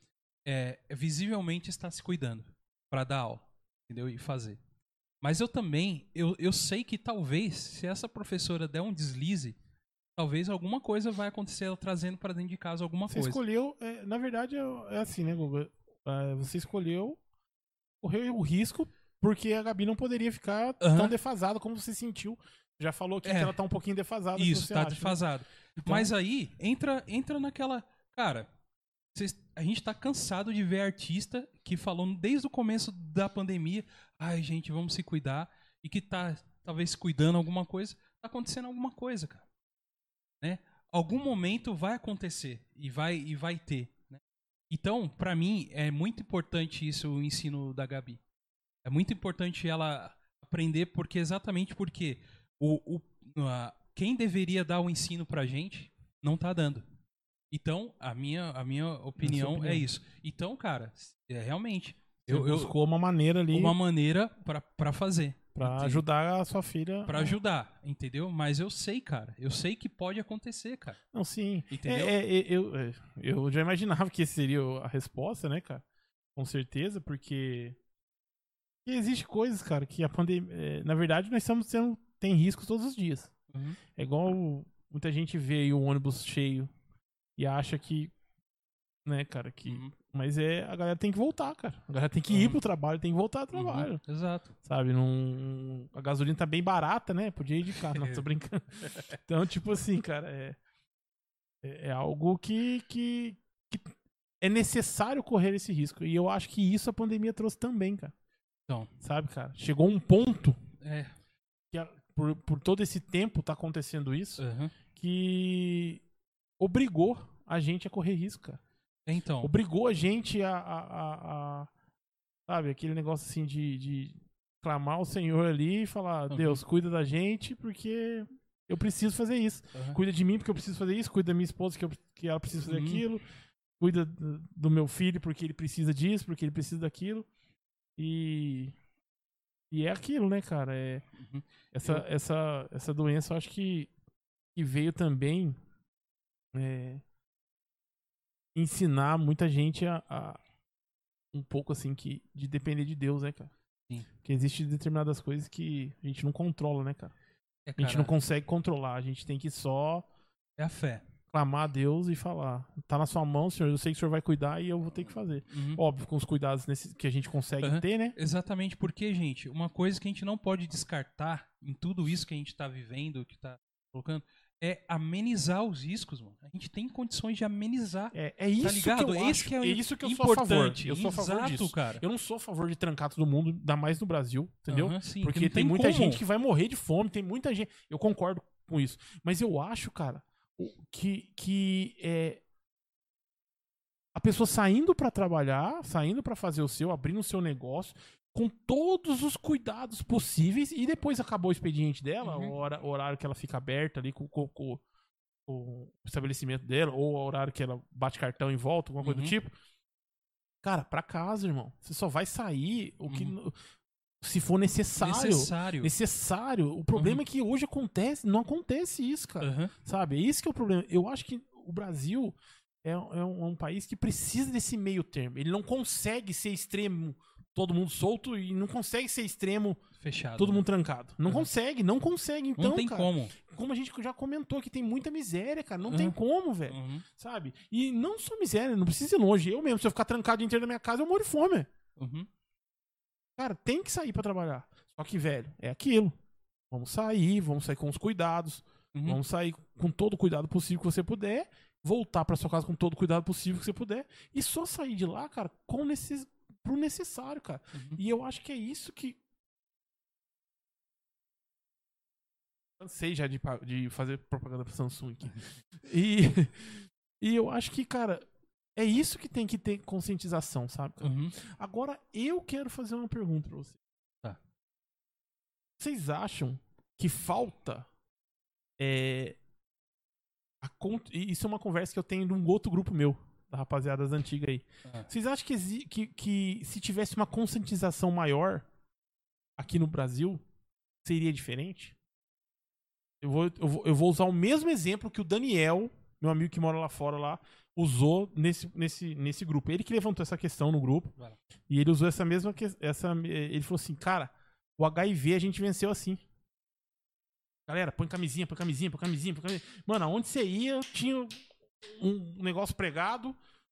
visivelmente está se cuidando para dar aula, entendeu? E fazer. Mas eu também, eu sei que talvez, se essa professora der um deslize, talvez alguma coisa vai acontecer ela trazendo para dentro de casa alguma Você coisa. escolheu, na verdade é assim, né, Guga? Você escolheu correr o risco porque a Gabi não poderia ficar tão defasada como você sentiu. Já falou aqui que ela tá um pouquinho defasada. Isso, tá acha, defasado. né? Então, mas aí, entra naquela... Cara, a gente tá cansado de ver artista que falou desde o começo da pandemia, ai, gente, vamos se cuidar, e que tá talvez se cuidando alguma coisa, tá acontecendo alguma coisa, cara. Né? Algum momento vai acontecer e vai ter. Né? Então, pra mim, é muito importante isso, o ensino da Gabi. É muito importante ela aprender, exatamente porque quem deveria dar o ensino pra gente não tá dando. Então, a minha opinião é isso. Então, cara, realmente... Eu buscou uma maneira ali... Uma maneira pra fazer. Pra ajudar a sua filha... Pra ajudar, entendeu? Mas eu sei, cara. Eu sei que pode acontecer, cara. Não, sim. Entendeu? Eu já imaginava que esse seria a resposta, né, cara? Com certeza, porque... E existe coisas, cara, que a pandemia... na verdade, nós estamos tem riscos todos os dias. Uhum. É igual muita gente vê aí o ônibus cheio e acha que... Né, cara, que... Uhum. Mas a galera tem que voltar, cara. A galera tem que ir pro trabalho, tem que voltar ao trabalho. Exato. Sabe? A gasolina tá bem barata, né? Podia ir de carro, não, tô brincando. Então, tipo assim, cara, é algo que é necessário correr esse risco. E eu acho que isso a pandemia trouxe também, cara. Então. Sabe, cara? Chegou um ponto que por todo esse tempo tá acontecendo isso, que obrigou a gente a correr risco, cara. Então. Obrigou a gente sabe, aquele negócio assim de clamar ao Senhor ali e falar, Deus, cuida da gente porque eu preciso fazer isso. Cuida de mim porque eu preciso fazer isso. Cuida da minha esposa que ela precisa fazer aquilo. Cuida do meu filho porque ele precisa disso, porque ele precisa daquilo. E é aquilo, né, cara? Essa doença eu acho que veio também ensinar muita gente a um pouco assim de depender de Deus, né, cara? Sim. Porque existem determinadas coisas que a gente não controla, né, cara? A gente não consegue controlar, a gente tem que só... É a fé. Clamar a Deus e falar, tá na sua mão, Senhor, eu sei que o Senhor vai cuidar e eu vou ter que fazer. Óbvio, com os cuidados que a gente consegue ter, né? Exatamente, porque, gente, uma coisa que a gente não pode descartar em tudo isso que a gente tá vivendo, que tá colocando, é amenizar os riscos, mano. A gente tem condições de amenizar. É isso, tá ligado? Que eu acho. É isso que eu importante. Sou a favor. Eu sou a favor Exato, disso. Cara. Eu não sou a favor de trancar todo mundo, ainda mais no Brasil, entendeu? Sim, porque tem muita gente que vai morrer de fome, tem muita gente... Eu concordo com isso. Mas eu acho, cara, que a pessoa saindo pra trabalhar, saindo pra fazer o seu, abrindo o seu negócio, com todos os cuidados possíveis, e depois acabou o expediente dela, o horário que ela fica aberta ali com o estabelecimento dela, ou o horário que ela bate cartão e volta, alguma coisa do tipo. Cara, pra casa, irmão. Você só vai sair o que... Se for necessário. O problema é que hoje não acontece isso, cara. Sabe? É isso que é o problema. Eu acho que o Brasil é um país que precisa desse meio termo. Ele não consegue ser extremo, todo mundo solto, e não consegue ser extremo, fechado, todo mundo trancado. Não consegue. Então, não tem cara, como a gente já comentou, que tem muita miséria, cara. Não tem como, velho. Sabe? E não só miséria, não precisa ir longe. Eu mesmo, se eu ficar trancado o dia inteiro na minha casa, eu morro de fome. Cara, tem que sair pra trabalhar. Só que, velho, é aquilo. Vamos sair com os cuidados. Vamos sair com todo o cuidado possível que você puder. Voltar pra sua casa com todo o cuidado possível que você puder. E só sair de lá, cara, pro necessário, cara. E eu acho que é isso que... Cansei já de fazer propaganda pra Samsung aqui. E eu acho que, cara... É isso que tem que ter conscientização, sabe? Agora, eu quero fazer uma pergunta pra vocês. Tá. Vocês acham que falta... Isso é uma conversa que eu tenho de um outro grupo meu, da rapaziada das antigas aí. Vocês acham que se tivesse uma conscientização maior aqui no Brasil, seria diferente? Eu vou usar o mesmo exemplo que o Daniel, meu amigo que mora lá fora lá, usou nesse grupo. Ele que levantou essa questão no grupo. E ele usou essa mesma ele falou assim, cara, o HIV a gente venceu assim. Galera, põe camisinha, põe camisinha, põe camisinha, põe camisinha. Mano, aonde você ia, tinha um negócio pregado,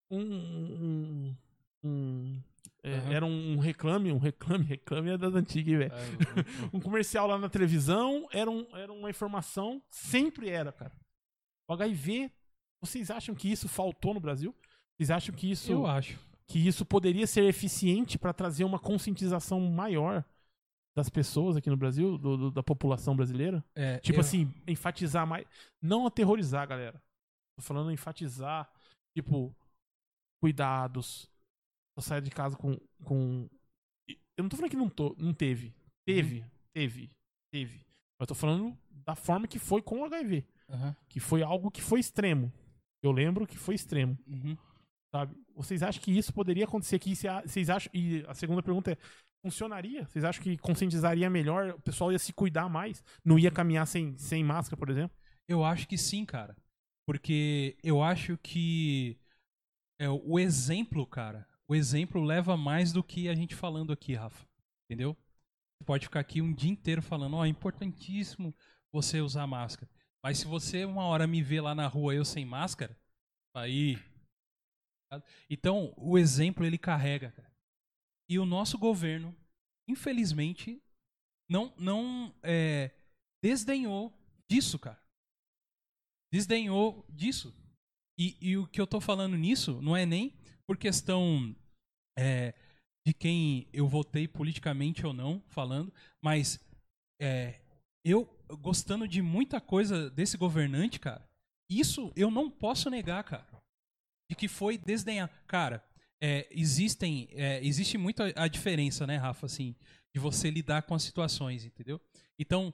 era um reclame é das antigas, velho. Um comercial lá na televisão, era uma informação, sempre era, cara. O HIV, vocês acham que isso faltou no Brasil? Vocês acham que isso... Eu acho. Que isso poderia ser eficiente para trazer uma conscientização maior das pessoas aqui no Brasil, da população brasileira? Tipo assim, enfatizar mais. Não aterrorizar, galera. Tô falando enfatizar, tipo, cuidados. Eu saio de casa com... Eu não tô falando que não teve. Teve. Mas tô falando da forma que foi com o HIV. Que foi algo que foi extremo. Eu lembro que foi extremo. Sabe? Vocês acham que isso poderia acontecer aqui? Vocês acham... E a segunda pergunta é, funcionaria? Vocês acham que conscientizaria melhor? O pessoal ia se cuidar mais? Não ia caminhar sem máscara, por exemplo? Eu acho que sim, cara. Porque eu acho que o exemplo, cara, o exemplo leva mais do que a gente falando aqui, Rafa. Entendeu? Você pode ficar aqui um dia inteiro falando, é importantíssimo você usar máscara. Mas se você uma hora me vê lá na rua eu sem máscara, aí... Então, o exemplo ele carrega, cara. E o nosso governo, infelizmente, não desdenhou disso, cara. Desdenhou disso. E o que eu tô falando nisso não é nem por questão de quem eu votei politicamente ou não, falando, mas eu gostando de muita coisa desse governante, cara, isso eu não posso negar, cara, de que foi desdenhar. Cara, existe muito a diferença, né, Rafa, assim, de você lidar com as situações, entendeu? Então,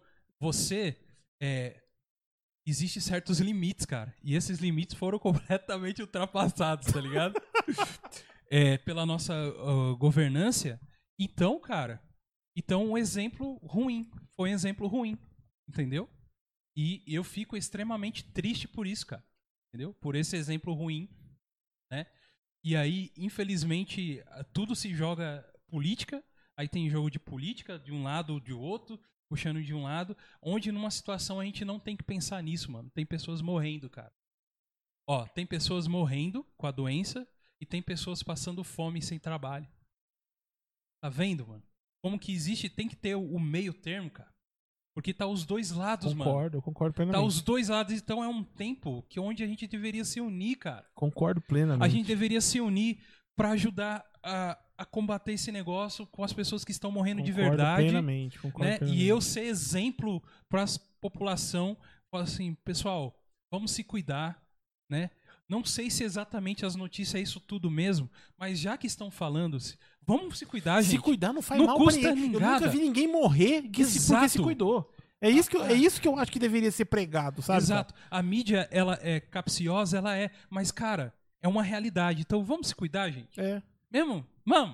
existem certos limites, cara, e esses limites foram completamente ultrapassados, tá ligado? Pela nossa governância. Então, cara, um exemplo ruim, foi um exemplo ruim, entendeu? E eu fico extremamente triste por isso, cara, entendeu? Por esse exemplo ruim, né? E aí, infelizmente, tudo se joga política, aí tem jogo de política de um lado ou de outro, puxando de um lado, onde numa situação a gente não tem que pensar nisso, mano. Tem pessoas morrendo, cara. Tem pessoas morrendo com a doença e tem pessoas passando fome sem trabalho. Tá vendo, mano? Como que tem que ter o meio termo, cara. Porque tá os dois lados, mano. Eu concordo plenamente. Tá os dois lados, então é um tempo onde a gente deveria se unir, cara. Concordo plenamente. A gente deveria se unir pra ajudar a combater esse negócio com as pessoas que estão morrendo de verdade. Concordo plenamente. E eu ser exemplo pra população. Falar assim, pessoal, vamos se cuidar, né? Não sei se exatamente as notícias é isso tudo mesmo, mas já que estão falando, vamos se cuidar, gente. Se cuidar não faz não mal custa pra ninguém. Eu nada. nunca vi ninguém morrer porque se cuidou. É isso que eu acho que deveria ser pregado, sabe? Exato. Cara? A mídia, ela é capciosa, mas, cara, é uma realidade. Então vamos se cuidar, gente. Mesmo?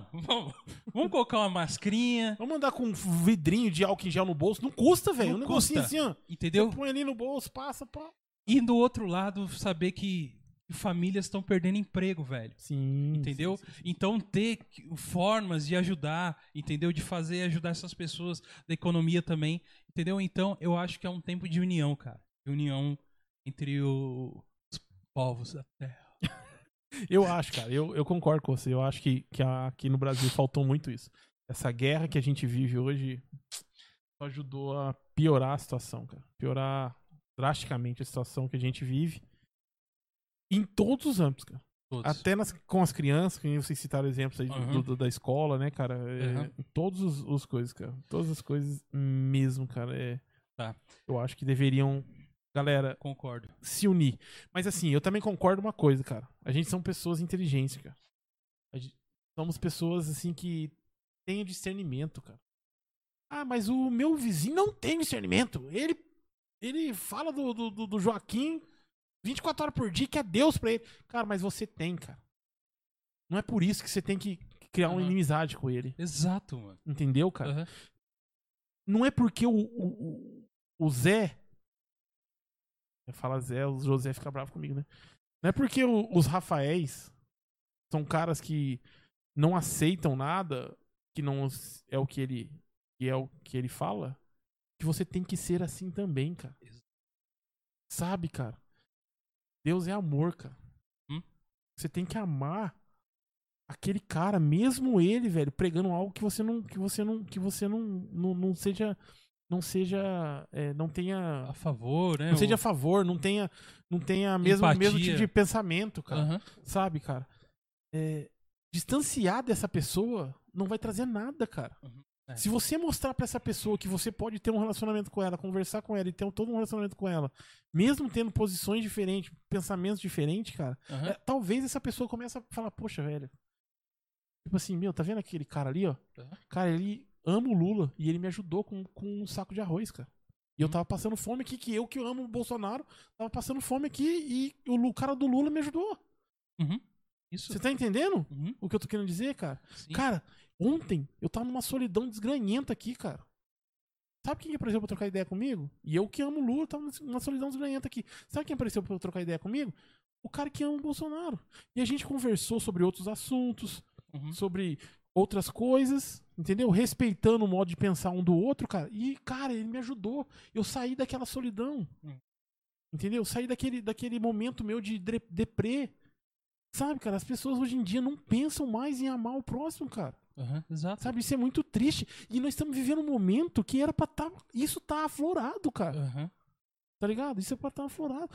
Vamos colocar uma mascarinha. Vamos andar com um vidrinho de álcool em gel no bolso. Não custa, velho. Um negocinho assim, ó. Entendeu? Você põe ali no bolso, passa, pá. E do outro lado, saber que famílias estão perdendo emprego, velho. Sim. Entendeu? Sim. Então ter formas de ajudar, entendeu? De ajudar essas pessoas da economia também, entendeu? Então eu acho que é um tempo de união, cara. De união entre os povos da Terra. Eu acho, cara. Eu concordo com você. Eu acho que aqui no Brasil faltou muito isso. Essa guerra que a gente vive hoje só ajudou a piorar a situação, cara. Piorar drasticamente a situação que a gente vive. Em todos os âmbitos, cara. Todos. Até com as crianças, que vocês citaram exemplos aí da escola, né, cara? Em todas as coisas, cara. Todas as coisas mesmo, cara. Tá. Eu acho que deveriam, galera, concordo, se unir. Mas assim, eu também concordo uma coisa, cara. A gente são pessoas inteligentes, cara. Somos pessoas, assim, que têm discernimento, cara. Mas o meu vizinho não tem discernimento. Ele fala do Joaquim 24 horas por dia, que é Deus pra ele. Cara, mas você tem, cara. Não é por isso que você tem que criar uma inimizade com ele. Exato, mano. Entendeu, cara? Não é porque o Zé... Eu falo Zé, o José fica bravo comigo, né? Não é porque os Rafaéis são caras que não aceitam nada, que não é o que ele fala, que você tem que ser assim também, cara. Sabe, cara? Deus é amor, cara. Você tem que amar aquele cara, mesmo ele, velho, pregando algo que você não seja, não tenha A favor, né? não seja a favor, não tenha mesmo tipo de pensamento, cara. Sabe, cara? Distanciar dessa pessoa não vai trazer nada, cara. Se você mostrar pra essa pessoa que você pode ter um relacionamento com ela, conversar com ela e ter todo um relacionamento com ela, mesmo tendo posições diferentes, pensamentos diferentes, cara, talvez essa pessoa comece a falar, poxa, velho, tipo assim, tá vendo aquele cara ali, ó? Cara, ele ama o Lula e ele me ajudou com um saco de arroz, cara. E eu tava passando fome aqui, que eu amo o Bolsonaro, tava passando fome aqui e o cara do Lula me ajudou. Isso. Você tá entendendo o que eu tô querendo dizer, cara? Sim. Cara, ontem eu tava numa solidão desgranhenta aqui, cara. Sabe quem apareceu pra trocar ideia comigo? E eu que amo o Lula, tava numa solidão desgranhenta aqui. Sabe quem apareceu pra trocar ideia comigo? O cara que ama o Bolsonaro. E a gente conversou sobre outros assuntos, sobre outras coisas, entendeu? Respeitando o modo de pensar um do outro, cara. E, cara, ele me ajudou. Eu saí daquela solidão. Entendeu? Eu saí daquele momento meu de deprê. Sabe, cara, as pessoas hoje em dia não pensam mais em amar o próximo, cara. Exato. Sabe, isso é muito triste. E nós estamos vivendo um momento que era pra isso tá aflorado, cara. Tá ligado? Isso é pra estar aflorado.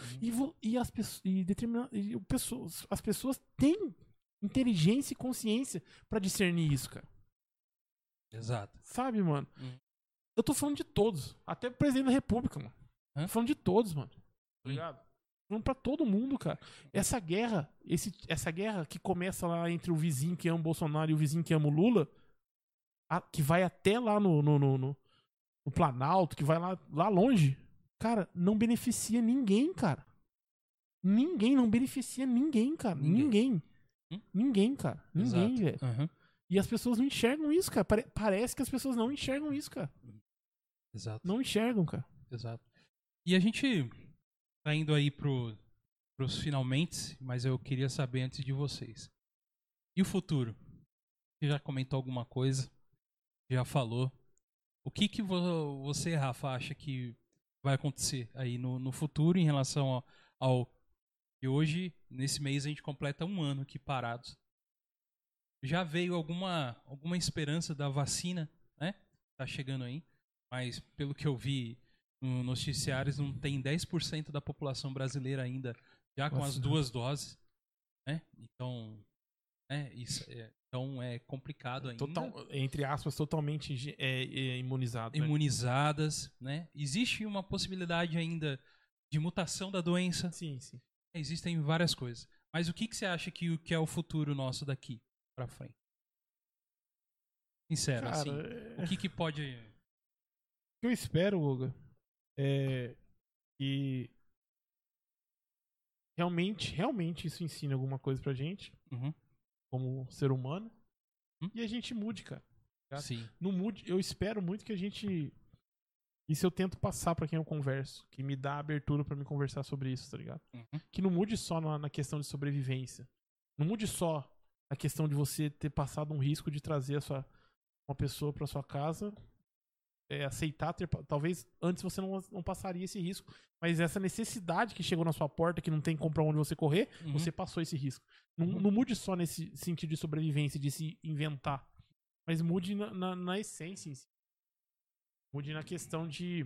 As pessoas têm inteligência e consciência pra discernir isso, cara. Exato. Sabe, mano? Eu tô falando de todos. Até o presidente da república, mano. Tô falando de todos, mano. Tá ligado? Falando pra todo mundo, cara. Essa guerra que começa lá entre o vizinho que ama o Bolsonaro e o vizinho que ama o Lula, que vai até lá no Planalto, que vai lá longe, cara, não beneficia ninguém, cara. Ninguém, não beneficia ninguém, cara. Ninguém, cara. Ninguém, velho. E as pessoas não enxergam isso, cara. Parece que as pessoas não enxergam isso, cara. Exato. Não enxergam, cara. Exato. E a gente tá indo aí pros finalmente, mas eu queria saber antes de vocês. E o futuro? Você já comentou alguma coisa? Já falou? O que você, Rafa, acha que vai acontecer aí no futuro em relação ao que hoje, nesse mês, a gente completa 1 ano aqui parados? Já veio alguma esperança da vacina, né? Tá chegando aí, mas pelo que eu vi nos noticiários, não tem 10% da população brasileira ainda já com as 2 doses, né? Então, então é complicado ainda. Entre aspas, totalmente imunizado. Imunizadas, né? Existe uma possibilidade ainda de mutação da doença. Sim, sim. Existem várias coisas. Mas o que você acha que é o futuro nosso daqui pra frente? Sincero, cara, assim. O que pode... O que eu espero, Guga, é que realmente isso ensina alguma coisa pra gente, como ser humano, e a gente mude, cara. Tá? Sim. Não mude, eu espero muito que a gente... Isso eu tento passar pra quem eu converso, que me dá abertura pra me conversar sobre isso, tá ligado? Que não mude só na questão de sobrevivência. Não mude só a questão de você ter passado um risco de trazer uma pessoa pra sua casa, aceitar talvez antes você não passaria esse risco, mas essa necessidade que chegou na sua porta, que não tem como pra onde você correr, você passou esse risco. Não mude só nesse sentido de sobrevivência, de se inventar, mas mude na essência em si. Mude na questão de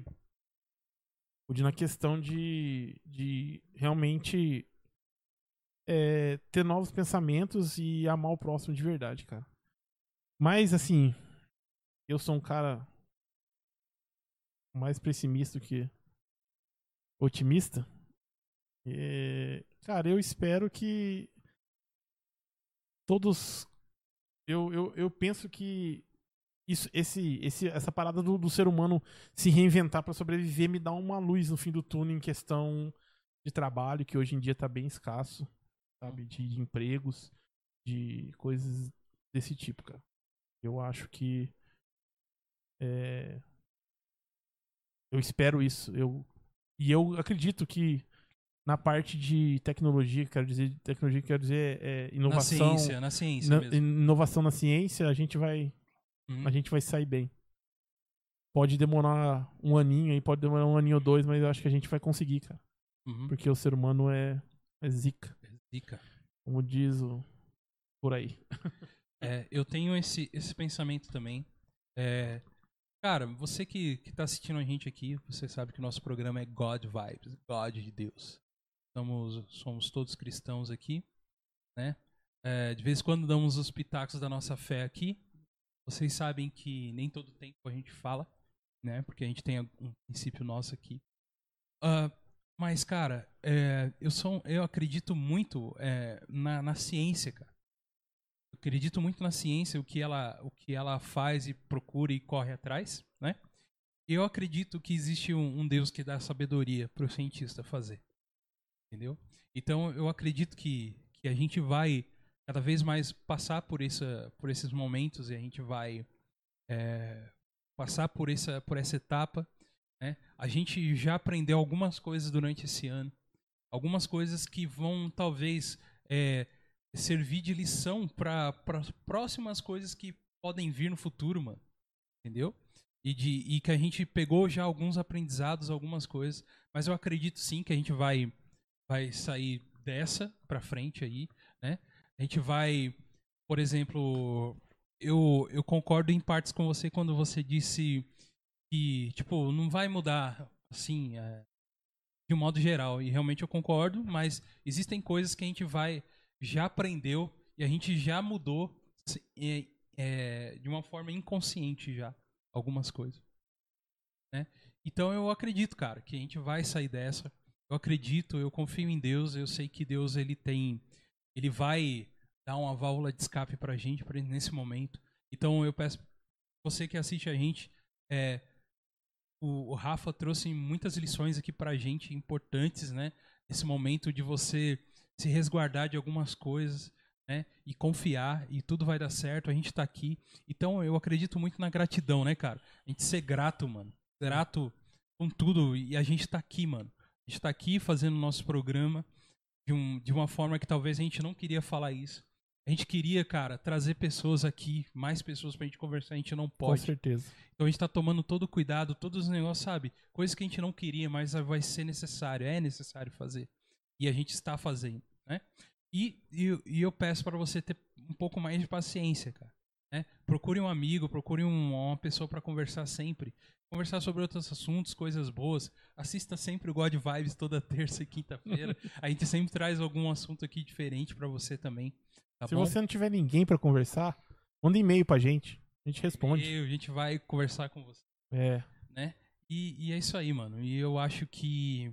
realmente ter novos pensamentos e amar o próximo de verdade, cara. Mas, assim, eu sou um cara mais pessimista que otimista. Cara, eu espero que todos... Eu penso que essa parada do ser humano se reinventar pra sobreviver me dá uma luz no fim do túnel em questão de trabalho, que hoje em dia tá bem escasso, sabe? De empregos, de coisas desse tipo, cara. Eu acho que eu espero isso. E eu acredito que na parte de tecnologia, quero dizer inovação. Na ciência mesmo. Inovação na ciência, a gente vai sair bem. Pode demorar um aninho aí, pode demorar um aninho ou dois, mas eu acho que a gente vai conseguir, cara. Porque o ser humano é zica. Zica. Como diz por aí. Eu tenho esse pensamento também. Cara, você que tá assistindo a gente aqui, você sabe que o nosso programa é God Vibes, God de Deus. Somos todos cristãos aqui, né? De vez em quando damos os pitacos da nossa fé aqui. Vocês sabem que nem todo tempo a gente fala, né? Porque a gente tem um princípio nosso aqui. Mas, cara, eu acredito muito na ciência, cara. Eu acredito muito na ciência, o que ela faz e procura e corre atrás, né? E eu acredito que existe um Deus que dá sabedoria para o cientista fazer, entendeu? Então, eu acredito que a gente vai cada vez mais passar por esses momentos e a gente vai passar por essa etapa, né? A gente já aprendeu algumas coisas durante esse ano, algumas coisas que vão talvez servir de lição para próximas coisas que podem vir no futuro, mano, entendeu? E que a gente pegou já alguns aprendizados, algumas coisas, mas eu acredito sim que a gente vai sair dessa para frente aí, né? A gente vai, por exemplo, eu concordo em partes com você quando você disse que, tipo, não vai mudar, assim, de um modo geral. E realmente eu concordo, mas existem coisas que a gente já aprendeu e a gente já mudou de uma forma inconsciente já, algumas coisas, né? Então eu acredito, cara, que a gente vai sair dessa. Eu acredito, eu confio em Deus, eu sei que Deus ele vai dar uma válvula de escape pra gente nesse momento. Então eu peço, você que assiste a gente, o Rafa trouxe muitas lições aqui pra gente importantes, né? Esse momento de você se resguardar de algumas coisas, né? E confiar, e tudo vai dar certo, a gente tá aqui. Então eu acredito muito na gratidão, né, cara? A gente ser grato, mano. Grato com tudo, e a gente tá aqui, mano. A gente tá aqui fazendo o nosso programa de uma forma que talvez a gente não queria falar isso. A gente queria, cara, trazer pessoas aqui, mais pessoas pra gente conversar, a gente não pode. Com certeza. Então a gente tá tomando todo o cuidado, todos os negócios, sabe? Coisas que a gente não queria, mas vai ser necessário, é necessário fazer. E a gente está fazendo, né? E eu peço para você ter um pouco mais de paciência, cara. Né? Procure um amigo, procure uma pessoa para conversar sempre. Conversar sobre outros assuntos, coisas boas. Assista sempre o God Vibes toda terça e quinta-feira. A gente sempre traz algum assunto aqui diferente para você também. Tá Se bom? você não tiver ninguém para conversar, manda e-mail pra gente. A gente responde. A gente vai conversar com você. Né? E é isso aí, mano. E eu acho que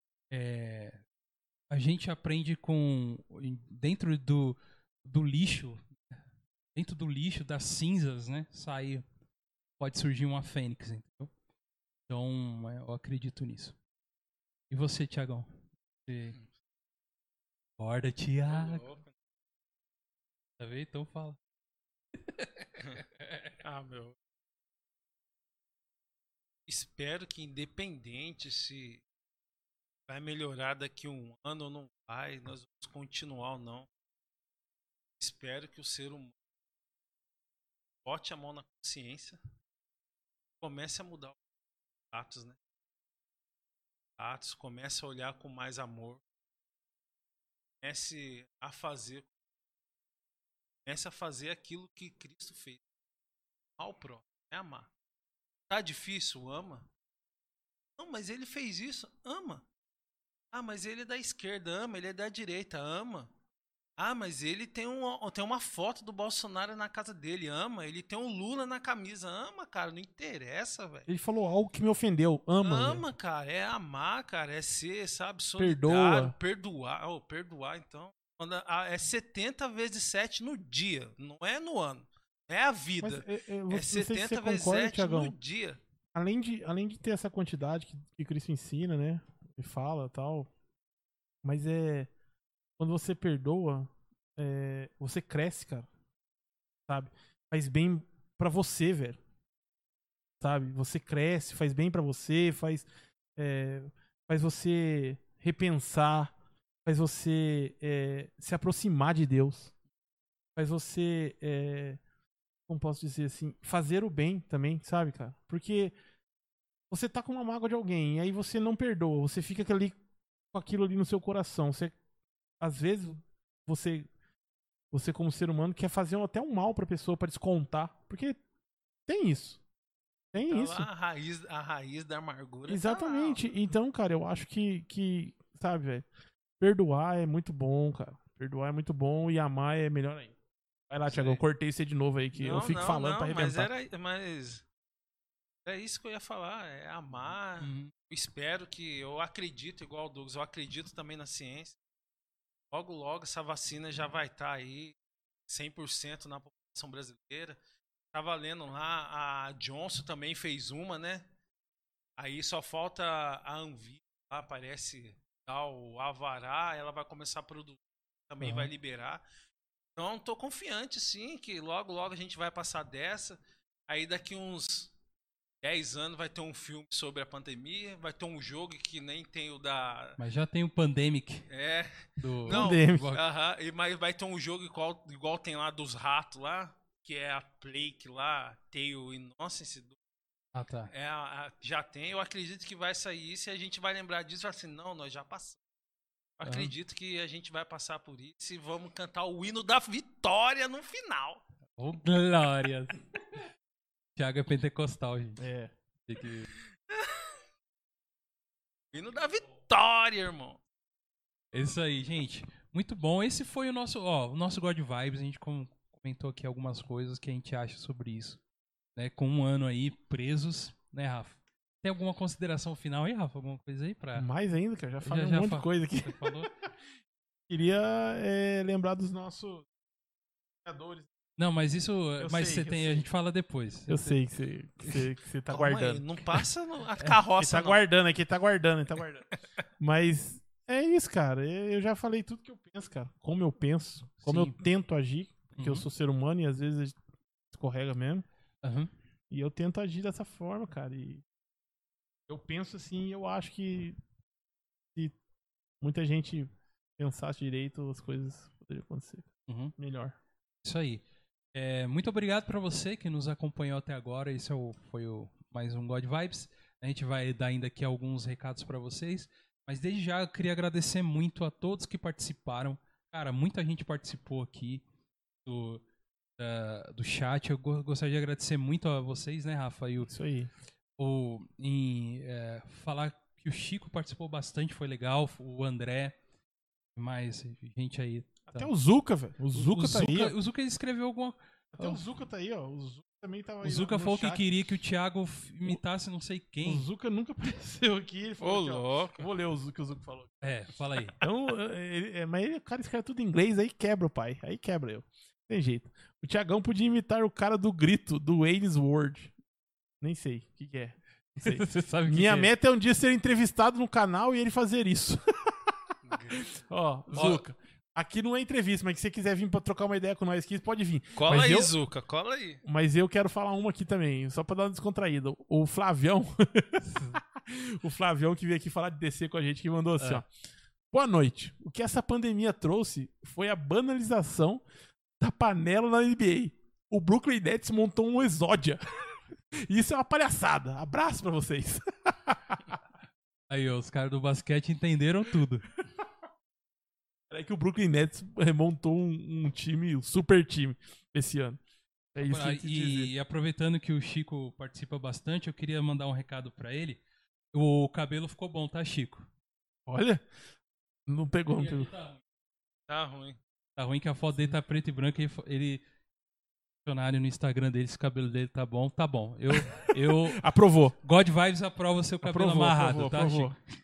a gente aprende dentro do lixo, dentro do lixo, das cinzas, né? Pode surgir uma fênix, entendeu? Então, eu acredito nisso. E você, Thiagão? Acorda, Thiago. Tá vendo? Então fala. Meu. Espero que independente se vai melhorar daqui a um ano ou não vai, nós vamos continuar ou não. Espero que o ser humano bote a mão na consciência e comece a mudar os atos, né? Atos, comece a olhar com mais amor. Comece a fazer aquilo que Cristo fez. Amar o próximo, é amar. Tá difícil? Ama. Não, mas ele fez isso, ama. Ah, mas ele é da esquerda, ama. Ele é da direita, ama. Ah, mas ele tem uma foto do Bolsonaro na casa dele, ama. Ele tem um Lula na camisa, ama, cara. Não interessa, velho. Ele falou algo que me ofendeu, ama. Ama, véio. cara. É amar, cara. É ser, sabe, solidário. Perdoar, então. É 70 vezes 7 no dia, não é no ano. É a vida. Mas, é 70 vezes 7 Thiagão, no dia. Além de ter essa quantidade que Cristo ensina, né? E fala e tal. Mas quando você perdoa, você cresce, cara. Sabe? Faz bem pra você, velho. Sabe? Você cresce, faz bem pra você, faz você repensar, faz você se aproximar de Deus, faz você, como posso dizer assim, fazer o bem também, sabe, cara? Porque você tá com uma mágoa de alguém, e aí você não perdoa, você fica com aquilo ali no seu coração. Às vezes, você como ser humano quer fazer até um mal pra pessoa pra descontar, porque tem isso. Tem Tá isso. lá a raiz da amargura. Exatamente. Tá lá. Então, cara, eu acho que sabe, velho, perdoar é muito bom, cara. Perdoar é muito bom e amar é melhor ainda. Vai lá, Thiago, eu cortei você de novo aí, que eu fico falando pra arrebentar. Mas é isso que eu ia falar, é amar. Uhum. Eu acredito, igual o Douglas, eu acredito também na ciência. Logo, logo essa vacina já vai estar aí 100% na população brasileira. Tava lendo lá, a Johnson também fez uma, né? Aí só falta a Anvisa, lá parece dar o alvará, ela vai começar a produzir, também vai liberar. Então tô confiante sim que logo, logo a gente vai passar dessa. Aí daqui uns 10 anos vai ter um filme sobre a pandemia, vai ter um jogo que nem tem o da... Mas já tem o Pandemic. Não, Pandemic. mas vai ter um jogo igual tem lá dos ratos lá, que é a Plague lá, Tale Innocence. Ah, tá. Já tem, eu acredito que vai sair isso e a gente vai lembrar disso e falar assim, não, nós já passamos. Eu acredito que a gente vai passar por isso e vamos cantar o hino da vitória no final. Oh, glórias. Thiago é pentecostal, gente. É. Tem que... Hino da vitória, irmão. É isso aí, gente. Muito bom. Esse foi o nosso God Vibes. A gente comentou aqui algumas coisas que a gente acha sobre isso. Né? Com um ano aí presos, né, Rafa? Tem alguma consideração final aí, Rafa? Alguma coisa aí pra... Mais ainda, cara. Já falei um monte de coisa aqui. Você falou? Queria lembrar dos nossos apoiadores. Não, mas isso... a gente fala depois. Eu sei que você tá guardando. Aí, não passa a carroça, ele tá guardando aqui, ele tá guardando. Mas é isso, cara. Eu já falei tudo que eu penso, cara. Como eu penso, como eu tento agir. Porque eu sou ser humano e às vezes escorrega mesmo. E eu tento agir dessa forma, cara. E eu penso assim, eu acho que se muita gente pensasse direito, as coisas poderiam acontecer melhor. Isso aí. Muito obrigado pra você que nos acompanhou até agora. Esse foi mais um God Vibes. A gente vai dar ainda aqui alguns recados pra vocês. Mas desde já eu queria agradecer muito a todos que participaram. Cara, muita gente participou aqui do chat. Eu gostaria de agradecer muito a vocês, né, Rafa? Isso aí. Falar que o Chico participou bastante, foi legal. O André, mais gente aí. Até o Zuka, velho. O Zuka tá aí. O Zuka escreveu alguma... Até o Zuka tá aí, ó. O Zuka também tava aí. O Zuka falou que queria que o Thiago imitasse não sei quem. O Zuka nunca apareceu aqui. Ele falou aqui, louco. Vou ler o que o Zuka falou. Fala aí. Então, mas o cara escreve tudo em inglês, aí quebra o pai. Aí quebra eu. Tem jeito. O Thiagão podia imitar o cara do grito, do Wayne's World. Nem sei o que é. Não sei. Você sabe Minha meta é um dia ser entrevistado no canal e ele fazer isso. Ó, Zuka. Aqui não é entrevista, mas se você quiser vir pra trocar uma ideia com nós aqui, pode vir. Cola aí, Zuka, cola aí. Mas eu quero falar uma aqui também, só pra dar uma descontraída. O Flavião, o Flavião que veio aqui falar de DC com a gente, que mandou assim, ó. Boa noite. O que essa pandemia trouxe foi a banalização da panela na NBA. O Brooklyn Nets montou um exódia. Isso é uma palhaçada. Abraço pra vocês. Aí, ó, os caras do basquete entenderam tudo. É que o Brooklyn Nets montou um time, um super time esse ano. É isso que eu quis dizer. E aproveitando que o Chico participa bastante, eu queria mandar um recado pra ele. O cabelo ficou bom, tá, Chico? Olha, não pegou. Tá ruim. Tá ruim que a foto dele tá preta e branca e ele funcionário no Instagram dele, se o cabelo dele tá bom, tá bom. Eu aprovou. God Vibes aprova seu cabelo amarrado, tá, aprovou. Chico?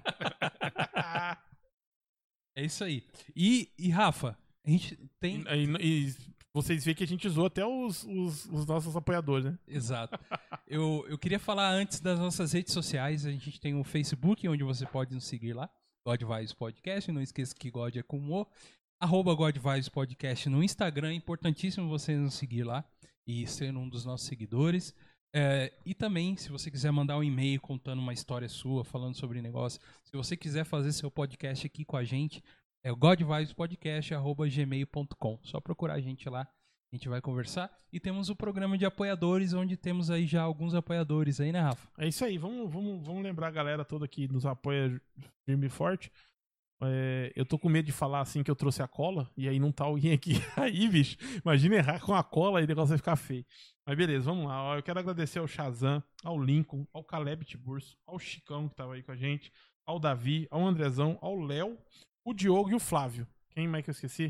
É isso aí. E Rafa, a gente tem... E vocês veem que a gente usou até os nossos apoiadores, né? Exato. Eu queria falar antes das nossas redes sociais. A gente tem o Facebook, onde você pode nos seguir lá. God Vibes Podcast. Não esqueça que God é com o. @God Vibes Podcast no Instagram. É importantíssimo você nos seguir lá e ser um dos nossos seguidores. E também, se você quiser mandar um e-mail contando uma história sua, falando sobre negócio, se você quiser fazer seu podcast aqui com a gente, é o godvibespodcast@gmail.com. Só procurar a gente lá, a gente vai conversar. E temos o programa de apoiadores, onde temos aí já alguns apoiadores aí, né, Rafa? É isso aí, vamos lembrar a galera toda que nos apoia firme e forte. Eu tô com medo de falar assim que eu trouxe a cola, e aí não tá alguém aqui. Aí, bicho, imagina errar com a cola e o negócio vai ficar feio. Mas beleza, vamos lá. Ó, eu quero agradecer ao Shazam, ao Lincoln, ao Caleb Tiburcio, ao Chicão que tava aí com a gente, ao Davi, ao Andrezão, ao Léo, o Diogo e o Flávio. Quem mais que eu esqueci?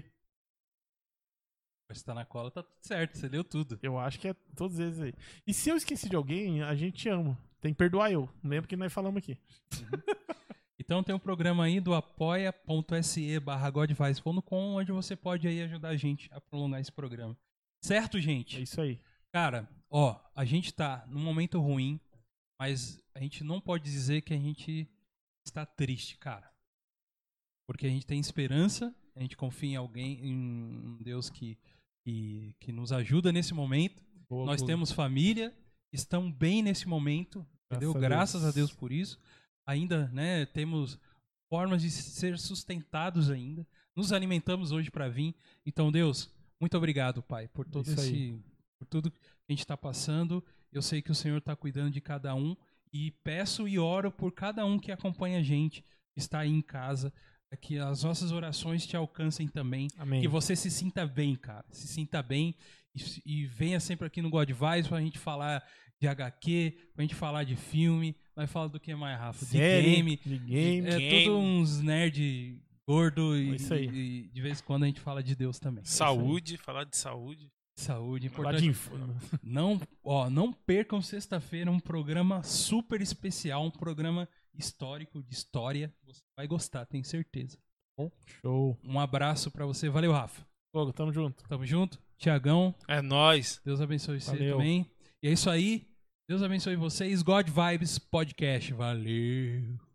Se tá na cola, tá tudo certo, você leu tudo. Eu acho que é todos eles aí. E se eu esqueci de alguém, a gente ama. Tem que perdoar eu. Lembra que nós falamos aqui. Então tem um programa aí do apoia.se/godvice.com, onde você pode aí ajudar a gente a prolongar esse programa. Certo, gente? É isso aí. Cara, a gente tá num momento ruim, mas a gente não pode dizer que a gente está triste, cara. Porque a gente tem esperança, a gente confia em alguém, em um Deus que nos ajuda nesse momento. Boa, Nós boa. temos família, estão bem nesse momento, entendeu? Graças a Deus por isso. Ainda, né, temos formas de ser sustentados ainda. Nos alimentamos hoje para vir. Então, Deus, muito obrigado, Pai, por todo por tudo que a gente está passando. Eu sei que o Senhor está cuidando de cada um e peço e oro por cada um que acompanha a gente, que está aí em casa, que as nossas orações te alcancem também. Amém. Que você se sinta bem, cara. Se sinta bem e venha sempre aqui no God Vibes pra gente falar de HQ, pra gente falar de filme. Vai falar do que mais, Rafa? Série, de game. game. Tudo uns nerd gordo Isso aí. e de vez em quando a gente fala de Deus também. Saúde, falar de saúde. Saúde, Falar de importante. Não percam sexta-feira um programa super especial, um programa histórico, de história. Você vai gostar, tenho certeza. Bom, show. Um abraço pra você. Valeu, Rafa. Logo, tamo junto. Tamo junto. Tiagão, É nóis. Deus abençoe você Valeu. também. E é isso aí. Deus abençoe vocês. God Vibes Podcast. Valeu.